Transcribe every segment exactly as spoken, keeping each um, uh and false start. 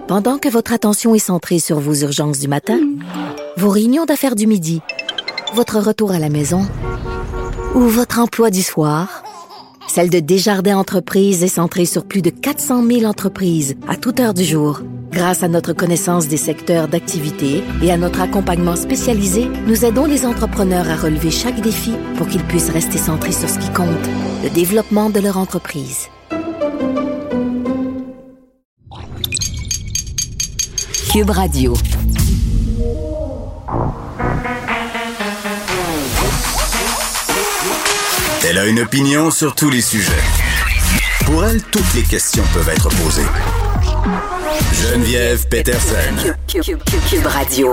Pendant que votre attention est centrée sur vos urgences du matin, vos réunions d'affaires du midi, votre retour à la maison ou votre emploi du soir, celle de Desjardins Entreprises est centrée sur plus de quatre cent mille entreprises à toute heure du jour. Grâce à notre connaissance des secteurs d'activité et à notre accompagnement spécialisé, nous aidons les entrepreneurs à relever chaque défi pour qu'ils puissent rester centrés sur ce qui compte, le développement de leur entreprise. Cube Radio. Elle a une opinion sur tous les sujets. Pour elle, toutes les questions peuvent être posées. Geneviève Peterson. Cube, Cube, Cube, Cube Radio.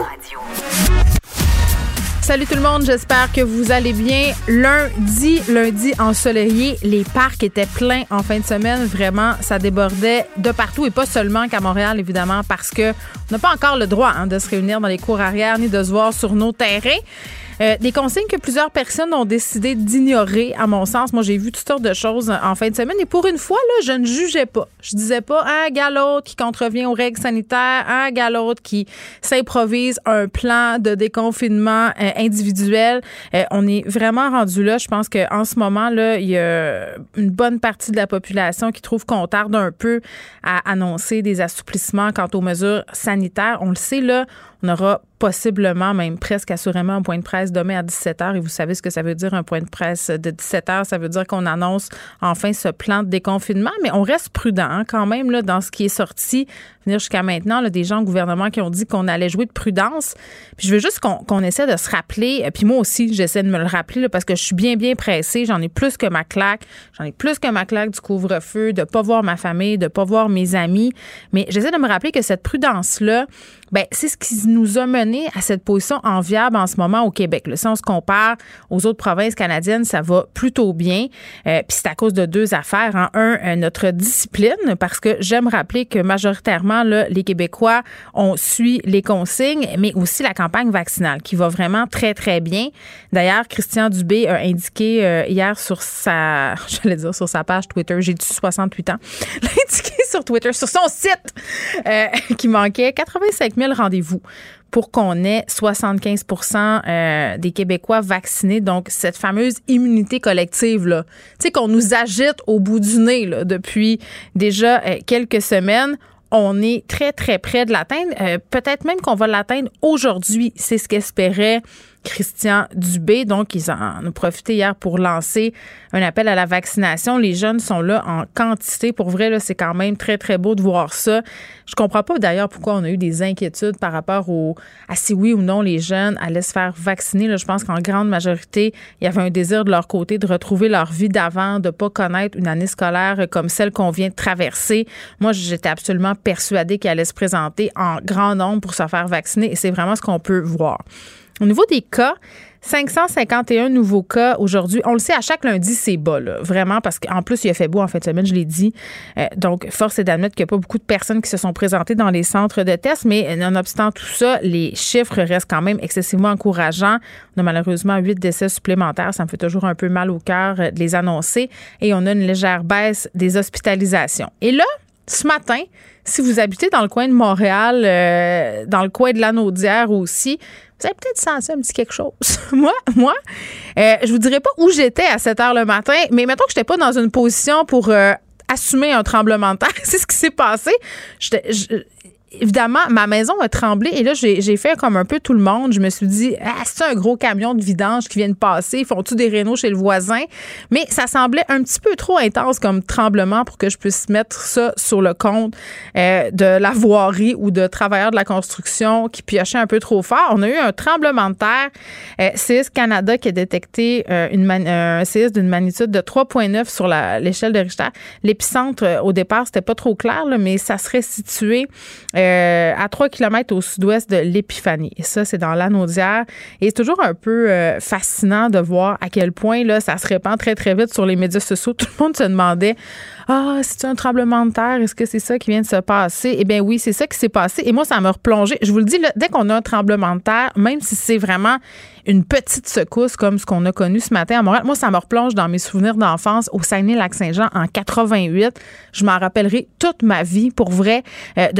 Salut tout le monde, j'espère que vous allez bien. Lundi, lundi ensoleillé, les parcs étaient pleins en fin de semaine. Vraiment, ça débordait de partout et pas seulement qu'à Montréal, évidemment, parce que on n'a pas encore le droit hein, de se réunir dans les cours arrière ni de se voir sur nos terrains. Euh, des consignes que plusieurs personnes ont décidé d'ignorer, à mon sens. Moi, j'ai vu toutes sortes de choses en fin de semaine. Et pour une fois, là, je ne jugeais pas. Je disais pas un gars l'autre qui contrevient aux règles sanitaires, un gars l'autre qui s'improvise un plan de déconfinement euh, individuel. Euh, on est vraiment rendu là. Je pense qu'en ce moment, là, il y a une bonne partie de la population qui trouve qu'on tarde un peu à annoncer des assouplissements quant aux mesures sanitaires. On le sait, là, on aura possiblement, même presque assurément, un point de presse demain à dix-sept heures. Et vous savez ce que ça veut dire, un point de presse de dix-sept heures. Ça veut dire qu'on annonce enfin ce plan de déconfinement. Mais on reste prudent hein, quand même là, dans ce qui est sorti. Venir jusqu'à maintenant, là, des gens au gouvernement qui ont dit qu'on allait jouer de prudence. Puis je veux juste qu'on, qu'on essaie de se rappeler. Puis moi aussi, j'essaie de me le rappeler là, parce que je suis bien, bien pressée. J'en ai plus que ma claque. J'en ai plus que ma claque du couvre-feu, de ne pas voir ma famille, de ne pas voir mes amis. Mais j'essaie de me rappeler que cette prudence-là, ben, c'est ce qui nous a mené à cette position enviable en ce moment au Québec. Là, si on se compare aux autres provinces canadiennes, ça va plutôt bien. Euh, Puis c'est à cause de deux affaires. Hein. Un, euh, notre discipline, parce que j'aime rappeler que majoritairement, là, les Québécois, on suit les consignes, mais aussi la campagne vaccinale qui va vraiment très, très bien. D'ailleurs, Christian Dubé a indiqué euh, hier sur sa, j'allais dire sur sa page Twitter, j'ai dit soixante-huit ans, il a indiqué sur Twitter, sur son site, euh, qu'il manquait quatre-vingt-cinq mille rendez-vous pour qu'on ait soixante-quinze pour cent euh, des Québécois vaccinés. Donc, cette fameuse immunité collective, là, tu sais, qu'on nous agite au bout du nez là, depuis déjà euh, quelques semaines. On est très, très près de l'atteindre. Euh, peut-être même qu'on va l'atteindre aujourd'hui. C'est ce qu'espérait Christian Dubé. Donc, ils en ont profité hier pour lancer un appel à la vaccination. Les jeunes sont là en quantité. Pour vrai, là, c'est quand même très, très beau de voir ça. Je comprends pas d'ailleurs pourquoi on a eu des inquiétudes par rapport au, à si oui ou non les jeunes allaient se faire vacciner. Là, je pense qu'en grande majorité, il y avait un désir de leur côté de retrouver leur vie d'avant, de pas connaître une année scolaire comme celle qu'on vient de traverser. Moi, j'étais absolument persuadée qu'ils allaient se présenter en grand nombre pour se faire vacciner et c'est vraiment ce qu'on peut voir. Au niveau des cas, cinq cent cinquante et un nouveaux cas aujourd'hui. On le sait, à chaque lundi, c'est bas, là, vraiment, parce qu'en plus, il a fait beau en fin de semaine, je l'ai dit. Euh, donc, force est d'admettre qu'il n'y a pas beaucoup de personnes qui se sont présentées dans les centres de tests, mais nonobstant tout ça, les chiffres restent quand même excessivement encourageants. On a malheureusement huit décès supplémentaires. Ça me fait toujours un peu mal au cœur de les annoncer. Et on a une légère baisse des hospitalisations. Et là, ce matin, si vous habitez dans le coin de Montréal, euh, dans le coin de Lanaudière aussi, vous avez peut-être senti un petit quelque chose. moi, moi, euh, je vous dirais pas où j'étais à sept heures le matin, mais mettons que j'étais pas dans une position pour euh, assumer un tremblement de terre. C'est ce qui s'est passé. J'étais... Je, Évidemment, ma maison a tremblé et là, j'ai, j'ai fait comme un peu tout le monde. Je me suis dit, ah, c'est un gros camion de vidange qui vient de passer. Font-tu des rénaux chez le voisin? Mais ça semblait un petit peu trop intense comme tremblement pour que je puisse mettre ça sur le compte euh, de la voirie ou de travailleurs de la construction qui piochaient un peu trop fort. On a eu un tremblement de terre. Euh, C I S Canada qui a détecté euh, une man- un C I S d'une magnitude de trois virgule neuf sur la, l'échelle de Richter. L'épicentre, euh, au départ, c'était pas trop clair, là, mais ça serait situé Euh, à trois kilomètres au sud-ouest de l'Épiphanie. Et ça, c'est dans Lanaudière. Et c'est toujours un peu euh, fascinant de voir à quel point là, ça se répand très, très vite sur les médias sociaux. Tout le monde se demandait « Ah, c'est un tremblement de terre? Est-ce que c'est ça qui vient de se passer? » Eh bien oui, c'est ça qui s'est passé. Et moi, ça m'a replongé. Je vous le dis, là, dès qu'on a un tremblement de terre, même si c'est vraiment une petite secousse comme ce qu'on a connu ce matin à Montréal, moi, ça me replonge dans mes souvenirs d'enfance au Saguenay-Lac-Saint-Jean en quatre-vingt-huit. Je m'en rappellerai toute ma vie, pour vrai, euh, de ce grand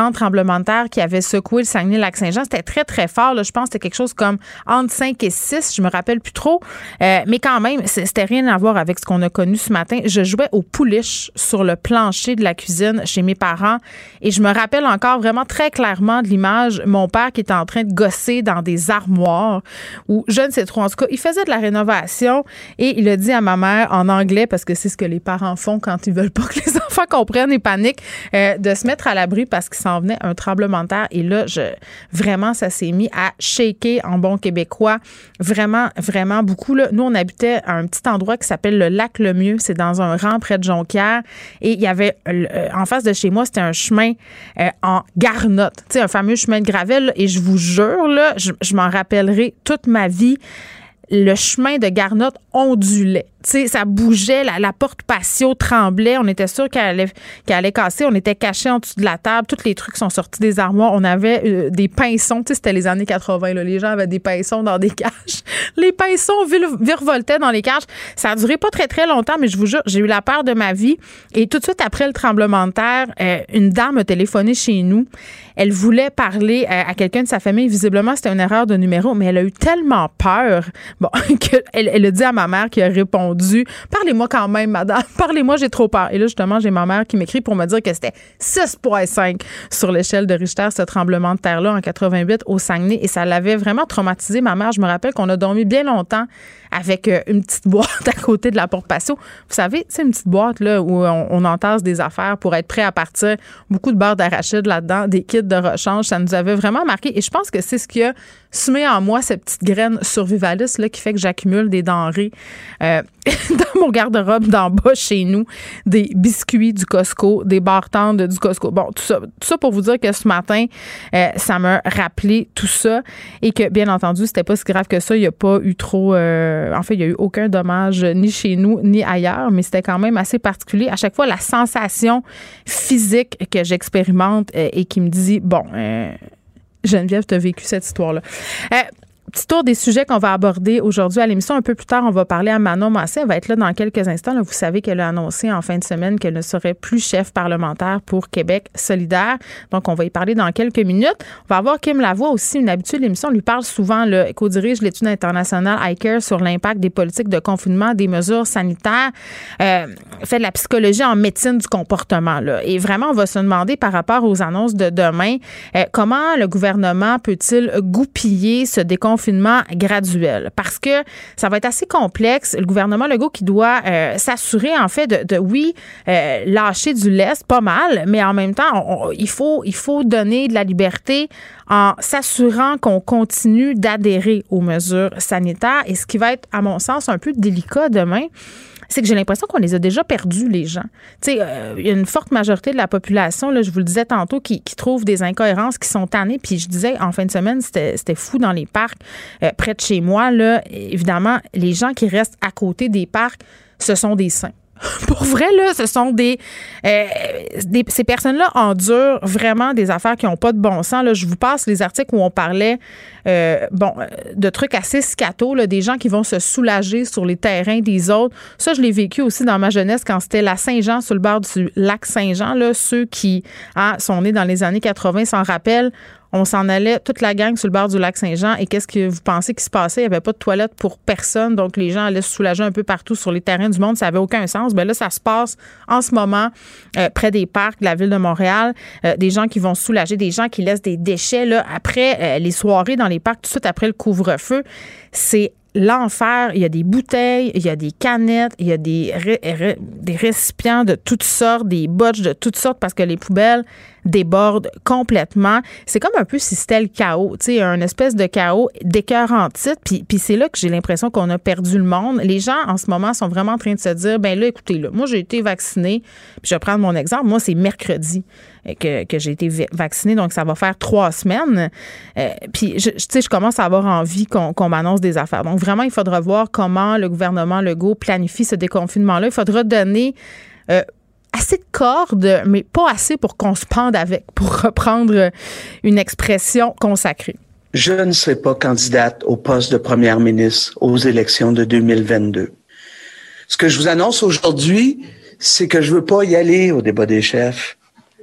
grand tremblement de terre qui avait secoué le Saguenay-Lac-Saint-Jean. C'était très, très fort. Là. Je pense que c'était quelque chose comme entre cinq et six. Je me rappelle plus trop. Euh, mais quand même, c'était rien à voir avec ce qu'on a connu ce matin. Je jouais au pouliche sur le plancher de la cuisine chez mes parents et je me rappelle encore vraiment très clairement de l'image. Mon père qui était en train de gosser dans des armoires ou je ne sais trop. En tout cas, il faisait de la rénovation et il a dit à ma mère en anglais, parce que c'est ce que les parents font quand ils veulent pas que les enfants comprennent et paniquent, euh, de se mettre à l'abri parce qu'il s'en venait un tremblement de terre. Et là, je, vraiment, ça s'est mis à shaker en bon québécois. Vraiment, vraiment beaucoup. Là. Nous, on habitait à un petit endroit qui s'appelle le Lac Lemieux. C'est dans un rang près de Jonquière. Et il y avait, euh, en face de chez moi, c'était un chemin euh, en garnotte. Tu sais, un fameux chemin de gravelle. Là, et je vous jure, là, je, je m'en rappellerai toute ma vie. Le chemin de garnotte ondulait. Tu sais, ça bougeait, la, la porte patio tremblait. On était sûr qu'elle allait, qu'elle allait casser. On était cachés en dessous de la table. Tous les trucs sont sortis des armoires. On avait euh, des pinçons. Tu sais, c'était les années quatre-vingts. Là. Les gens avaient des pinçons dans des cages. Les pinçons virevoltaient dans les cages. Ça a duré pas très, très longtemps, mais je vous jure, j'ai eu la peur de ma vie. Et tout de suite après le tremblement de terre, euh, une dame a téléphoné chez nous. Elle voulait parler euh, à quelqu'un de sa famille. Visiblement, c'était une erreur de numéro, mais elle a eu tellement peur bon, qu'elle elle a dit à ma mère qui a répondu « Parlez-moi quand même, madame. Parlez-moi, j'ai trop peur. » Et là, justement, j'ai ma mère qui m'écrit pour me dire que c'était six virgule cinq sur l'échelle de Richter, ce tremblement de terre-là, en quatre-vingt-huit au Saguenay. Et ça l'avait vraiment traumatisé, ma mère. Je me rappelle qu'on a dormi bien longtemps avec une petite boîte à côté de la porte patio. Vous savez, c'est une petite boîte là où on, on entasse des affaires pour être prêt à partir. Beaucoup de beurre d'arachide là-dedans, des kits de rechange. Ça nous avait vraiment marqué. Et je pense que c'est ce qui a semé en moi cette petite graine survivaliste là, qui fait que j'accumule des denrées euh, dans mon garde-robe d'en bas chez nous, des biscuits du Costco, des bartendes du Costco. Bon, tout ça, tout ça pour vous dire que ce matin, euh, ça m'a rappelé tout ça et que, bien entendu, c'était pas si grave que ça. Il n'y a pas eu trop... Euh, en fait, il n'y a eu aucun dommage ni chez nous ni ailleurs, mais c'était quand même assez particulier. À chaque fois, la sensation physique que j'expérimente euh, et qui me dit, bon... Euh, Geneviève, tu as vécu cette histoire-là. Euh, Petit tour des sujets qu'on va aborder aujourd'hui à l'émission. Un peu plus tard, on va parler à Manon Massé. Elle va être là dans quelques instants. Là, vous savez qu'elle a annoncé en fin de semaine qu'elle ne serait plus chef parlementaire pour Québec solidaire. Donc, on va y parler dans quelques minutes. On va avoir Kim Lavoie aussi, une habitude de l'émission. On lui parle souvent, là, co-dirige l'étude internationale iCare sur l'impact des politiques de confinement, des mesures sanitaires. Euh, fait de la psychologie en médecine du comportement. Là. Et vraiment, on va se demander par rapport aux annonces de demain, euh, comment le gouvernement peut-il goupiller ce déconfinement confinement graduel parce que ça va être assez complexe. Le gouvernement Legault qui doit euh, s'assurer en fait de, de oui, euh, lâcher du lest, pas mal, mais en même temps, on, on, il faut il faut donner de la liberté en s'assurant qu'on continue d'adhérer aux mesures sanitaires. Et ce qui va être, à mon sens, un peu délicat demain, c'est que j'ai l'impression qu'on les a déjà perdus, les gens. Tu sais, euh, il y a une forte majorité de la population, là, je vous le disais tantôt, qui, qui trouve des incohérences, qui sont tannées. Puis je disais, en fin de semaine, c'était, c'était fou dans les parcs euh, près de chez moi. Là, évidemment, les gens qui restent à côté des parcs, ce sont des saints. Pour vrai, là, ce sont des, euh, des... Ces personnes-là endurent vraiment des affaires qui n'ont pas de bon sens. Là, je vous passe les articles où on parlait euh, bon, de trucs assez scato, là, des gens qui vont se soulager sur les terrains des autres. Ça, je l'ai vécu aussi dans ma jeunesse quand c'était la Saint-Jean, sur le bord du lac Saint-Jean. Là, ceux qui hein, sont nés dans les années quatre-vingts s'en rappellent. On s'en allait, toute la gang, sur le bord du lac Saint-Jean. Et qu'est-ce que vous pensez qui se passait? Il n'y avait pas de toilette pour personne. Donc, les gens allaient se soulager un peu partout sur les terrains du monde. Ça n'avait aucun sens. Bien là, ça se passe en ce moment euh, près des parcs de la ville de Montréal. Euh, des gens qui vont se soulager, des gens qui laissent des déchets là, après euh, les soirées dans les parcs, tout de suite après le couvre-feu. C'est l'enfer. Il y a des bouteilles, il y a des canettes, il y a des, ré- ré- des récipients de toutes sortes, des botches de toutes sortes parce que les poubelles débordent complètement. C'est comme un peu si c'était le chaos, tu sais, un espèce de chaos d'écœurant titre. Puis, puis c'est là que j'ai l'impression qu'on a perdu le monde. Les gens, en ce moment, sont vraiment en train de se dire, ben là, écoutez, là, moi, j'ai été vaccinée. Puis je vais prendre mon exemple. Moi, c'est mercredi que, que j'ai été vaccinée, donc ça va faire trois semaines. Euh, puis, je, tu sais, je commence à avoir envie qu'on, qu'on m'annonce des affaires. Donc, vraiment, il faudra voir comment le gouvernement Legault planifie ce déconfinement-là. Il faudra donner euh, assez de cordes, mais pas assez pour qu'on se pende avec, pour reprendre une expression consacrée. Je ne serai pas candidate au poste de première ministre aux élections de deux mille vingt-deux. Ce que je vous annonce aujourd'hui, c'est que je veux pas y aller au débat des chefs.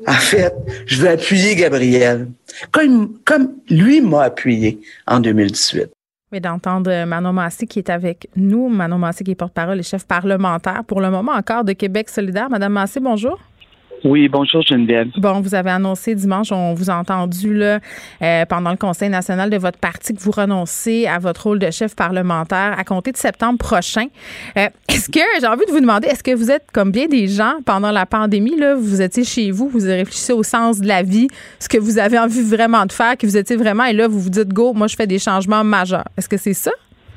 En fait, je veux appuyer Gabriel, comme, comme lui m'a appuyé en deux mille dix-huit. Mais d'entendre Manon Massé qui est avec nous, Manon Massé qui est porte-parole et chef parlementaire pour le moment encore de Québec solidaire. Madame Massé, bonjour. Oui, bonjour Geneviève. Bon, vous avez annoncé dimanche, on vous a entendu là, euh, pendant le Conseil national de votre parti que vous renoncez à votre rôle de chef parlementaire à compter de septembre prochain. Euh, est-ce que, j'ai envie de vous demander, est-ce que vous êtes comme bien des gens pendant la pandémie, là, vous étiez chez vous, vous réfléchissez au sens de la vie, ce que vous avez envie vraiment de faire, que vous étiez vraiment, et là, vous vous dites, go, moi, je fais des changements majeurs. Est-ce que c'est ça?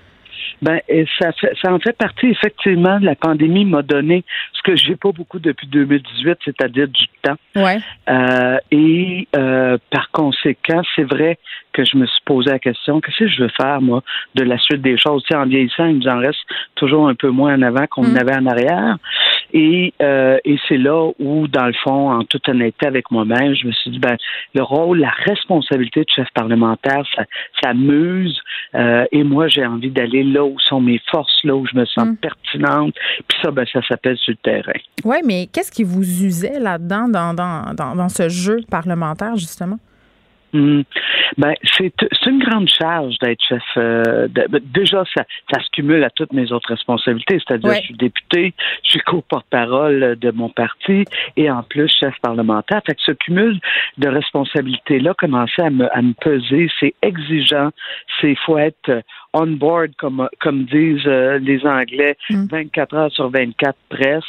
Ben, ça, fait, ça en fait partie, effectivement. La pandémie m'a donné ce que j'ai pas beaucoup depuis deux mille dix-huit, c'est-à-dire du temps. Ouais. Euh, et euh, par conséquent, c'est vrai que je me suis posé la question, qu'est-ce que je veux faire, moi, de la suite des choses? Tu sais, en vieillissant, il nous en reste toujours un peu moins en avant qu'on mmh. en avait en arrière. Et, euh, et c'est là où, dans le fond, en toute honnêteté avec moi-même, je me suis dit, ben, le rôle, la responsabilité de chef parlementaire, ça, ça m'use. Euh, et moi, j'ai envie d'aller là où sont mes forces, là où je me sens mmh. pertinente. Puis ça, ben, ça s'appelle sur le terrain. Oui, mais qu'est-ce qui vous usait là-dedans, dans, dans, dans, dans ce jeu parlementaire, justement? Mmh. Ben, c'est, c'est une grande charge d'être chef. Euh, de, déjà, ça, ça se cumule à toutes mes autres responsabilités, c'est-à-dire ouais. je suis député, je suis co-porte-parole de mon parti et en plus chef parlementaire. Fait que ce cumul de responsabilités-là commençait à me, à me peser. C'est exigeant. C'est faut être on board, comme, comme disent euh, les Anglais, mmh. vingt-quatre heures sur vingt-quatre presque.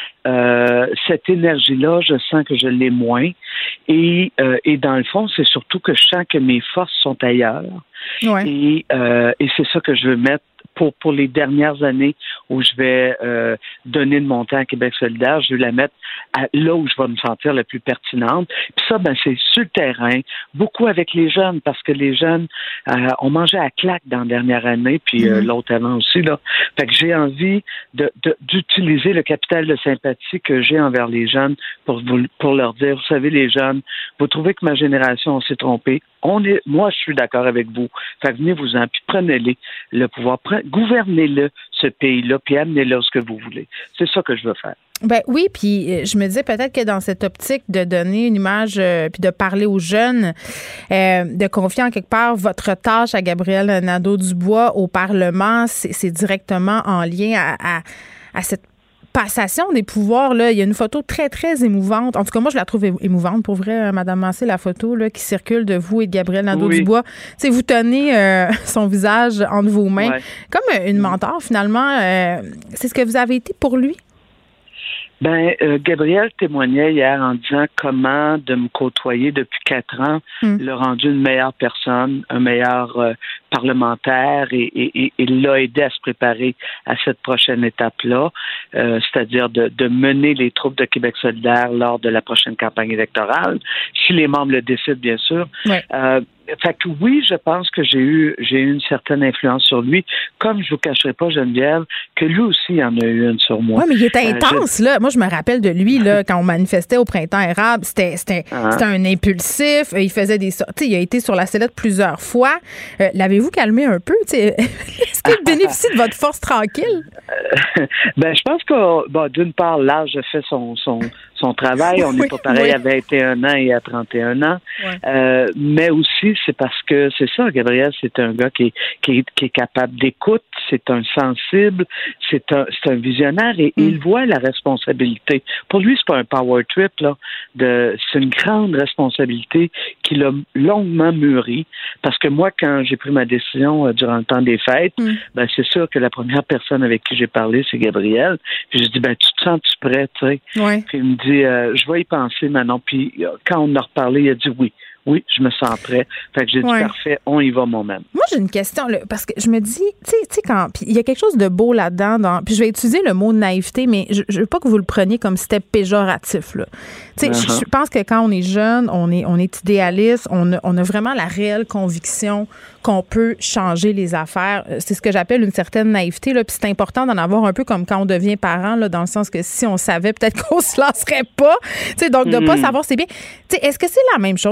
Euh, cette énergie-là, je sens que je l'ai moins. Et, euh, et dans le fond, c'est surtout que je sens que mes forces sont ailleurs. Ouais. Et, euh, et c'est ça que je veux mettre pour, pour les dernières années où je vais euh, donner de mon temps à Québec solidaire. Je veux la mettre à, là où je vais me sentir la plus pertinente. Puis ça, ben, c'est sur le terrain, beaucoup avec les jeunes, parce que les jeunes euh, ont mangé à claque dans la dernière année, puis euh, mm-hmm. l'autre avant aussi, là. Fait que j'ai envie de, de, d'utiliser le capital de sympathie que j'ai envers les jeunes pour, vous, pour leur dire, vous savez, les jeunes, vous trouvez que ma génération, on s'est trompé. On est, moi, je suis d'accord avec vous. Fait que venez-vous-en, puis prenez-les le pouvoir, pre- gouvernez-le, ce pays-là, puis amenez-le ce que vous voulez. C'est ça que je veux faire. Ben oui, puis je me disais peut-être que dans cette optique de donner une image euh, puis de parler aux jeunes, euh, de confier en quelque part votre tâche à Gabriel Nadeau-Dubois au Parlement, c'est, c'est directement en lien à, à, à cette passation des pouvoirs, là. Il y a une photo très, très émouvante. En tout cas, moi, je la trouve émouvante. Pour vrai, Mme Massé, la photo là, qui circule de vous et de Gabriel Nadeau-Dubois. Oui. Tu sais, vous tenez euh, son visage entre vos mains. Ouais. Comme une mentor, finalement. Euh, c'est ce que vous avez été pour lui? Ben, euh, Gabriel témoignait hier en disant comment de me côtoyer depuis quatre ans mm. l'a rendu une meilleure personne, un meilleur euh, parlementaire et, et, et, et l'a aidé à se préparer à cette prochaine étape-là, euh, c'est-à-dire de, de mener les troupes de Québec solidaire lors de la prochaine campagne électorale, si les membres le décident, bien sûr. Ouais. Euh, Fait que oui, je pense que j'ai eu j'ai eu une certaine influence sur lui, comme je vous cacherai pas, Geneviève, que lui aussi en a eu une sur moi. Oui, mais il était intense, euh, je... là. Moi, je me rappelle de lui, là, quand on manifestait au Printemps érable, c'était, c'était, uh-huh. c'était un impulsif, il faisait des sorties, il a été sur la sellette plusieurs fois. Euh, l'avez-vous calmé un peu? T'sais? Est-ce qu'il bénéficie de votre force tranquille? Euh, ben, je pense que, bon, d'une part, l'âge a fait son... son son travail. On n'est oui, pas pareil oui. à vingt et un ans et à trente et un ans. Ouais. Euh, mais aussi, c'est parce que, c'est ça, Gabriel, c'est un gars qui est, qui est, qui est capable d'écoute, c'est un sensible, c'est un, c'est un visionnaire et mm. il voit la responsabilité. Pour lui, c'est pas un power trip, là. De, c'est une grande responsabilité qu'il a longuement mûri. Parce que moi, quand j'ai pris ma décision euh, durant le temps des fêtes, mm. ben, c'est sûr que la première personne avec qui j'ai parlé, c'est Gabriel. Puis j'ai dit, ben, tu te sens-tu prêt, tu sais? Ouais. Puis il me dit, Euh, je vais y penser maintenant. Puis euh, quand on a reparlé, il a dit oui. Oui, je me sens prêt. Fait que j'ai dit ouais. parfait, on y va moi-même. Moi, j'ai une question, là, parce que je me dis, tu sais, tu sais, quand. Puis il y a quelque chose de beau là-dedans. Dans, puis je vais utiliser le mot naïveté, mais je, je veux pas que vous le preniez comme si c'était péjoratif, là. Tu sais, uh-huh. je pense que quand on est jeune, on est, on est idéaliste, on a, on a vraiment la réelle conviction qu'on peut changer les affaires. C'est ce que j'appelle une certaine naïveté, là. Puis c'est important d'en avoir un peu comme quand on devient parent, là, dans le sens que si on savait, peut-être qu'on se lancerait pas. Tu sais, donc de mm. pas savoir, c'est bien. Tu sais, est-ce que c'est la même chose un peu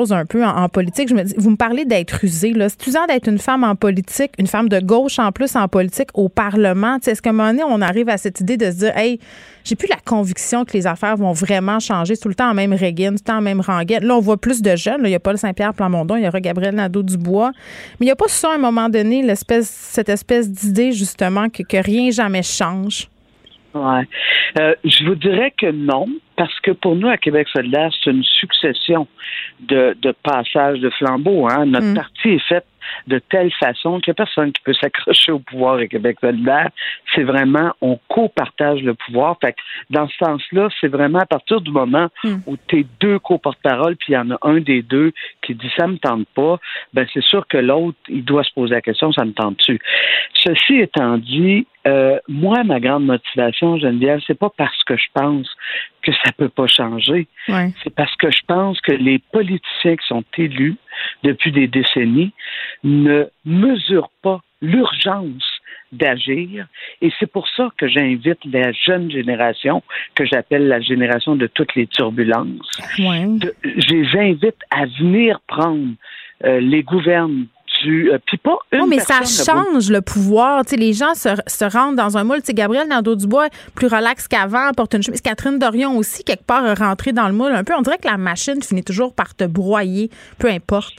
eu en, en politique. Je me dis, vous me parlez d'être usée, là. C'est usant d'être une femme en politique, une femme de gauche en plus en politique au Parlement. T'sais, est-ce qu'à un moment donné, on arrive à cette idée de se dire, hey, j'ai plus la conviction que les affaires vont vraiment changer. C'est tout le temps en même Reagan, tout le temps en même rengaine. Là, on voit plus de jeunes. Là. Il y a Paul Saint-Pierre Plamondon, il y aura Gabriel Nadeau-Dubois. Mais il n'y a pas ça, à un moment donné, l'espèce, cette espèce d'idée, justement, que, que rien jamais change. Ouais. Euh, je vous dirais que non, parce que pour nous, à Québec solidaire, c'est une succession de, de passages de flambeau. Hein. Notre mmh. parti est fait de telle façon qu'il n'y a personne qui peut s'accrocher au pouvoir à Québec solidaire. C'est vraiment, on co-partage le pouvoir. Fait que dans ce sens-là, c'est vraiment à partir du moment mmh. où tu es deux co-porte-parole, puis il y en a un des deux qui dit « ça me tente pas », ben c'est sûr que l'autre, il doit se poser la question « ça me tente-tu ». Ceci étant dit, euh, moi, ma grande motivation, Geneviève, c'est pas parce que je pense que ça peut pas changer. Ouais. C'est parce que je pense que les politiciens qui sont élus depuis des décennies ne mesurent pas l'urgence d'agir. Et c'est pour ça que j'invite la jeune génération, que j'appelle la génération de toutes les turbulences. Ouais. De, je les invite à venir prendre euh, les gouvernes. Euh, pas une oh, mais ça change le pouvoir. T'sais, les gens se, se rendent dans un moule. T'sais, Gabriel Nadeau-Dubois, plus relax qu'avant, porte une chemise. Catherine Dorion aussi, quelque part, est rentrée dans le moule un peu. On dirait que la machine finit toujours par te broyer, peu importe.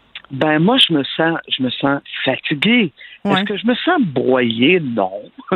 Ben moi, je me sens, je me sens fatiguée. Ouais. Est-ce que je me sens broyée? Non.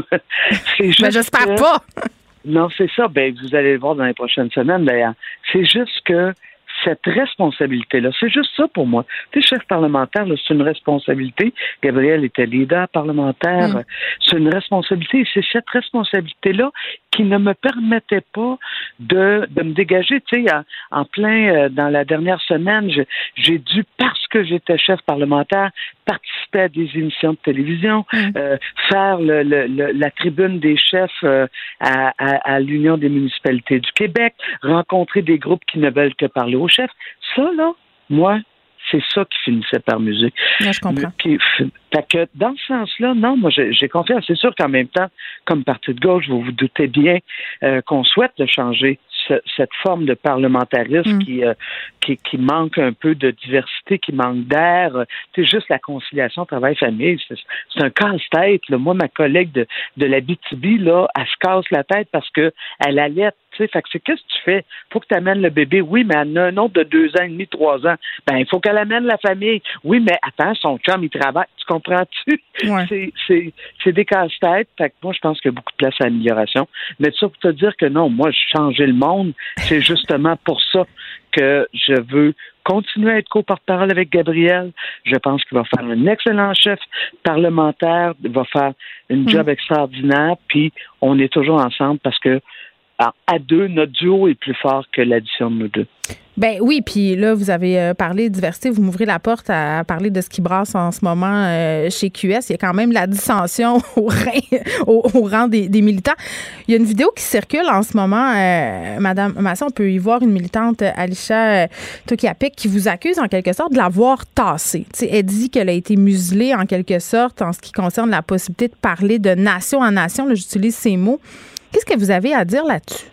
C'est juste ben, j'espère que... pas. Non, c'est ça. Ben, vous allez le voir dans les prochaines semaines, d'ailleurs. C'est juste que cette responsabilité-là, c'est juste ça pour moi. Tu sais, chef parlementaire, là, c'est une responsabilité. Gabriel était leader parlementaire. Mmh. C'est une responsabilité. Et c'est cette responsabilité-là qui ne me permettait pas de, de me dégager. Tu sais, en, en plein, euh, dans la dernière semaine, je, j'ai dû, parce que j'étais chef parlementaire, participer à des émissions de télévision, mmh. euh, faire le, le, le, la tribune des chefs euh, à, à, à l'Union des municipalités du Québec, rencontrer des groupes qui ne veulent que parler aux chefs. Ça, là, moi, c'est ça qui finissait par m'user. Là, je comprends. Qui, fait que dans ce sens-là, non, moi, j'ai, j'ai confiance. C'est sûr qu'en même temps, comme parti de gauche, vous vous doutez bien euh, qu'on souhaite le changer, ce, cette forme de parlementarisme mm. qui, euh, qui qui manque un peu de diversité, qui manque d'air. C'est juste la conciliation travail-famille. C'est, c'est un casse-tête. Là. Moi, ma collègue de, de l'Abitibi, là, elle se casse la tête parce que elle allait. Fait que c'est qu'est-ce que tu fais? Faut que tu amènes le bébé. Oui, mais elle a un autre de deux ans et demi, trois ans. Ben, il faut qu'elle amène la famille. Oui, mais attends, son chum, il travaille. Tu comprends-tu? Ouais. C'est, c'est, c'est des casse-têtes. Fait que moi, je pense qu'il y a beaucoup de place à l'amélioration. Mais ça pour te dire que non, moi, je changeais le monde. C'est justement pour ça que je veux continuer à être co-porte-parole avec Gabriel. Je pense qu'il va faire un excellent chef parlementaire. Il va faire une mmh. job extraordinaire. Puis, on est toujours ensemble parce que alors, à deux, notre duo est plus fort que l'addition de nous deux. Ben oui, puis là, vous avez euh, parlé de diversité, vous m'ouvrez la porte à, à parler de ce qui brasse en ce moment euh, chez Q S. Il y a quand même la dissension au, rein, au, au rang des, des militants. Il y a une vidéo qui circule en ce moment, euh, Madame Masson, on peut y voir une militante, Alisha euh, Tokiapik, qui vous accuse en quelque sorte de l'avoir tassée. T'sais, elle dit qu'elle a été muselée en quelque sorte en ce qui concerne la possibilité de parler de nation en nation. Là, j'utilise ces mots. Qu'est-ce que vous avez à dire là-dessus?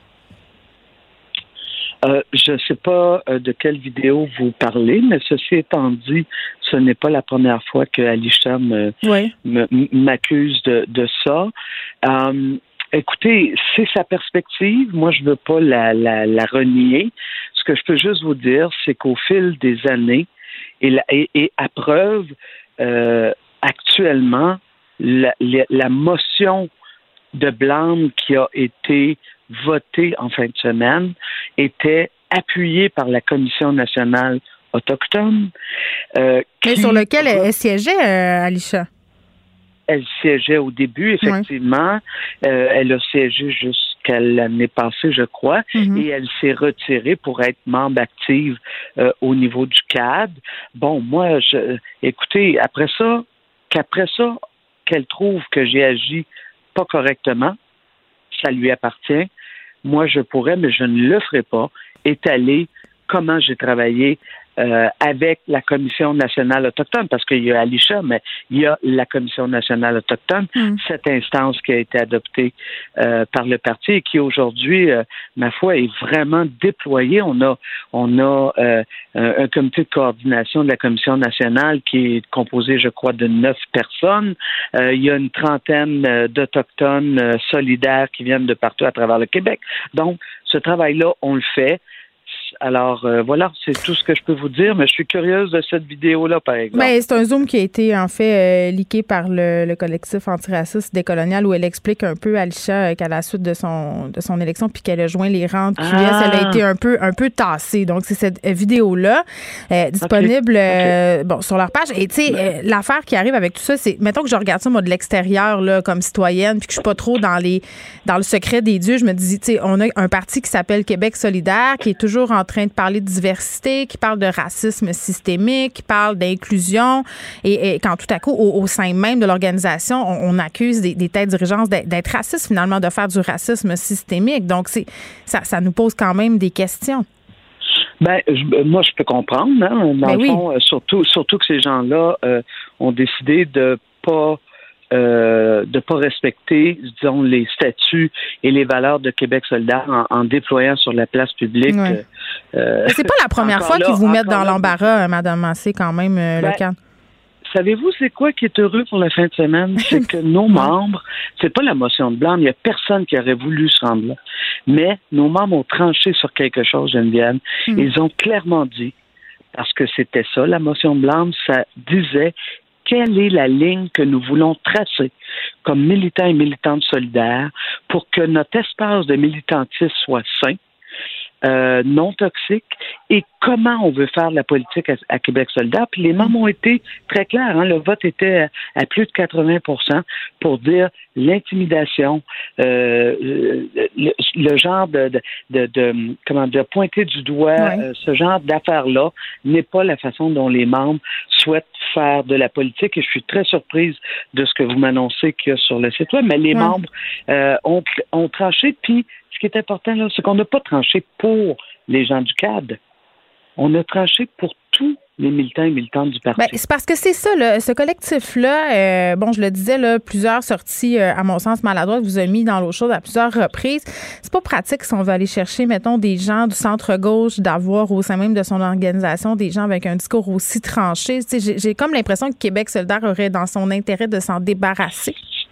Euh, je ne sais pas euh, de quelle vidéo vous parlez, mais ceci étant dit, ce n'est pas la première fois que Alisha me, oui. me, m'accuse de, de ça. Euh, écoutez, c'est sa perspective. Moi, je ne veux pas la, la, la renier. Ce que je peux juste vous dire, c'est qu'au fil des années, et, la, et, et à preuve, euh, actuellement, la, la, la motion de blâme qui a été votée en fin de semaine était appuyée par la Commission nationale autochtone. Euh, Mais sur lequel elle, elle siégeait, euh, Alisha? Elle siégeait au début, effectivement. Ouais. Euh, elle a siégé jusqu'à l'année passée, je crois, mm-hmm. et elle s'est retirée pour être membre active euh, au niveau du C A D. Bon, moi, je, écoutez, après ça, qu'après ça, qu'elle trouve que j'ai agi pas correctement, ça lui appartient. Moi, je pourrais, mais je ne le ferai pas, étaler comment j'ai travaillé Euh, avec la Commission nationale autochtone, parce qu'il y a Alisha, mais il y a la Commission nationale autochtone, mm. cette instance qui a été adoptée euh, par le parti et qui aujourd'hui, euh, ma foi, est vraiment déployée. On a, on a euh, un comité de coordination de la Commission nationale qui est composé, je crois, de neuf personnes. Euh, il y a une trentaine euh, d'Autochtones euh, solidaires qui viennent de partout à travers le Québec. Donc, ce travail-là, on le fait. Alors, euh, voilà, c'est tout ce que je peux vous dire, mais je suis curieuse de cette vidéo-là, par exemple. Bien, c'est un Zoom qui a été, en fait, euh, leaké par le, le collectif antiraciste décolonial où elle explique un peu, Alisha, qu'à la suite de son de son élection, puis qu'elle a joint les rangs de Q S, ah. elle a été un peu un peu tassée. Donc, c'est cette vidéo-là euh, disponible okay. Euh, bon, sur leur page. Et, tu sais, euh, l'affaire qui arrive avec tout ça, c'est, mettons que je regarde ça, moi, de l'extérieur, là, comme citoyenne, puis que je suis pas trop dans les dans le secret des dieux, je me dis, tu sais, on a un parti qui s'appelle Québec solidaire, qui est toujours en train de parler de diversité, qui parle de racisme systémique, qui parle d'inclusion, et, et quand tout à coup, au, au sein même de l'organisation, on, on accuse des, des têtes dirigeantes d'être, d'être racistes, finalement, de faire du racisme systémique. Donc, c'est, ça, ça nous pose quand même des questions. Ben, je, moi, je peux comprendre, hein, dans ben le fond, oui. surtout, surtout que ces gens-là euh, ont décidé de pas Euh, de ne pas respecter, disons, les statuts et les valeurs de Québec solidaire en, en déployant sur la place publique. Ouais. Euh, c'est pas la première fois là, qu'ils vous mettent dans là, l'embarras, là. Mme Massé, quand même, euh, ben, local. Savez-vous, c'est quoi qui est heureux pour la fin de semaine? C'est que nos membres, c'est pas la motion de blâme, il n'y a personne qui aurait voulu se rendre là. Mais nos membres ont tranché sur quelque chose, Geneviève. Mm. Ils ont clairement dit, parce que c'était ça, la motion de blâme, ça disait quelle est la ligne que nous voulons tracer comme militants et militantes solidaires pour que notre espace de militantisme soit sain, euh, non toxique, et comment on veut faire la politique à, à Québec solidaire. Puis les membres ont été très clairs. Hein, le vote était à, à plus de quatre-vingts pour cent pour dire l'intimidation, euh, le, le genre de, de, de, de comment de pointer du doigt, ouais. euh, ce genre d'affaires-là n'est pas la façon dont les membres souhaitent faire de la politique. Et je suis très surprise de ce que vous m'annoncez qu'il y a sur le site web. Mais les ouais. membres euh, ont, ont tranché. Puis ce qui est important là, c'est qu'on n'a pas tranché pour les gens du C A D. On a tranché pour tous les militants et militantes du parti. Ben, c'est parce que c'est ça, là, ce collectif-là, euh, bon, je le disais, là, plusieurs sorties, euh, à mon sens, maladroites, vous avez mis dans l'eau chaude à plusieurs reprises. C'est pas pratique si on veut aller chercher, mettons, des gens du centre-gauche, d'avoir au sein même de son organisation des gens avec un discours aussi tranché. J'ai, j'ai comme l'impression que Québec solidaire aurait dans son intérêt de s'en débarrasser.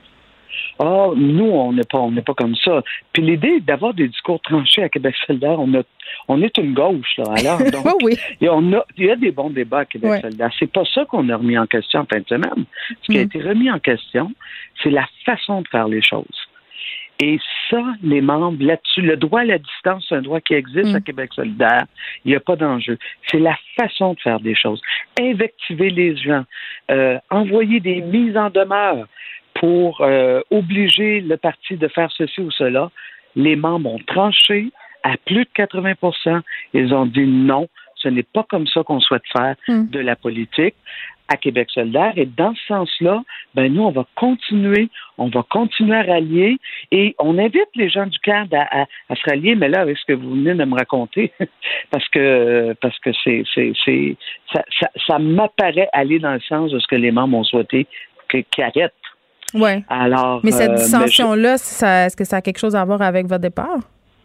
Ah, nous, on n'est pas, on n'est pas comme ça. Puis l'idée d'avoir des discours tranchés à Québec solidaire, on a, on est une gauche, là. Alors, donc, oui. et on a, il y a des bons débats à Québec oui. solidaire. C'est pas ça qu'on a remis en question en fin de semaine. Ce qui mm. a été remis en question, c'est la façon de faire les choses. Et ça, les membres, là-dessus, le droit à la distance, c'est un droit qui existe mm. à Québec solidaire. Il n'y a pas d'enjeu. C'est la façon de faire des choses. Invectiver les gens, euh, envoyer des mises en demeure pour euh, obliger le parti de faire ceci ou cela. Les membres ont tranché à plus de quatre-vingts pour cent. Ils ont dit non, ce n'est pas comme ça qu'on souhaite faire mm. de la politique à Québec solidaire. Et dans ce sens-là, ben nous, on va continuer, on va continuer à rallier et on invite les gens du C A D à, à, à se rallier, mais là, avec ce que vous venez de me raconter, parce que parce que c'est, c'est, c'est ça, ça, ça m'apparaît aller dans le sens de ce que les membres ont souhaité qu'ils arrêtent. Oui. Alors, mais cette euh, dissension-là, mais je... ça, est-ce que ça a quelque chose à voir avec votre départ?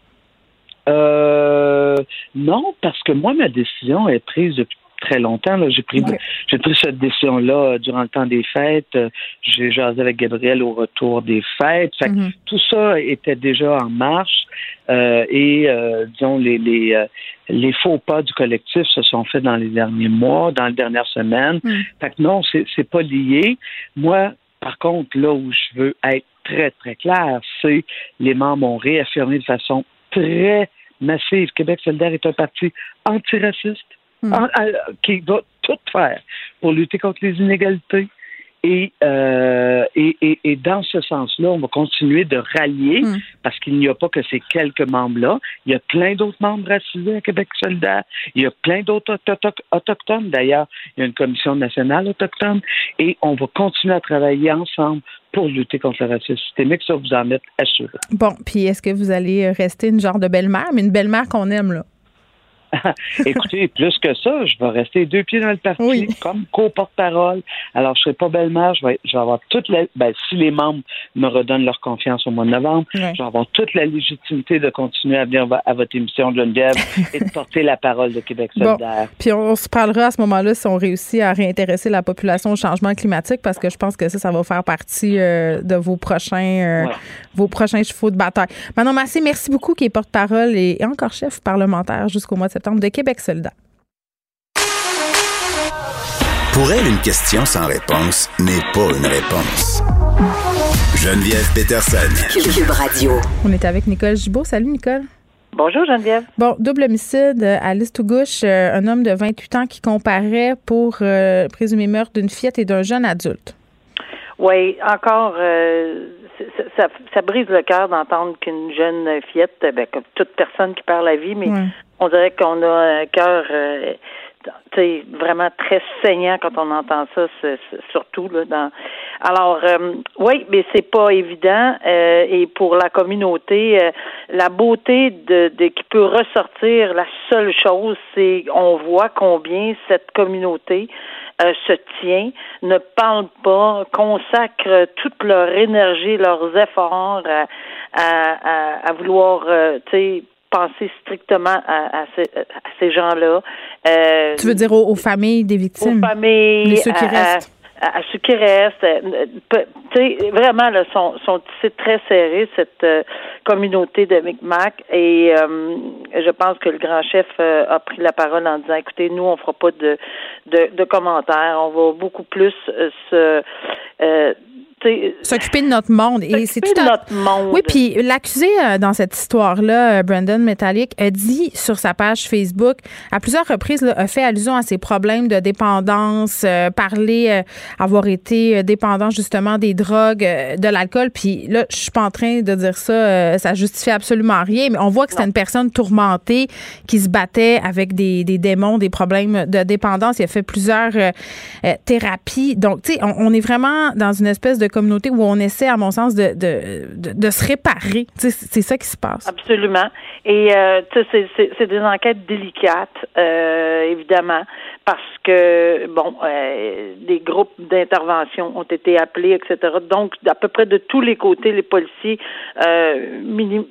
Euh, non, parce que moi, ma décision est prise depuis très longtemps. Là. J'ai pris, okay. j'ai pris cette décision-là durant le temps des fêtes. J'ai jasé avec Gabriel au retour des fêtes. Fait que mm-hmm. tout ça était déjà en marche. Euh, et, euh, disons, les, les, euh, les faux pas du collectif se sont faits dans les derniers mois, dans les dernières semaines. Mm. Fait que non, c'est, c'est pas lié. Moi, par contre, là où je veux être très, très clair, c'est les membres ont réaffirmé de façon très massive. Québec solidaire est un parti antiraciste mm. en, en, qui va tout faire pour lutter contre les inégalités. Et, euh, et, et, et dans ce sens-là, on va continuer de rallier mm. parce qu'il n'y a pas que ces quelques membres-là. Il y a plein d'autres membres racisés à Québec solidaire. Il y a plein d'autres auto- autochtones. D'ailleurs, il y a une commission nationale autochtone. Et on va continuer à travailler ensemble pour lutter contre le racisme systémique. Ça, vous en êtes assuré. Bon, puis est-ce que vous allez rester une genre de belle-mère, mais une belle-mère qu'on aime, là? Écoutez, plus que ça, je vais rester deux pieds dans le parti oui. comme co-porte-parole. Alors, je serai pas belle-mère, je vais, je vais avoir toute la... Ben, si les membres me redonnent leur confiance au mois de novembre, ouais. je vais avoir toute la légitimité de continuer à venir à votre émission, Geneviève, et de porter la parole de Québec solidaire. Bon. Puis on, on se parlera à ce moment-là si on réussit à réintéresser la population au changement climatique, parce que je pense que ça, ça va faire partie euh, de vos prochains, euh, ouais. vos prochains chevaux de bataille. Manon Massé, merci beaucoup, qui est porte-parole et encore chef parlementaire jusqu'au mois de septembre de Québec solidaire. Pour elle, une question sans réponse n'est pas une réponse. Geneviève Peterson. Cube Radio. On est avec Nicole Gibault. Salut, Nicole. Bonjour, Geneviève. Bon, double homicide à Listowgouche, euh, un homme de vingt-huit ans qui comparait pour euh, présumé meurtre d'une fillette et d'un jeune adulte. Oui, encore, euh, ça, ça, ça brise le cœur d'entendre qu'une jeune fillette, ben, comme toute personne qui perd la vie, mais ouais. on dirait qu'on a un cœur euh, t'sais, vraiment très saignant quand on entend ça, c'est, c'est, surtout là. Dans... Alors, euh, oui, mais c'est pas évident. Euh, et pour la communauté, euh, la beauté de, de qui peut ressortir, la seule chose, c'est on voit combien cette communauté euh, se tient, ne parle pas, consacre toute leur énergie, leurs efforts à, à, à, à vouloir, euh, tu sais, penser strictement à, à, ces, à ces gens-là. Euh, tu veux dire aux, aux familles des victimes? Aux familles. Les ceux qui à, restent. À, à ceux qui restent. Tu sais, vraiment, là, sont, sont c'est très serré, cette euh, communauté de Micmac. Et euh, je pense que le grand chef euh, a pris la parole en disant, écoutez, nous, on fera pas de, de, de commentaires. On va beaucoup plus euh, se... Euh, s'occuper de notre monde. Et c'est tout de à... notre monde. Oui, puis l'accusé euh, dans cette histoire-là, euh, Brandon Metallic, a dit sur sa page Facebook, à plusieurs reprises, là, a fait allusion à ses problèmes de dépendance, euh, parler, euh, avoir été euh, dépendant justement des drogues, euh, de l'alcool. Puis là, je suis pas en train de dire ça, euh, ça justifie absolument rien, mais on voit que c'est une personne tourmentée qui se battait avec des, des démons, des problèmes de dépendance. Il a fait plusieurs euh, euh, thérapies. Donc, tu sais, on, on est vraiment dans une espèce de communauté où on essaie, à mon sens, de, de, de, de se réparer. Tu sais, c'est ça qui se passe. Absolument. Et euh, tu sais, c'est, c'est, c'est des enquêtes délicates, euh, évidemment, parce que, bon, euh, des groupes d'intervention ont été appelés, et cetera. Donc, à peu près de tous les côtés, les policiers euh, minim-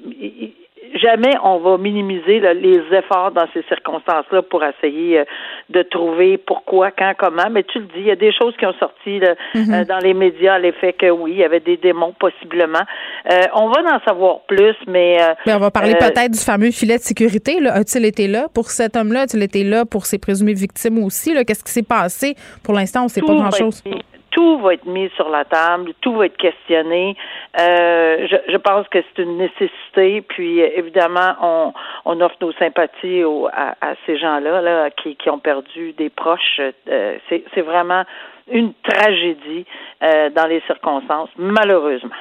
jamais on va minimiser là, les efforts dans ces circonstances-là pour essayer euh, de trouver pourquoi, quand, comment. Mais tu le dis, il y a des choses qui ont sorti là, mm-hmm. euh, dans les médias, l'effet que oui, il y avait des démons possiblement. Euh, on va en savoir plus, mais... Euh, mais on va parler euh, peut-être du fameux filet de sécurité. Là. A-t-il été là pour cet homme-là? A-t-il été là pour ses présumées victimes aussi? Là? Qu'est-ce qui s'est passé? Pour l'instant, on ne sait pas grand-chose. Tout va être mis sur la table, tout va être questionné. Euh, je, je pense que c'est une nécessité. Puis évidemment, on, on offre nos sympathies aux, à, à ces gens-là là, qui, qui ont perdu des proches. Euh, c'est, c'est vraiment une tragédie euh, dans les circonstances, malheureusement.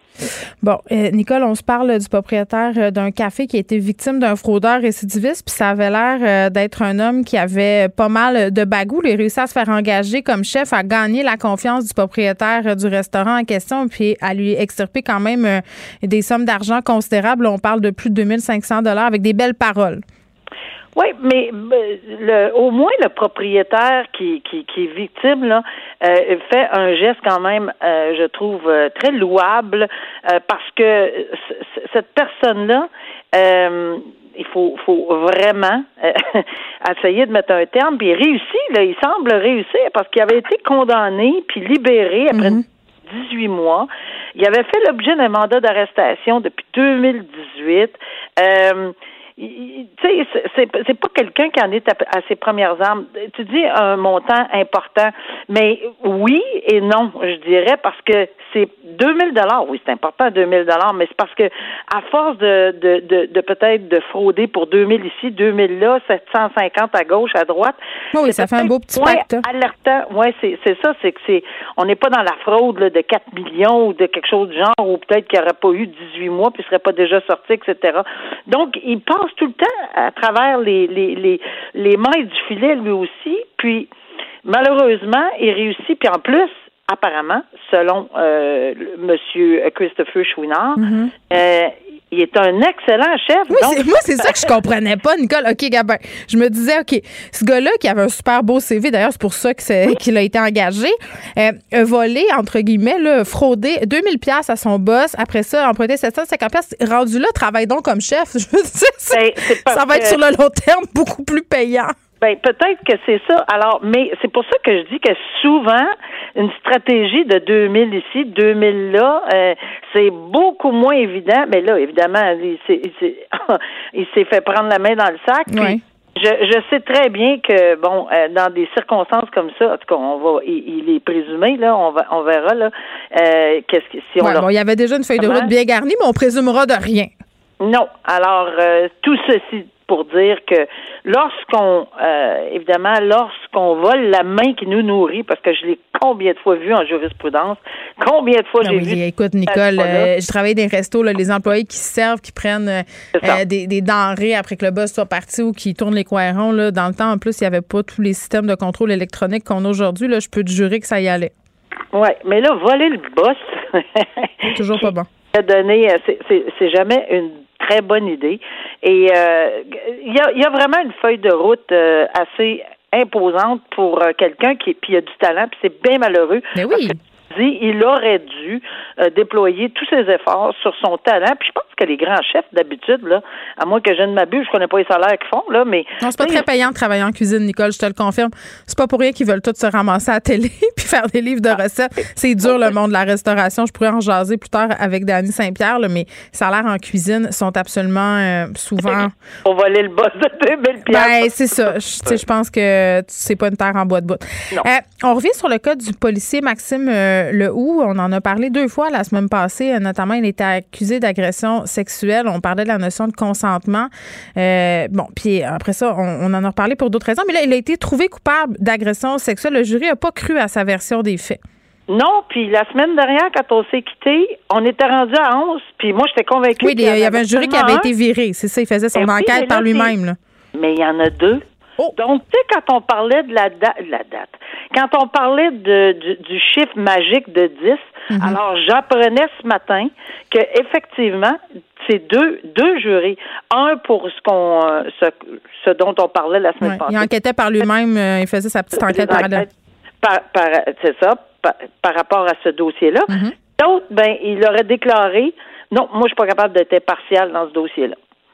Bon, euh, Nicole, on se parle du propriétaire d'un café qui a été victime d'un fraudeur récidiviste, puis ça avait l'air euh, d'être un homme qui avait pas mal de bagou. Il a réussi à se faire engager comme chef, à gagner la confiance du propriétaire du restaurant en question, puis à lui extirper quand même euh, des sommes d'argent considérables. On parle de plus de deux mille cinq cents dollars avec des belles paroles. Oui, mais le, au moins le propriétaire qui, qui, qui est victime là euh, fait un geste quand même, euh, je trouve, euh, très louable euh, parce que c- cette personne-là, euh, il faut, faut vraiment euh, essayer de mettre un terme. Puis il réussit, là, il semble réussir parce qu'il avait été condamné puis libéré après mm-hmm. dix-huit mois. Il avait fait l'objet d'un mandat d'arrestation depuis deux mille dix-huit. Euh, Tu sais, c'est, c'est pas quelqu'un qui en est à, à ses premières armes. Tu dis un montant important, mais oui et non, je dirais, parce que c'est deux mille dollars. Oui, c'est important, deux mille dollars, mais c'est parce que à force de, de, de, de peut-être de frauder pour deux mille ici, deux mille là, sept cent cinquante à gauche, à droite. Oui, ça fait un beau petit pacte. Alertant. Oui, c'est, c'est ça, c'est que c'est, on n'est pas dans la fraude là, de quatre millions ou de quelque chose du genre, ou peut-être qu'il n'aurait pas eu dix-huit mois puis ne serait pas déjà sorti, et cetera. Donc, il passe tout le temps à travers les, les, les, les mailles du filet, lui aussi, puis malheureusement, il réussit, puis en plus, apparemment, selon euh, M. Christopher Chouinard, mm-hmm. euh, il est un excellent chef. Oui, donc... c'est, moi, c'est ça que je comprenais pas, Nicole. OK, Gabin, je me disais, OK, ce gars-là qui avait un super beau C V, d'ailleurs, c'est pour ça que c'est, oui. qu'il a été engagé, euh, a volé, entre guillemets, là, fraudé deux mille dollars à son boss. Après ça, emprunté sept cent cinquante dollars. Rendu là, travaille donc comme chef. Je veux dire, ça, ben, ça va être sur le long terme beaucoup plus payant. Ben peut-être que c'est ça. Alors, mais c'est pour ça que je dis que souvent une stratégie de deux mille ici, deux mille là, euh, c'est beaucoup moins évident. Mais là, évidemment, il s'est, il s'est, il s'est fait prendre la main dans le sac. Puis oui. je, je sais très bien que bon, euh, dans des circonstances comme ça, en tout cas, on va, il, il est présumé là, on va, on verra là, euh, qu'est-ce que si on. Ouais, leur... bon, il y avait déjà une feuille de route bien garnie, mais on présumera de rien. Non. Alors euh, tout ceci pour dire que lorsqu'on, euh, évidemment, lorsqu'on vole la main qui nous nourrit, parce que je l'ai combien de fois vu en jurisprudence, combien de fois non, j'ai oui, vu... Écoute, Nicole, euh, je travaille dans des restos, là, les employés qui se servent, qui prennent euh, des, des denrées après que le boss soit parti ou qui tournent les coirons, là, dans le temps, en plus, il n'y avait pas tous les systèmes de contrôle électronique qu'on a aujourd'hui. Là, je peux te jurer que ça y allait. Oui, mais là, voler le boss... toujours pas bon. A donné, c'est, c'est, c'est jamais une très bonne idée. Et il euh, y, a, y a vraiment une feuille de route euh, assez imposante pour euh, quelqu'un qui puis a du talent, puis c'est bien malheureux. Mais oui. Dit, il aurait dû euh, déployer tous ses efforts sur son talent. Puis je pense que les grands chefs, d'habitude, là, à moins que je ne m'abuse, je connais pas les salaires qu'ils font, là, mais... Non, c'est pas très payant de travailler en cuisine, Nicole, je te le confirme. C'est pas pour rien qu'ils veulent tous se ramasser à la télé puis faire des livres de recettes. C'est dur, le monde de la restauration. Je pourrais en jaser plus tard avec Dany Saint-Pierre, là, mais les salaires en cuisine sont absolument euh, souvent... Pour voler le boss de deux mille dollars. Ben, c'est ça. Je, je pense que c'est pas une terre en bois de bout. Euh, on revient sur le cas du policier Maxime euh, Lehoux. On en a parlé deux fois la semaine passée. Notamment, il était accusé d'agression sexuelle. On parlait de la notion de consentement. Euh, bon, puis après ça, on, on en a reparlé pour d'autres raisons. Mais là, il a été trouvé coupable d'agression sexuelle. Le jury n'a pas cru à sa version des faits. Non, puis la semaine dernière, quand on s'est quitté, on était rendu à onze, puis moi, j'étais convaincue. Oui, il y, y avait un jury qui avait un. été viré. C'est ça, il faisait son Et enquête oui, là, par lui-même. Là. Mais il y en a deux. Oh. Donc, tu sais, quand on parlait de la, da- de la date, quand on parlait de, du, du chiffre magique de dix, mm-hmm. alors j'apprenais ce matin que effectivement, c'est deux, deux jurys. Un pour ce qu'on, euh, ce, ce dont on parlait la semaine ouais, passée. Il enquêtait par lui-même, euh, il faisait sa petite enquête parallèle. Par, par, c'est ça, par, par rapport à ce dossier-là. Mm-hmm. L'autre, ben, il aurait déclaré, non, moi, je suis pas capable d'être impartial dans ce dossier-là.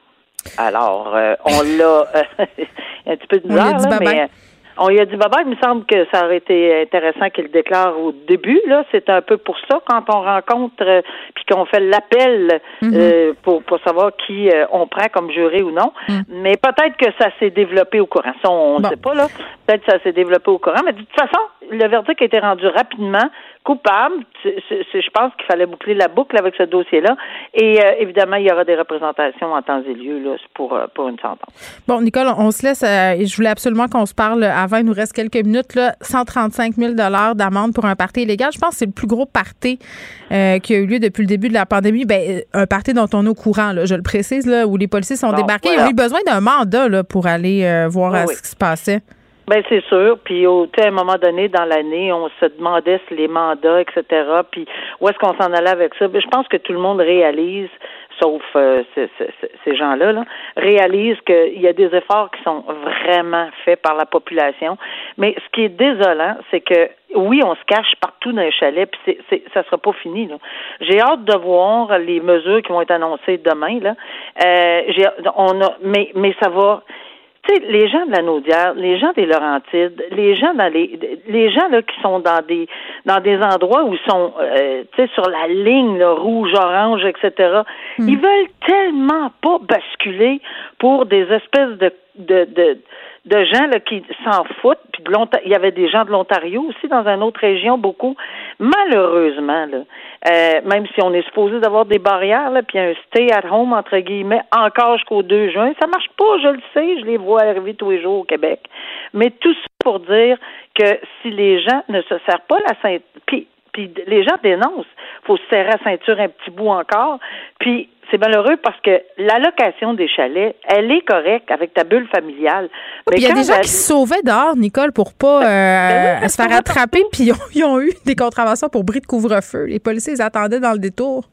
Alors, euh, on l'a euh, un petit peu de bizarre, là, mais euh, on lui a dit bye-bye. Il me semble que ça aurait été intéressant qu'il le déclare au début. Là, c'est un peu pour ça quand on rencontre euh, puis qu'on fait l'appel mm-hmm. euh, pour pour savoir qui euh, on prend comme juré ou non. Mm. Mais peut-être que ça s'est développé au courant. Ça, on ne bon. sait pas là. Peut-être que ça s'est développé au courant. Mais de toute façon, le verdict a été rendu rapidement. Coupable, c'est, c'est, je pense qu'il fallait boucler la boucle avec ce dossier-là. Et euh, évidemment, il y aura des représentations en temps et lieu là, pour, euh, pour une sentence. Bon, Nicole, on se laisse. Euh, je voulais absolument qu'on se parle avant. Il nous reste quelques minutes. Là, cent trente-cinq mille dollars d'amende pour un party illégal. Je pense que c'est le plus gros party euh, qui a eu lieu depuis le début de la pandémie. Ben, un party dont on est au courant, là, je le précise, là, où les policiers sont bon, débarqués. Voilà. Ils ont eu besoin d'un mandat là, pour aller euh, voir oui, oui. ce qui se passait. Ben c'est sûr. Puis au à un moment donné dans l'année, on se demandait si les mandats, et cetera. Puis où est-ce qu'on s'en allait avec ça? Ben, je pense que tout le monde réalise, sauf euh, ces, ces, ces gens-là, là, réalise qu'il y a des efforts qui sont vraiment faits par la population. Mais ce qui est désolant, c'est que oui, on se cache partout dans les chalets, puis c'est, c'est, ça sera pas fini. Là. J'ai hâte de voir les mesures qui vont être annoncées demain. Là, euh, j'ai, on a, mais mais ça va. Tu sais, les gens de la Naudière, les gens des Laurentides, les gens dans les les gens là qui sont dans des dans des endroits où ils sont euh, tu sais sur la ligne là, rouge, orange, et cetera. Mm. Ils veulent tellement pas basculer pour des espèces de de de de gens là qui s'en foutent. Puis de l'Ont- il y avait des gens de l'Ontario aussi dans une autre région, beaucoup. Malheureusement, là, euh, même si on est supposé d'avoir des barrières, là, puis un stay at home entre guillemets encore jusqu'au deux juin, ça marche pas. Je le sais, je les vois arriver tous les jours au Québec. Mais tout ça pour dire que si les gens ne se serrent pas la ceinture, puis puis les gens dénoncent, faut se serrer la ceinture un petit bout encore, puis c'est malheureux parce que l'allocation des chalets, elle est correcte avec ta bulle familiale. Il y a des gens elle... qui se sauvaient dehors, Nicole, pour pas euh, ben oui, se faire attraper, puis ils ont, ils ont eu des contraventions pour bris de couvre-feu. Les policiers les attendaient dans le détour.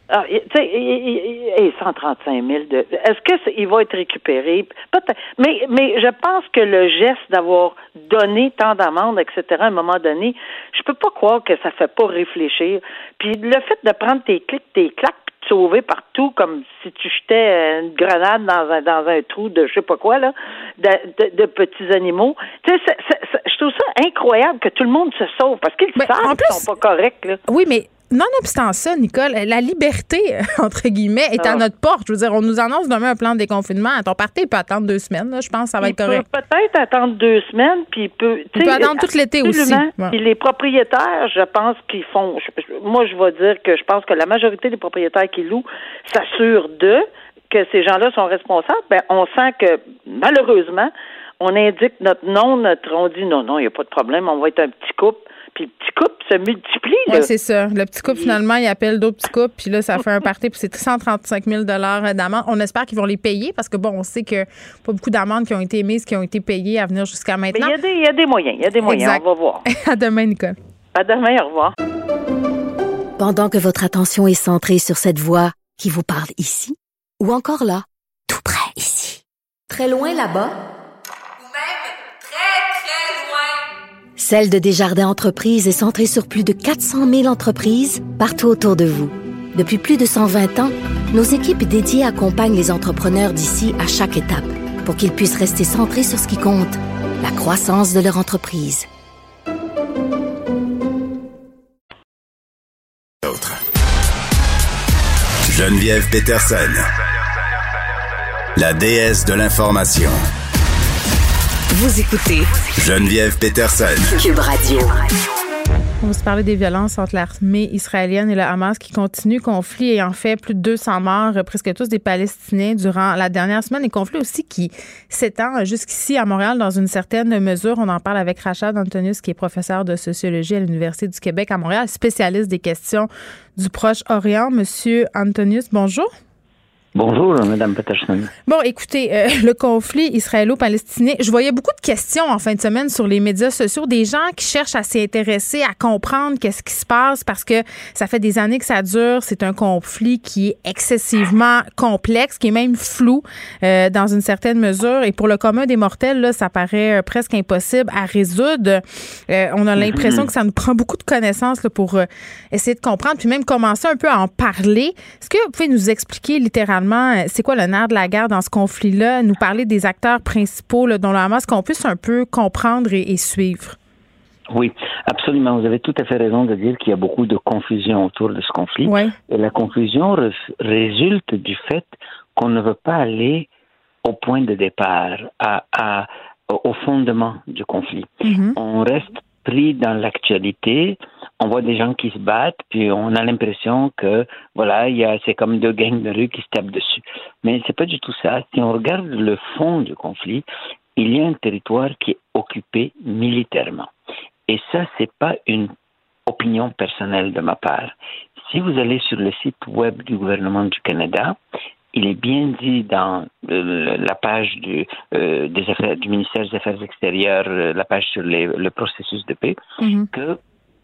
Ah, tu sais, et cent trente-cinq mille de. Est-ce que c'est, il va être récupéré? Peut-être. Mais, mais je pense que le geste d'avoir donné tant d'amendes, et cetera, à un moment donné, je peux pas croire que ça fait pas réfléchir. Puis le fait de prendre tes clics, tes claques, puis de sauver partout, comme si tu jetais une grenade dans un dans un trou de je sais pas quoi là, de, de, de petits animaux. Tu sais, c'est, c'est, c'est, je trouve ça incroyable que tout le monde se sauve parce qu'ils mais savent en plus, qu'ils sont pas corrects là. Oui, mais nonobstant ça, Nicole, la liberté, entre guillemets, est ah. à notre porte. Je veux dire, on nous annonce demain un plan de déconfinement. Ton parti, il peut attendre deux semaines. Là. Je pense que ça va il être correct. Il peut peut-être attendre deux semaines, puis il peut... Il peut attendre tout l'été aussi. Ouais. Puis les propriétaires, je pense qu'ils font... Je, moi, je vais dire que je pense que la majorité des propriétaires qui louent s'assurent d'eux, que ces gens-là sont responsables. Ben, on sent que, malheureusement, on indique notre nom, notre... On dit non, non, il n'y a pas de problème, on va être un petit couple. Puis le petit couple se multiplie. Oui, c'est ça. Le petit couple, finalement, il appelle d'autres petits couples, puis là, ça fait un party, puis c'est cent trente-cinq mille dollars d'amende. On espère qu'ils vont les payer, parce que, bon, on sait que pas beaucoup d'amendes qui ont été émises, qui ont été payées à venir jusqu'à maintenant. Mais il y, y a des moyens, il y a des moyens, exact. On va voir. À demain, Nicole. À demain, au revoir. Pendant que votre attention est centrée sur cette voix qui vous parle ici, ou encore là, tout près ici, très loin là-bas, Celle de Desjardins Entreprises est centrée sur plus de quatre cent mille entreprises partout autour de vous. Depuis plus de cent vingt ans, nos équipes dédiées accompagnent les entrepreneurs d'ici à chaque étape pour qu'ils puissent rester centrés sur ce qui compte, la croissance de leur entreprise. Geneviève Peterson, la déesse de l'information. Vous écoutez Geneviève Peterson, Cube Radio. On va se parler des violences entre l'armée israélienne et le Hamas qui continue. Conflit ayant fait plus de deux cents morts, presque tous des Palestiniens durant la dernière semaine. Et conflit aussi qui s'étend jusqu'ici à Montréal dans une certaine mesure. On en parle avec Rachad Antonius, qui est professeur de sociologie à l'Université du Québec à Montréal, spécialiste des questions du Proche-Orient. Monsieur Antonius, bonjour. Bonjour, Mme Peterson. Bon, écoutez, euh, le conflit israélo-palestinien, je voyais beaucoup de questions en fin de semaine sur les médias sociaux, des gens qui cherchent à s'y intéresser, à comprendre qu'est-ce qui se passe parce que ça fait des années que ça dure. C'est un conflit qui est excessivement complexe, qui est même flou euh, dans une certaine mesure. Et pour le commun des mortels, là, ça paraît euh, presque impossible à résoudre. Euh, on a l'impression mm-hmm. que ça nous prend beaucoup de connaissances là, pour euh, essayer de comprendre, puis même commencer un peu à en parler. Est-ce que vous pouvez nous expliquer littéralement c'est quoi le nerf de la guerre dans ce conflit-là, nous parler des acteurs principaux là, dont le Hamas, qu'on puisse un peu comprendre et, et suivre? Oui, absolument. Vous avez tout à fait raison de dire qu'il y a beaucoup de confusion autour de ce conflit. Ouais. Et la confusion re- résulte du fait qu'on ne veut pas aller au point de départ, à, à, au fondement du conflit. Mm-hmm. On reste pris dans l'actualité, on voit des gens qui se battent, puis on a l'impression que, voilà, il y a, c'est comme deux gangs de rue qui se tapent dessus. Mais c'est pas du tout ça. Si on regarde le fond du conflit, il y a un territoire qui est occupé militairement. Et ça, c'est pas une opinion personnelle de ma part. Si vous allez sur le site web du gouvernement du Canada, il est bien dit dans euh, la page du, euh, des affaires, du ministère des Affaires extérieures, euh, la page sur les, le processus de paix, mm-hmm. que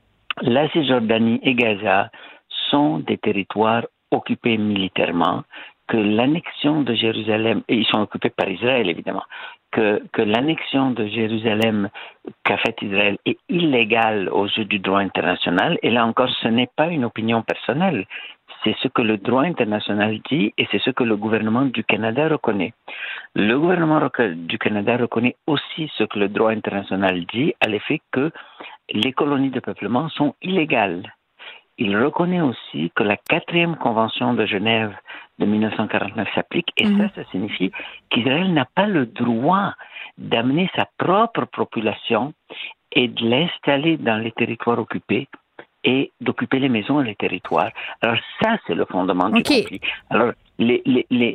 la Cisjordanie et Gaza sont des territoires occupés militairement, que l'annexion de Jérusalem, et ils sont occupés par Israël évidemment, que, que l'annexion de Jérusalem qu'a fait Israël est illégale aux yeux du droit international, et là encore ce n'est pas une opinion personnelle. C'est ce que le droit international dit et c'est ce que le gouvernement du Canada reconnaît. Le gouvernement du Canada reconnaît aussi ce que le droit international dit à l'effet que les colonies de peuplement sont illégales. Il reconnaît aussi que la quatrième convention de Genève de dix-neuf cent quarante-neuf s'applique et mmh. ça, ça signifie qu'Israël n'a pas le droit d'amener sa propre population et de l'installer dans les territoires occupés et d'occuper les maisons et les territoires. Alors ça, c'est le fondement du okay. conflit. Alors, les, les, les,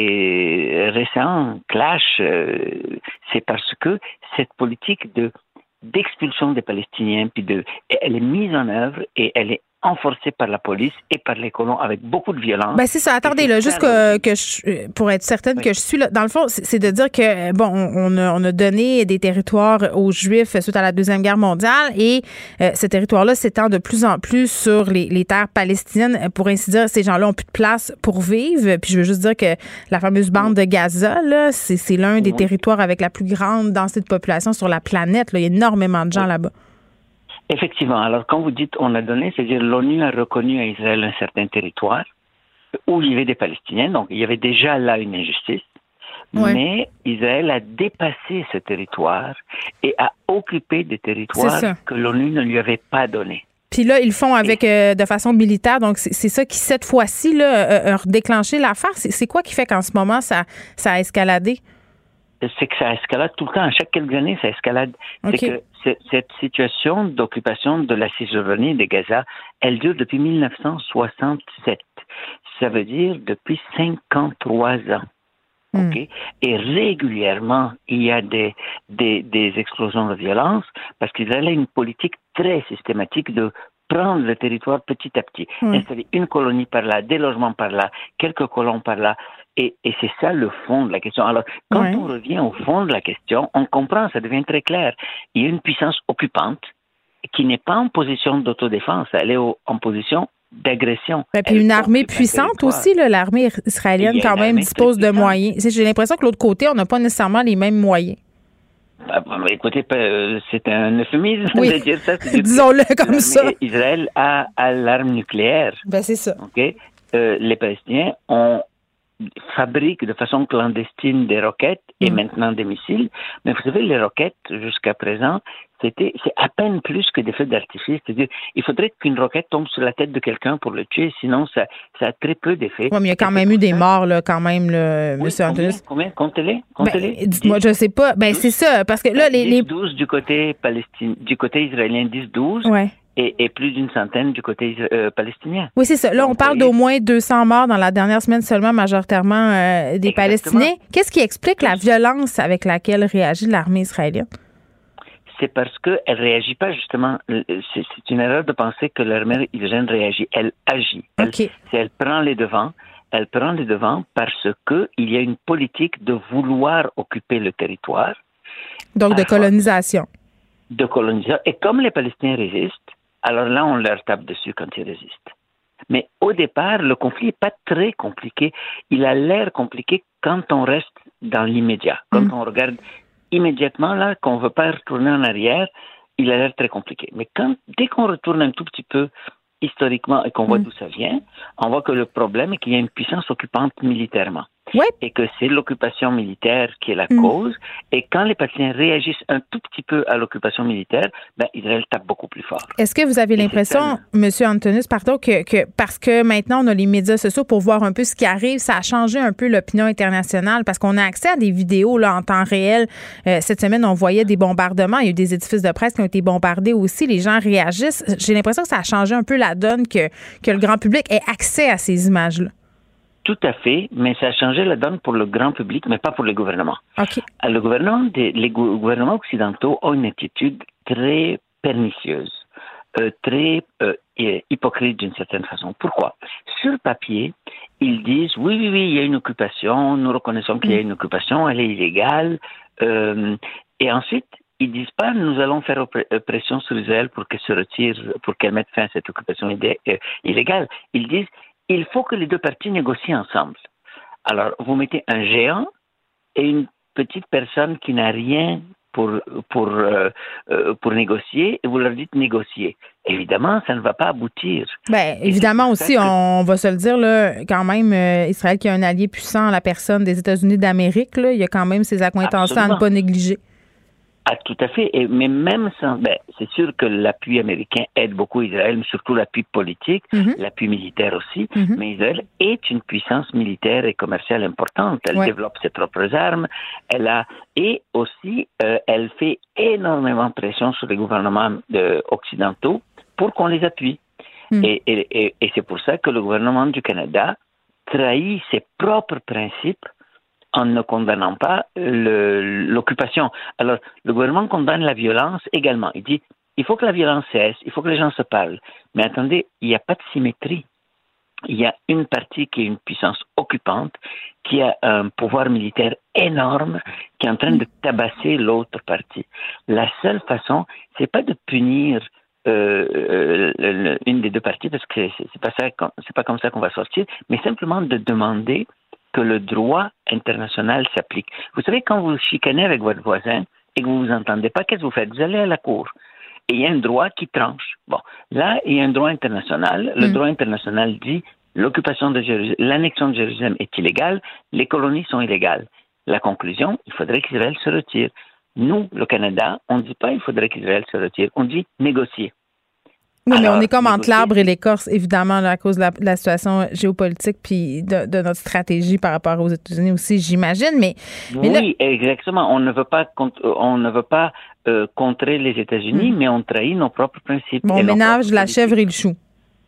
les récents clashs, euh, c'est parce que cette politique de, d'expulsion des Palestiniens, puis de, elle est mise en œuvre et elle est enforcée par la police et par les colons avec beaucoup de violence. Ben c'est ça. Attendez, là, juste que, que je, pour être certaine oui. que je suis là. Dans le fond, c'est, c'est de dire que, bon, on a, on a donné des territoires aux Juifs suite à la Deuxième Guerre mondiale et euh, ce territoire-là s'étend de plus en plus sur les, les terres palestiniennes. Pour ainsi dire, ces gens-là ont plus de place pour vivre. Puis je veux juste dire que la fameuse bande de Gaza, là, c'est, c'est l'un des oui. territoires avec la plus grande densité de population sur la planète. Là. Il y a énormément de gens oui. là-bas. Effectivement. Alors, quand vous dites on a donné, c'est-à-dire l'ONU a reconnu à Israël un certain territoire où il y avait des Palestiniens. Donc, il y avait déjà là une injustice. Ouais. Mais Israël a dépassé ce territoire et a occupé des territoires que l'ONU ne lui avait pas donnés. Puis là, ils le font avec euh, de façon militaire. Donc, c'est, c'est ça qui, cette fois-ci, là, a redéclenché l'affaire. C'est, c'est quoi qui fait qu'en ce moment, ça, ça a escaladé? C'est que ça escalade tout le temps. À chaque quelques années, ça escalade. Okay. C'est que c'est, cette situation d'occupation de la Cisjordanie de Gaza, elle dure depuis dix-neuf cent soixante-sept. Ça veut dire depuis cinquante-trois ans. Mm. Okay? Et régulièrement, il y a des, des, des explosions de violence parce qu'Israël a une politique très systématique de prendre le territoire petit à petit, mm. installer une colonie par là, des logements par là, quelques colons par là. Et, et c'est ça le fond de la question. Alors, quand ouais. on revient au fond de la question, on comprend, ça devient très clair. Il y a une puissance occupante qui n'est pas en position d'autodéfense, elle est au, en position d'agression. Et puis une armée puissante aussi, là, l'armée israélienne quand même dispose de moyens. J'ai l'impression que de l'autre côté, on n'a pas nécessairement les mêmes moyens. Bah, bah, écoutez, c'est un euphémisme oui. de dire ça. Disons-le comme ça. Israël a, a l'arme nucléaire. Ben, c'est ça. Okay? Euh, les Palestiniens ont fabriquent de façon clandestine des roquettes et mmh. maintenant des missiles. Mais vous savez, les roquettes, jusqu'à présent, c'était, c'est à peine plus que des feux d'artifice. C'est-à-dire, il faudrait qu'une roquette tombe sur la tête de quelqu'un pour le tuer, sinon ça, ça a très peu d'effet. Oui, mais il y a quand même eu des morts, là, quand même, là, oui, M. Antonis. Combien? Comptez-les? Comptez-les? Ben, dites-moi, je sais pas. Ben, douze c'est ça, parce que là, les... dix douze du côté palestinien, du côté israélien, dix douze. Ouais. Et, et plus d'une centaine du côté euh, palestinien. Oui, c'est ça. Là, on Donc, parle d'au moins deux cents morts dans la dernière semaine seulement, majoritairement euh, des Exactement. Palestiniens. Qu'est-ce qui explique la violence avec laquelle réagit l'armée israélienne? C'est parce qu'elle ne réagit pas, justement. C'est, c'est une erreur de penser que l'armée israélienne réagit. Elle agit. Elle, okay. elle prend les devants. Elle prend les devants parce qu'il y a une politique de vouloir occuper le territoire. Donc, de colonisation. De colonisation. Et comme les Palestiniens résistent, alors là, on leur tape dessus quand ils résistent. Mais au départ, le conflit n'est pas très compliqué. Il a l'air compliqué quand on reste dans l'immédiat. Quand mmh. on regarde immédiatement, là, qu'on ne veut pas retourner en arrière, il a l'air très compliqué. Mais quand, dès qu'on retourne un tout petit peu historiquement et qu'on voit mmh. d'où ça vient, on voit que le problème est qu'il y a une puissance occupante militairement. Ouais. Et que c'est l'occupation militaire qui est la mmh. cause. Et quand les Palestiniens réagissent un tout petit peu à l'occupation militaire, ben, Israël tape beaucoup plus fort. Est-ce que vous avez et l'impression, M. Antonis, pardon, que, que parce que maintenant on a les médias sociaux pour voir un peu ce qui arrive, ça a changé un peu l'opinion internationale parce qu'on a accès à des vidéos là, en temps réel. Euh, cette semaine, on voyait des bombardements. Il y a eu des édifices de presse qui ont été bombardés aussi. Les gens réagissent. J'ai l'impression que ça a changé un peu la donne que, que le grand public ait accès à ces images-là. Tout à fait, mais ça a changé la donne pour le grand public, mais pas pour les gouvernements. Okay. Le gouvernement des, les gouvernements occidentaux ont une attitude très pernicieuse, euh, très euh, hypocrite d'une certaine façon. Pourquoi? Sur papier, ils disent oui, oui, oui, il y a une occupation, nous reconnaissons qu'il y a une occupation, elle est illégale, euh, et ensuite, ils disent pas nous allons faire pression sur Israël pour qu'elle se retire, pour qu'elle mette fin à cette occupation illégale. Ils disent il faut que les deux parties négocient ensemble. Alors, vous mettez un géant et une petite personne qui n'a rien pour, pour, euh, pour négocier et vous leur dites négocier. Évidemment, ça ne va pas aboutir. Bien, évidemment aussi, que... on va se le dire, là, quand même, euh, Israël qui a un allié puissant, la personne des États-Unis d'Amérique, là, il y a quand même ses accointances à ne pas négliger. Ah, tout à fait. Et, mais même sans, ben, c'est sûr que l'appui américain aide beaucoup Israël, mais surtout l'appui politique, mm-hmm. l'appui militaire aussi. Mm-hmm. Mais Israël est une puissance militaire et commerciale importante. Elle ouais. développe ses propres armes. Elle a, et aussi, euh, elle fait énormément pression sur les gouvernements de, occidentaux pour qu'on les appuie. Mm. Et, et, et, et c'est pour ça que le gouvernement du Canada trahit ses propres principes en ne condamnant pas le, l'occupation. Alors, le gouvernement condamne la violence également. Il dit, il faut que la violence cesse, il faut que les gens se parlent. Mais attendez, il n'y a pas de symétrie. Il y a une partie qui est une puissance occupante, qui a un pouvoir militaire énorme, qui est en train de tabasser l'autre partie. La seule façon, c'est pas de punir euh, euh, une des deux parties, parce que c'est, c'est pas ça, c'est pas comme ça qu'on va sortir, mais simplement de demander que le droit international s'applique. Vous savez, quand vous chicanez avec votre voisin et que vous vous entendez pas, qu'est-ce que vous faites? Vous allez à la cour. Et il y a un droit qui tranche. Bon, là, il y a un droit international. Le mmh. droit international dit l'occupation de Jérusalem, l'annexion de Jérusalem est illégale, les colonies sont illégales. La conclusion, il faudrait qu'Israël se retire. Nous, le Canada, on ne dit pas il faudrait qu'Israël se retire, on dit négocier. Oui, mais on est comme entre l'arbre et l'écorce, évidemment, là, à cause de la, de la situation géopolitique puis de, de notre stratégie par rapport aux États-Unis aussi, j'imagine. Mais, mais oui, là... exactement. On ne veut pas, on ne veut pas euh, contrer les États-Unis, mmh. mais on trahit nos propres principes. Bon, on ménage la chèvre et le chou.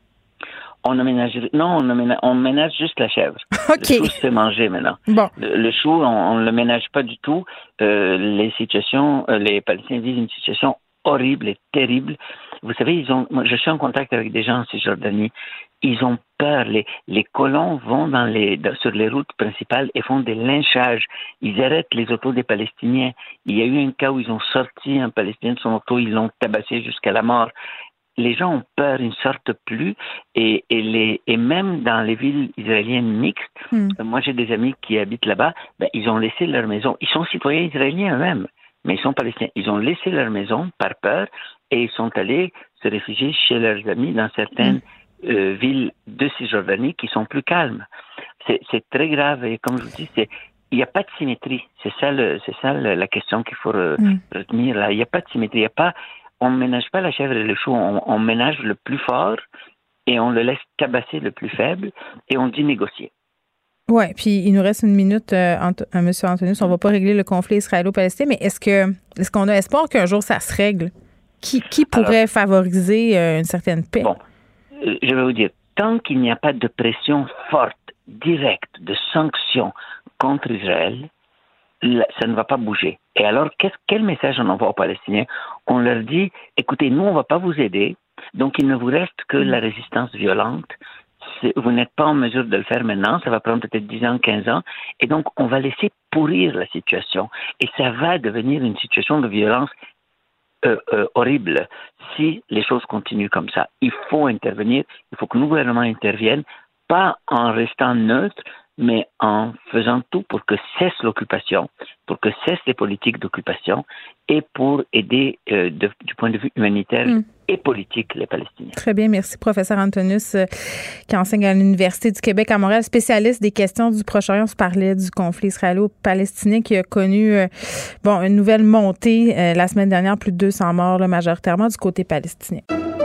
On ne ménage, non, on, ne ménage, on ménage juste la chèvre. Okay. Le chou se fait manger maintenant. Bon. Le, le chou, on ne le ménage pas du tout. Euh, les situations, euh, les Palestiniens vivent une situation horrible et terrible. Vous savez, ils ont. Moi, je suis en contact avec des gens en Cisjordanie. Ils ont peur. Les, les colons vont dans les, dans, sur les routes principales et font des lynchages. Ils arrêtent les autos des Palestiniens. Il y a eu un cas où ils ont sorti un Palestinien de son auto, ils l'ont tabassé jusqu'à la mort. Les gens ont peur, ils ne sortent plus. Et, et, les, et même dans les villes israéliennes mixtes, mm. euh, moi j'ai des amis qui habitent là-bas, ben, ils ont laissé leur maison. Ils sont citoyens israéliens eux-mêmes, mais ils sont palestiniens. Ils ont laissé leur maison par peur et ils sont allés se réfugier chez leurs amis dans certaines mm. euh, villes de Cisjordanie qui sont plus calmes. C'est, c'est très grave et comme je vous dis, c'est, il n'y a pas de symétrie. C'est ça, le, c'est ça le, la question qu'il faut re, mm. retenir là. Il n'y a pas de symétrie. Il n'y a pas... On ne ménage pas la chèvre et le chou, on, on ménage le plus fort et on le laisse tabasser le plus faible et on dit négocier. Oui, puis il nous reste une minute, euh, Ant- euh, M. Antonius, on ne va pas régler le conflit israélo-palestinien, mais est-ce que est-ce qu'on a espoir qu'un jour ça se règle? Qui, qui pourrait Alors, favoriser euh, une certaine paix? Bon, euh, je vais vous dire, tant qu'il n'y a pas de pression forte, directe, de sanctions contre Israël, ça ne va pas bouger. Et alors, qu'est-ce, quel message on envoie aux Palestiniens? On leur dit, écoutez, nous, on ne va pas vous aider, donc il ne vous reste que la résistance violente. C'est, vous n'êtes pas en mesure de le faire maintenant, ça va prendre peut-être dix ans, quinze ans, et donc on va laisser pourrir la situation. Et ça va devenir une situation de violence euh, euh, horrible si les choses continuent comme ça. Il faut intervenir, il faut que le gouvernement intervienne, pas en restant neutre, mais en faisant tout pour que cesse l'occupation, pour que cessent les politiques d'occupation et pour aider euh, de, du point de vue humanitaire mm. et politique les Palestiniens. Très bien, merci professeur Antonius euh, qui enseigne à l'Université du Québec à Montréal, spécialiste des questions du Proche-Orient. On se parlait du conflit israélo-palestinien qui a connu euh, bon, une nouvelle montée euh, la semaine dernière, plus de deux cents morts, là, majoritairement du côté palestinien.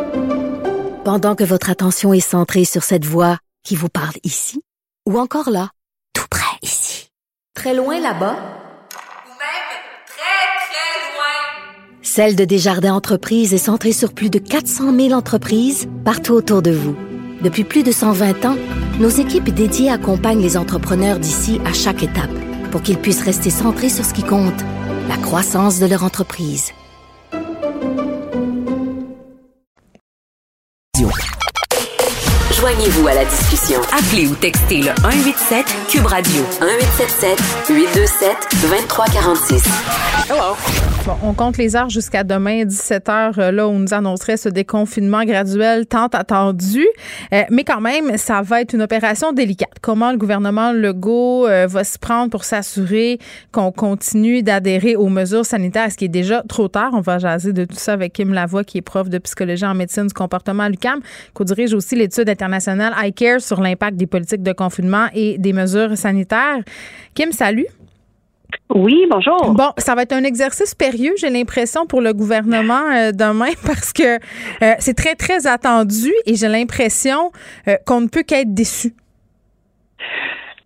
Pendant que votre attention est centrée sur cette voix qui vous parle ici, ou encore là, tout près ici, très loin là-bas, ou même très, très loin. Celle de Desjardins Entreprises est centrée sur plus de quatre cent mille entreprises partout autour de vous. Depuis plus de cent vingt ans, nos équipes dédiées accompagnent les entrepreneurs d'ici à chaque étape pour qu'ils puissent rester centrés sur ce qui compte, la croissance de leur entreprise. Joignez-vous à la discussion. Appelez ou textez le un huit sept Cube Radio un huit sept sept huit deux sept deux trois quatre six. Hello. Bon, on compte les heures jusqu'à demain, dix-sept heures, là où on nous annoncerait ce déconfinement graduel tant attendu. Euh, mais quand même, ça va être une opération délicate. Comment le gouvernement Legault euh, va se prendre pour s'assurer qu'on continue d'adhérer aux mesures sanitaires, ce qui est déjà trop tard. On va jaser de tout ça avec Kim Lavoie, qui est prof de psychologie en médecine du comportement à l'U Q A M, qui dirige aussi l'étude internationale iCare sur l'impact des politiques de confinement et des mesures sanitaires. Kim, salut. Oui, bonjour. Bon, ça va être un exercice périlleux, j'ai l'impression, pour le gouvernement euh, demain, parce que euh, c'est très, très attendu et j'ai l'impression euh, qu'on ne peut qu'être déçu.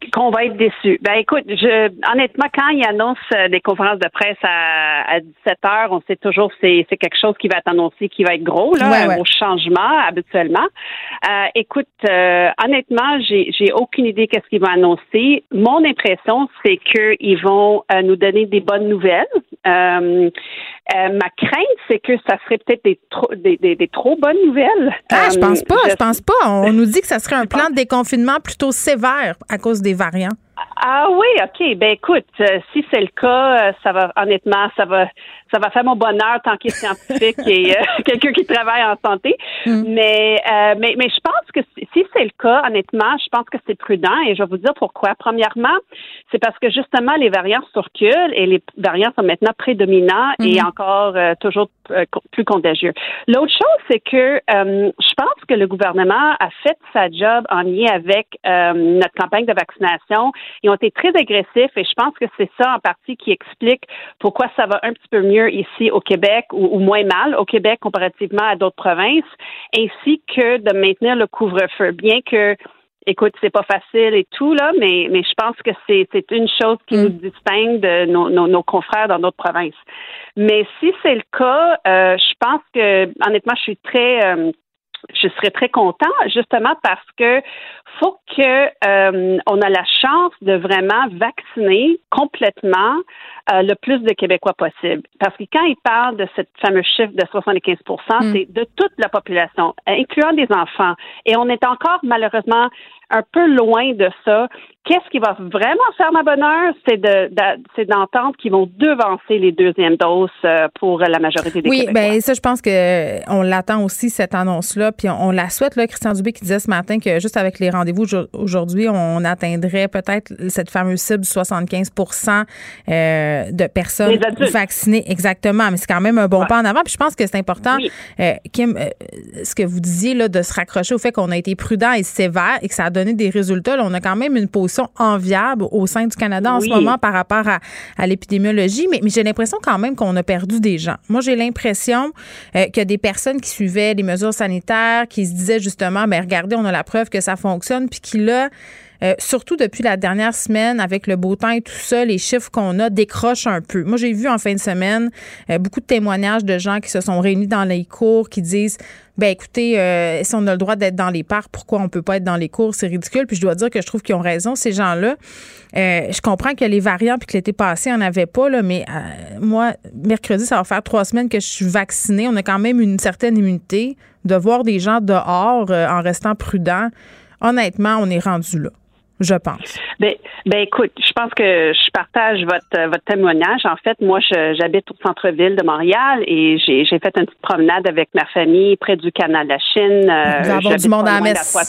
Qu'on va être déçus. Ben écoute, je honnêtement, quand il annonce des conférences de presse à, à dix-sept heures, on sait toujours que c'est, c'est quelque chose qui va être annoncé, qui va être gros, là, ouais, un ouais. gros changement habituellement. Euh, écoute, euh, honnêtement, j'ai, j'ai aucune idée qu'est-ce qu'ils vont annoncer. Mon impression, c'est qu'ils vont euh, nous donner des bonnes nouvelles. Euh, euh, ma crainte, c'est que ça serait peut-être des trop, des, des, des trop bonnes nouvelles. Ah, euh, je pense pas, je, je pense pas. On nous dit que ça serait un plan de déconfinement plutôt sévère à cause des variants. Ah oui, OK. Ben écoute, euh, si c'est le cas, euh, ça va honnêtement, ça va ça va faire mon bonheur tant qu'il est scientifique et euh, quelqu'un qui travaille en santé. Mm. Mais euh, mais mais je pense que si, si c'est le cas, honnêtement, je pense que c'est prudent et je vais vous dire pourquoi. Premièrement, c'est parce que justement les variants circulent et les variants sont maintenant prédominants mm. et encore euh, toujours euh, plus contagieux. L'autre chose, c'est que euh, je pense que le gouvernement a fait sa job en lien avec euh, notre campagne de vaccination. Ils ont été très agressifs et je pense que c'est ça en partie qui explique pourquoi ça va un petit peu mieux ici au Québec ou, ou moins mal au Québec comparativement à d'autres provinces, ainsi que de maintenir le couvre-feu. Bien que, écoute, c'est pas facile et tout, là, mais, mais je pense que c'est, c'est une chose qui mm. nous distingue de nos, nos, nos confrères dans d'autres provinces. Mais si c'est le cas, euh, je pense que, honnêtement, je suis très... Euh, je serais très content, justement parce que faut que euh, on a la chance de vraiment vacciner complètement euh, le plus de Québécois possible. Parce que quand ils parlent de ce fameux chiffre de soixante-quinze pour cent, mm. c'est de toute la population, incluant des enfants. Et on est encore, malheureusement, un peu loin de ça. Qu'est-ce qui va vraiment faire ma bonheur? C'est de, de c'est d'entendre qu'ils vont devancer les deuxièmes doses pour la majorité des oui, Québécois. Oui, bien ça, je pense que on l'attend aussi, cette annonce-là. Puis on, on la souhaite, là, Christian Dubé qui disait ce matin que juste avec les rendez-vous aujourd'hui, on atteindrait peut-être cette fameuse cible du soixante-quinze pour cent euh, de personnes vaccinées. Exactement, mais c'est quand même un bon ouais. pas en avant. Puis je pense que c'est important, oui. euh, Kim, euh, ce que vous disiez, là, de se raccrocher au fait qu'on a été prudent et sévère et que ça a donné des résultats. Là, on a quand même une position enviable au sein du Canada en oui. ce moment par rapport à, à l'épidémiologie, mais, mais j'ai l'impression quand même qu'on a perdu des gens. Moi, j'ai l'impression euh, qu'il y a des personnes qui suivaient les mesures sanitaires, qui se disaient justement, ben regardez, on a la preuve que ça fonctionne, puis qui là, Euh, surtout depuis la dernière semaine, avec le beau temps et tout ça, les chiffres qu'on a décrochent un peu. Moi, j'ai vu en fin de semaine euh, beaucoup de témoignages de gens qui se sont réunis dans les cours, qui disent, ben écoutez, euh, si on a le droit d'être dans les parcs, pourquoi on peut pas être dans les cours? C'est ridicule. Puis je dois dire que je trouve qu'ils ont raison, ces gens-là. Euh, je comprends que les variants, puis que l'été passé, on n'en avait pas, là, mais euh, moi, mercredi, ça va faire trois semaines que je suis vaccinée. On a quand même une certaine immunité. De voir des gens dehors euh, en restant prudents, honnêtement, on est rendu là. Je pense. Ben, ben écoute, je pense que je partage votre votre témoignage. En fait, moi, je, j'habite au centre-ville de Montréal et j'ai, j'ai fait une petite promenade avec ma famille près du canal de la Chine. Nous avons du monde à la messe.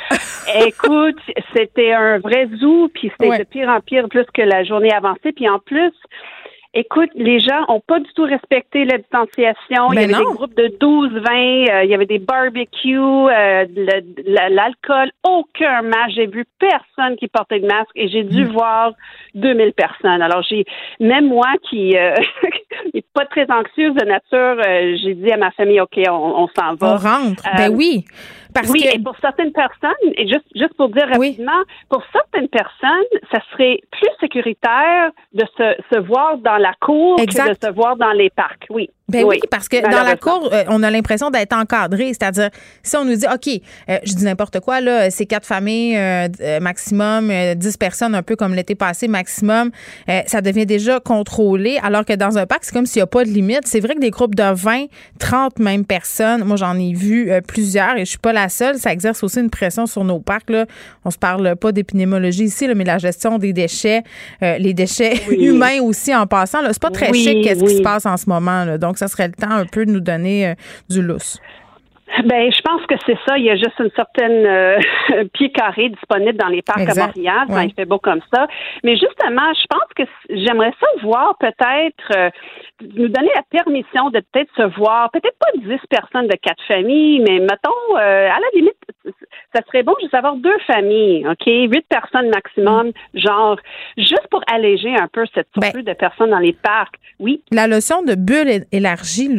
Écoute, c'était un vrai zoo, puis c'était ouais. de pire en pire plus que la journée avançait. Puis en plus, écoute, les gens ont pas du tout respecté la distanciation. Ben il y avait non. des groupes de douze vingt, euh, il y avait des barbecues, euh, le, le, l'alcool, aucun masque. J'ai vu personne qui portait de masque et j'ai dû mmh. voir deux mille personnes. Alors, j'ai même moi qui euh, est pas très anxieuse de nature, euh, j'ai dit à ma famille, OK, on, on s'en va. On rentre. Euh, ben oui. Parce oui, que... et pour certaines personnes, et juste, juste pour dire rapidement, oui. pour certaines personnes, ça serait plus sécuritaire de se, se voir dans la cour exact. que de se voir dans les parcs. Oui. Ben oui, oui, parce que dans la cour, euh, on a l'impression d'être encadré. C'est-à-dire, si on nous dit, OK, euh, je dis n'importe quoi, là, c'est quatre familles euh, maximum, euh, dix personnes, un peu comme l'été passé maximum, euh, ça devient déjà contrôlé. Alors que dans un parc, c'est comme s'il n'y a pas de limite. C'est vrai que des groupes de vingt, trente même personnes, moi, j'en ai vu euh, plusieurs et je suis pas la seule. Ça exerce aussi une pression sur nos parcs, là. On se parle pas d'épidémiologie ici, là, mais la gestion des déchets, euh, les déchets oui. humains aussi en passant, là. C'est pas très oui, chic qu'est-ce oui. qui se passe en ce moment, là. Donc, ça serait le temps un peu de nous donner euh, du lousse. Ben, je pense que c'est ça. Il y a juste une certaine euh, pied carré disponible dans les parcs exact. à Montréal. Ouais. Il fait beau comme ça. Mais justement, je pense que j'aimerais ça voir peut-être euh, nous donner la permission de peut-être se voir, peut-être pas dix personnes de quatre familles, mais mettons, euh, à la limite, ça serait bon juste avoir deux familles, OK? Huit personnes maximum, mm. genre, juste pour alléger un peu cette surplus ben, de personnes dans les parcs. Oui. La notion de bulle élargie, là,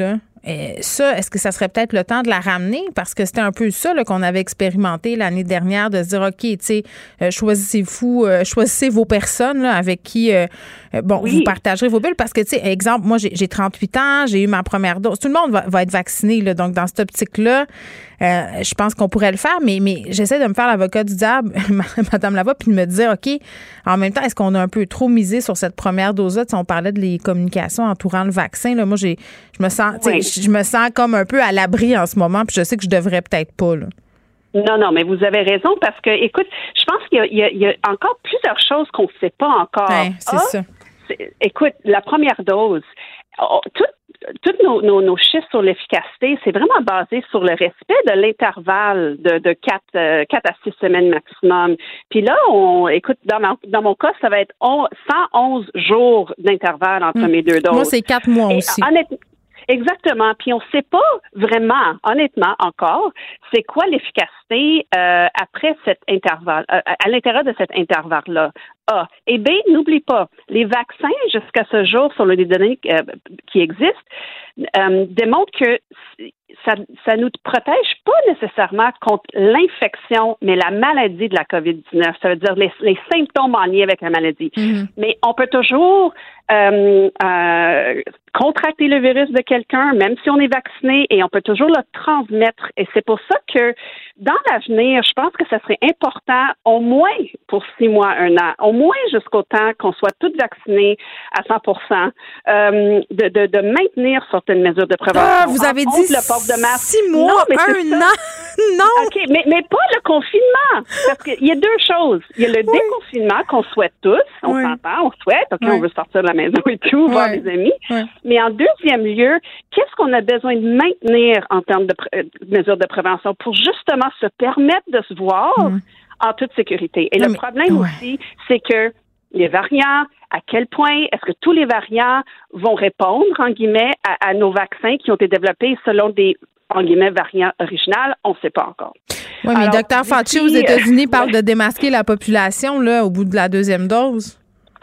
euh, ça, est-ce que ça serait peut-être le temps de la ramener? Parce que c'était un peu ça là, qu'on avait expérimenté l'année dernière, de se dire, OK, tu sais, euh, choisissez-vous, euh, choisissez vos personnes là, avec qui, euh, bon, oui. vous partagerez vos bulles. Parce que, tu sais, exemple, moi, j'ai, j'ai trente-huit ans, j'ai eu ma première dose. Tout le monde va, va être vacciné, là. Donc, dans cette optique-là, euh, je pense qu'on pourrait le faire, mais, mais j'essaie de me faire l'avocat du diable, Madame Lavoie, puis de me dire, OK, en même temps, est-ce qu'on a un peu trop misé sur cette première dose-là? Tu sais, on parlait de les communications entourant le vaccin. Là. Moi, j'ai, je me sens, oui. je me sens comme un peu à l'abri en ce moment, puis je sais que je devrais peut-être pas, là. Non, non, mais vous avez raison parce que, écoute, je pense qu'il y a, il y a, il y a encore plusieurs choses qu'on ne sait pas encore. Ouais, c'est ah, ça. C'est, écoute, la première dose, oh, tout Tous nos, nos, nos chiffres sur l'efficacité, c'est vraiment basé sur le respect de l'intervalle de, de quatre, euh, quatre à six semaines maximum. Puis là, on écoute, dans, ma, dans mon cas, ça va être on, cent onze jours d'intervalle entre mmh. mes deux doses. Moi, c'est quatre mois Et, aussi. Honnêtement, exactement. Puis on ne sait pas vraiment, honnêtement, encore, c'est quoi l'efficacité euh, après cet intervalle, euh, à l'intérieur de cet intervalle-là. Ah, et B, n'oublie pas, les vaccins, jusqu'à ce jour, sur les données euh, qui existent, euh, démontrent que ça ça nous protège pas nécessairement contre l'infection, mais la maladie de la covid dix-neuf. Ça veut dire les, les symptômes en lien avec la maladie. Mm-hmm. Mais on peut toujours euh, euh, contracter le virus de quelqu'un, même si on est vacciné, et on peut toujours le transmettre. Et c'est pour ça que, dans l'avenir, je pense que ça serait important, au moins pour six mois, un an, au moins jusqu'au temps qu'on soit tous vaccinés à cent pour cent, euh, de, de, de maintenir certaines mesures de prévention. Ah, vous avez dit le port de masque. Six mois, non, un an, non. OK, mais, mais pas le confinement. Parce qu'il y a deux choses. Il y a le oui. déconfinement qu'on souhaite tous. On oui. s'entend, on souhaite. OK, oui. on veut sortir de la maison et tout, oui. voir des amis. Oui. Mais en deuxième lieu, qu'est-ce qu'on a besoin de maintenir en termes de, pré- de mesures de prévention pour justement se permettre de se voir mm. en toute sécurité? Et non, le mais, problème ouais. aussi, c'est que les variants, à quel point est-ce que tous les variants vont répondre, en guillemets, à, à nos vaccins qui ont été développés selon des, en guillemets, variants originaux? On ne sait pas encore. Oui, mais docteur Fauci aux États-Unis euh, parle ouais. de démasquer la population là, au bout de la deuxième dose.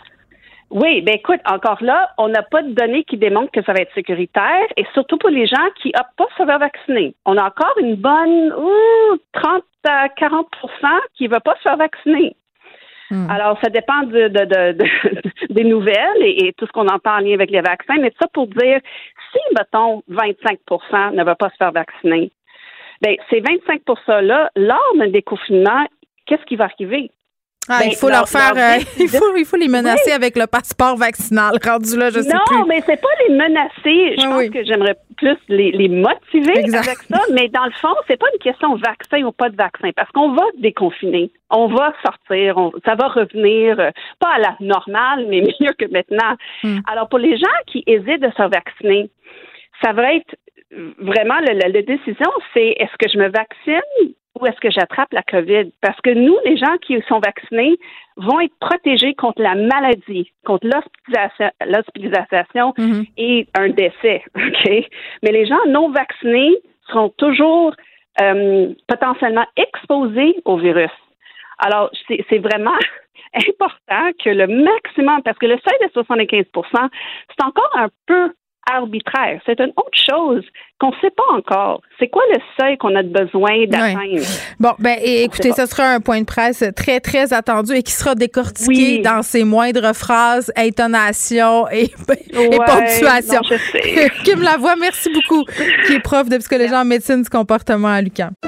Oui, ben écoute, encore là, on n'a pas de données qui démontrent que ça va être sécuritaire, et surtout pour les gens qui n'optent pas se faire vacciner. On a encore une bonne ouh, trente à quarante pour cent qui ne va pas se faire vacciner. Hmm. Alors, ça dépend de, de, de, de, des nouvelles et, et tout ce qu'on entend en lien avec les vaccins, mais ça pour dire, si, mettons, vingt-cinq pour cent ne va pas se faire vacciner, bien, ces vingt-cinq pour cent-là, lors d'un déconfinement, qu'est-ce qui va arriver? Ah, ben, il faut leur, leur faire, leur euh, il faut, il faut les menacer oui. avec le passeport vaccinal. Rendu là, je sais non, plus. Non, mais c'est pas les menacer. Je oui, pense oui. que j'aimerais plus les, les motiver exact. avec ça. Mais dans le fond, c'est pas une question de vaccin ou pas de vaccin, parce qu'on va déconfiner, on va sortir, on, ça va revenir euh, pas à la normale, mais mieux que maintenant. Mm. Alors pour les gens qui hésitent de se vacciner, ça va être vraiment la, la, la décision, c'est est-ce que je me vaccine ou est-ce que j'attrape la COVID? Parce que nous, les gens qui sont vaccinés, vont être protégés contre la maladie, contre l'hospitalisation, l'hospitalisation mm-hmm. et un décès. OK? Mais les gens non vaccinés seront toujours euh, potentiellement exposés au virus. Alors, c'est, c'est vraiment important que le maximum, parce que le seuil de soixante-quinze pour cent, c'est encore un peu arbitraire. C'est une autre chose qu'on ne sait pas encore. C'est quoi le seuil qu'on a besoin d'atteindre? Oui. Bon, ben écoutez, ce sera un point de presse très, très attendu et qui sera décortiqué oui. dans ses moindres phrases, intonations et, ouais, et ponctuations. Non, je sais. Kim Lavoie, merci beaucoup, qui est prof de psychologie en médecine du comportement à l'U Q A M.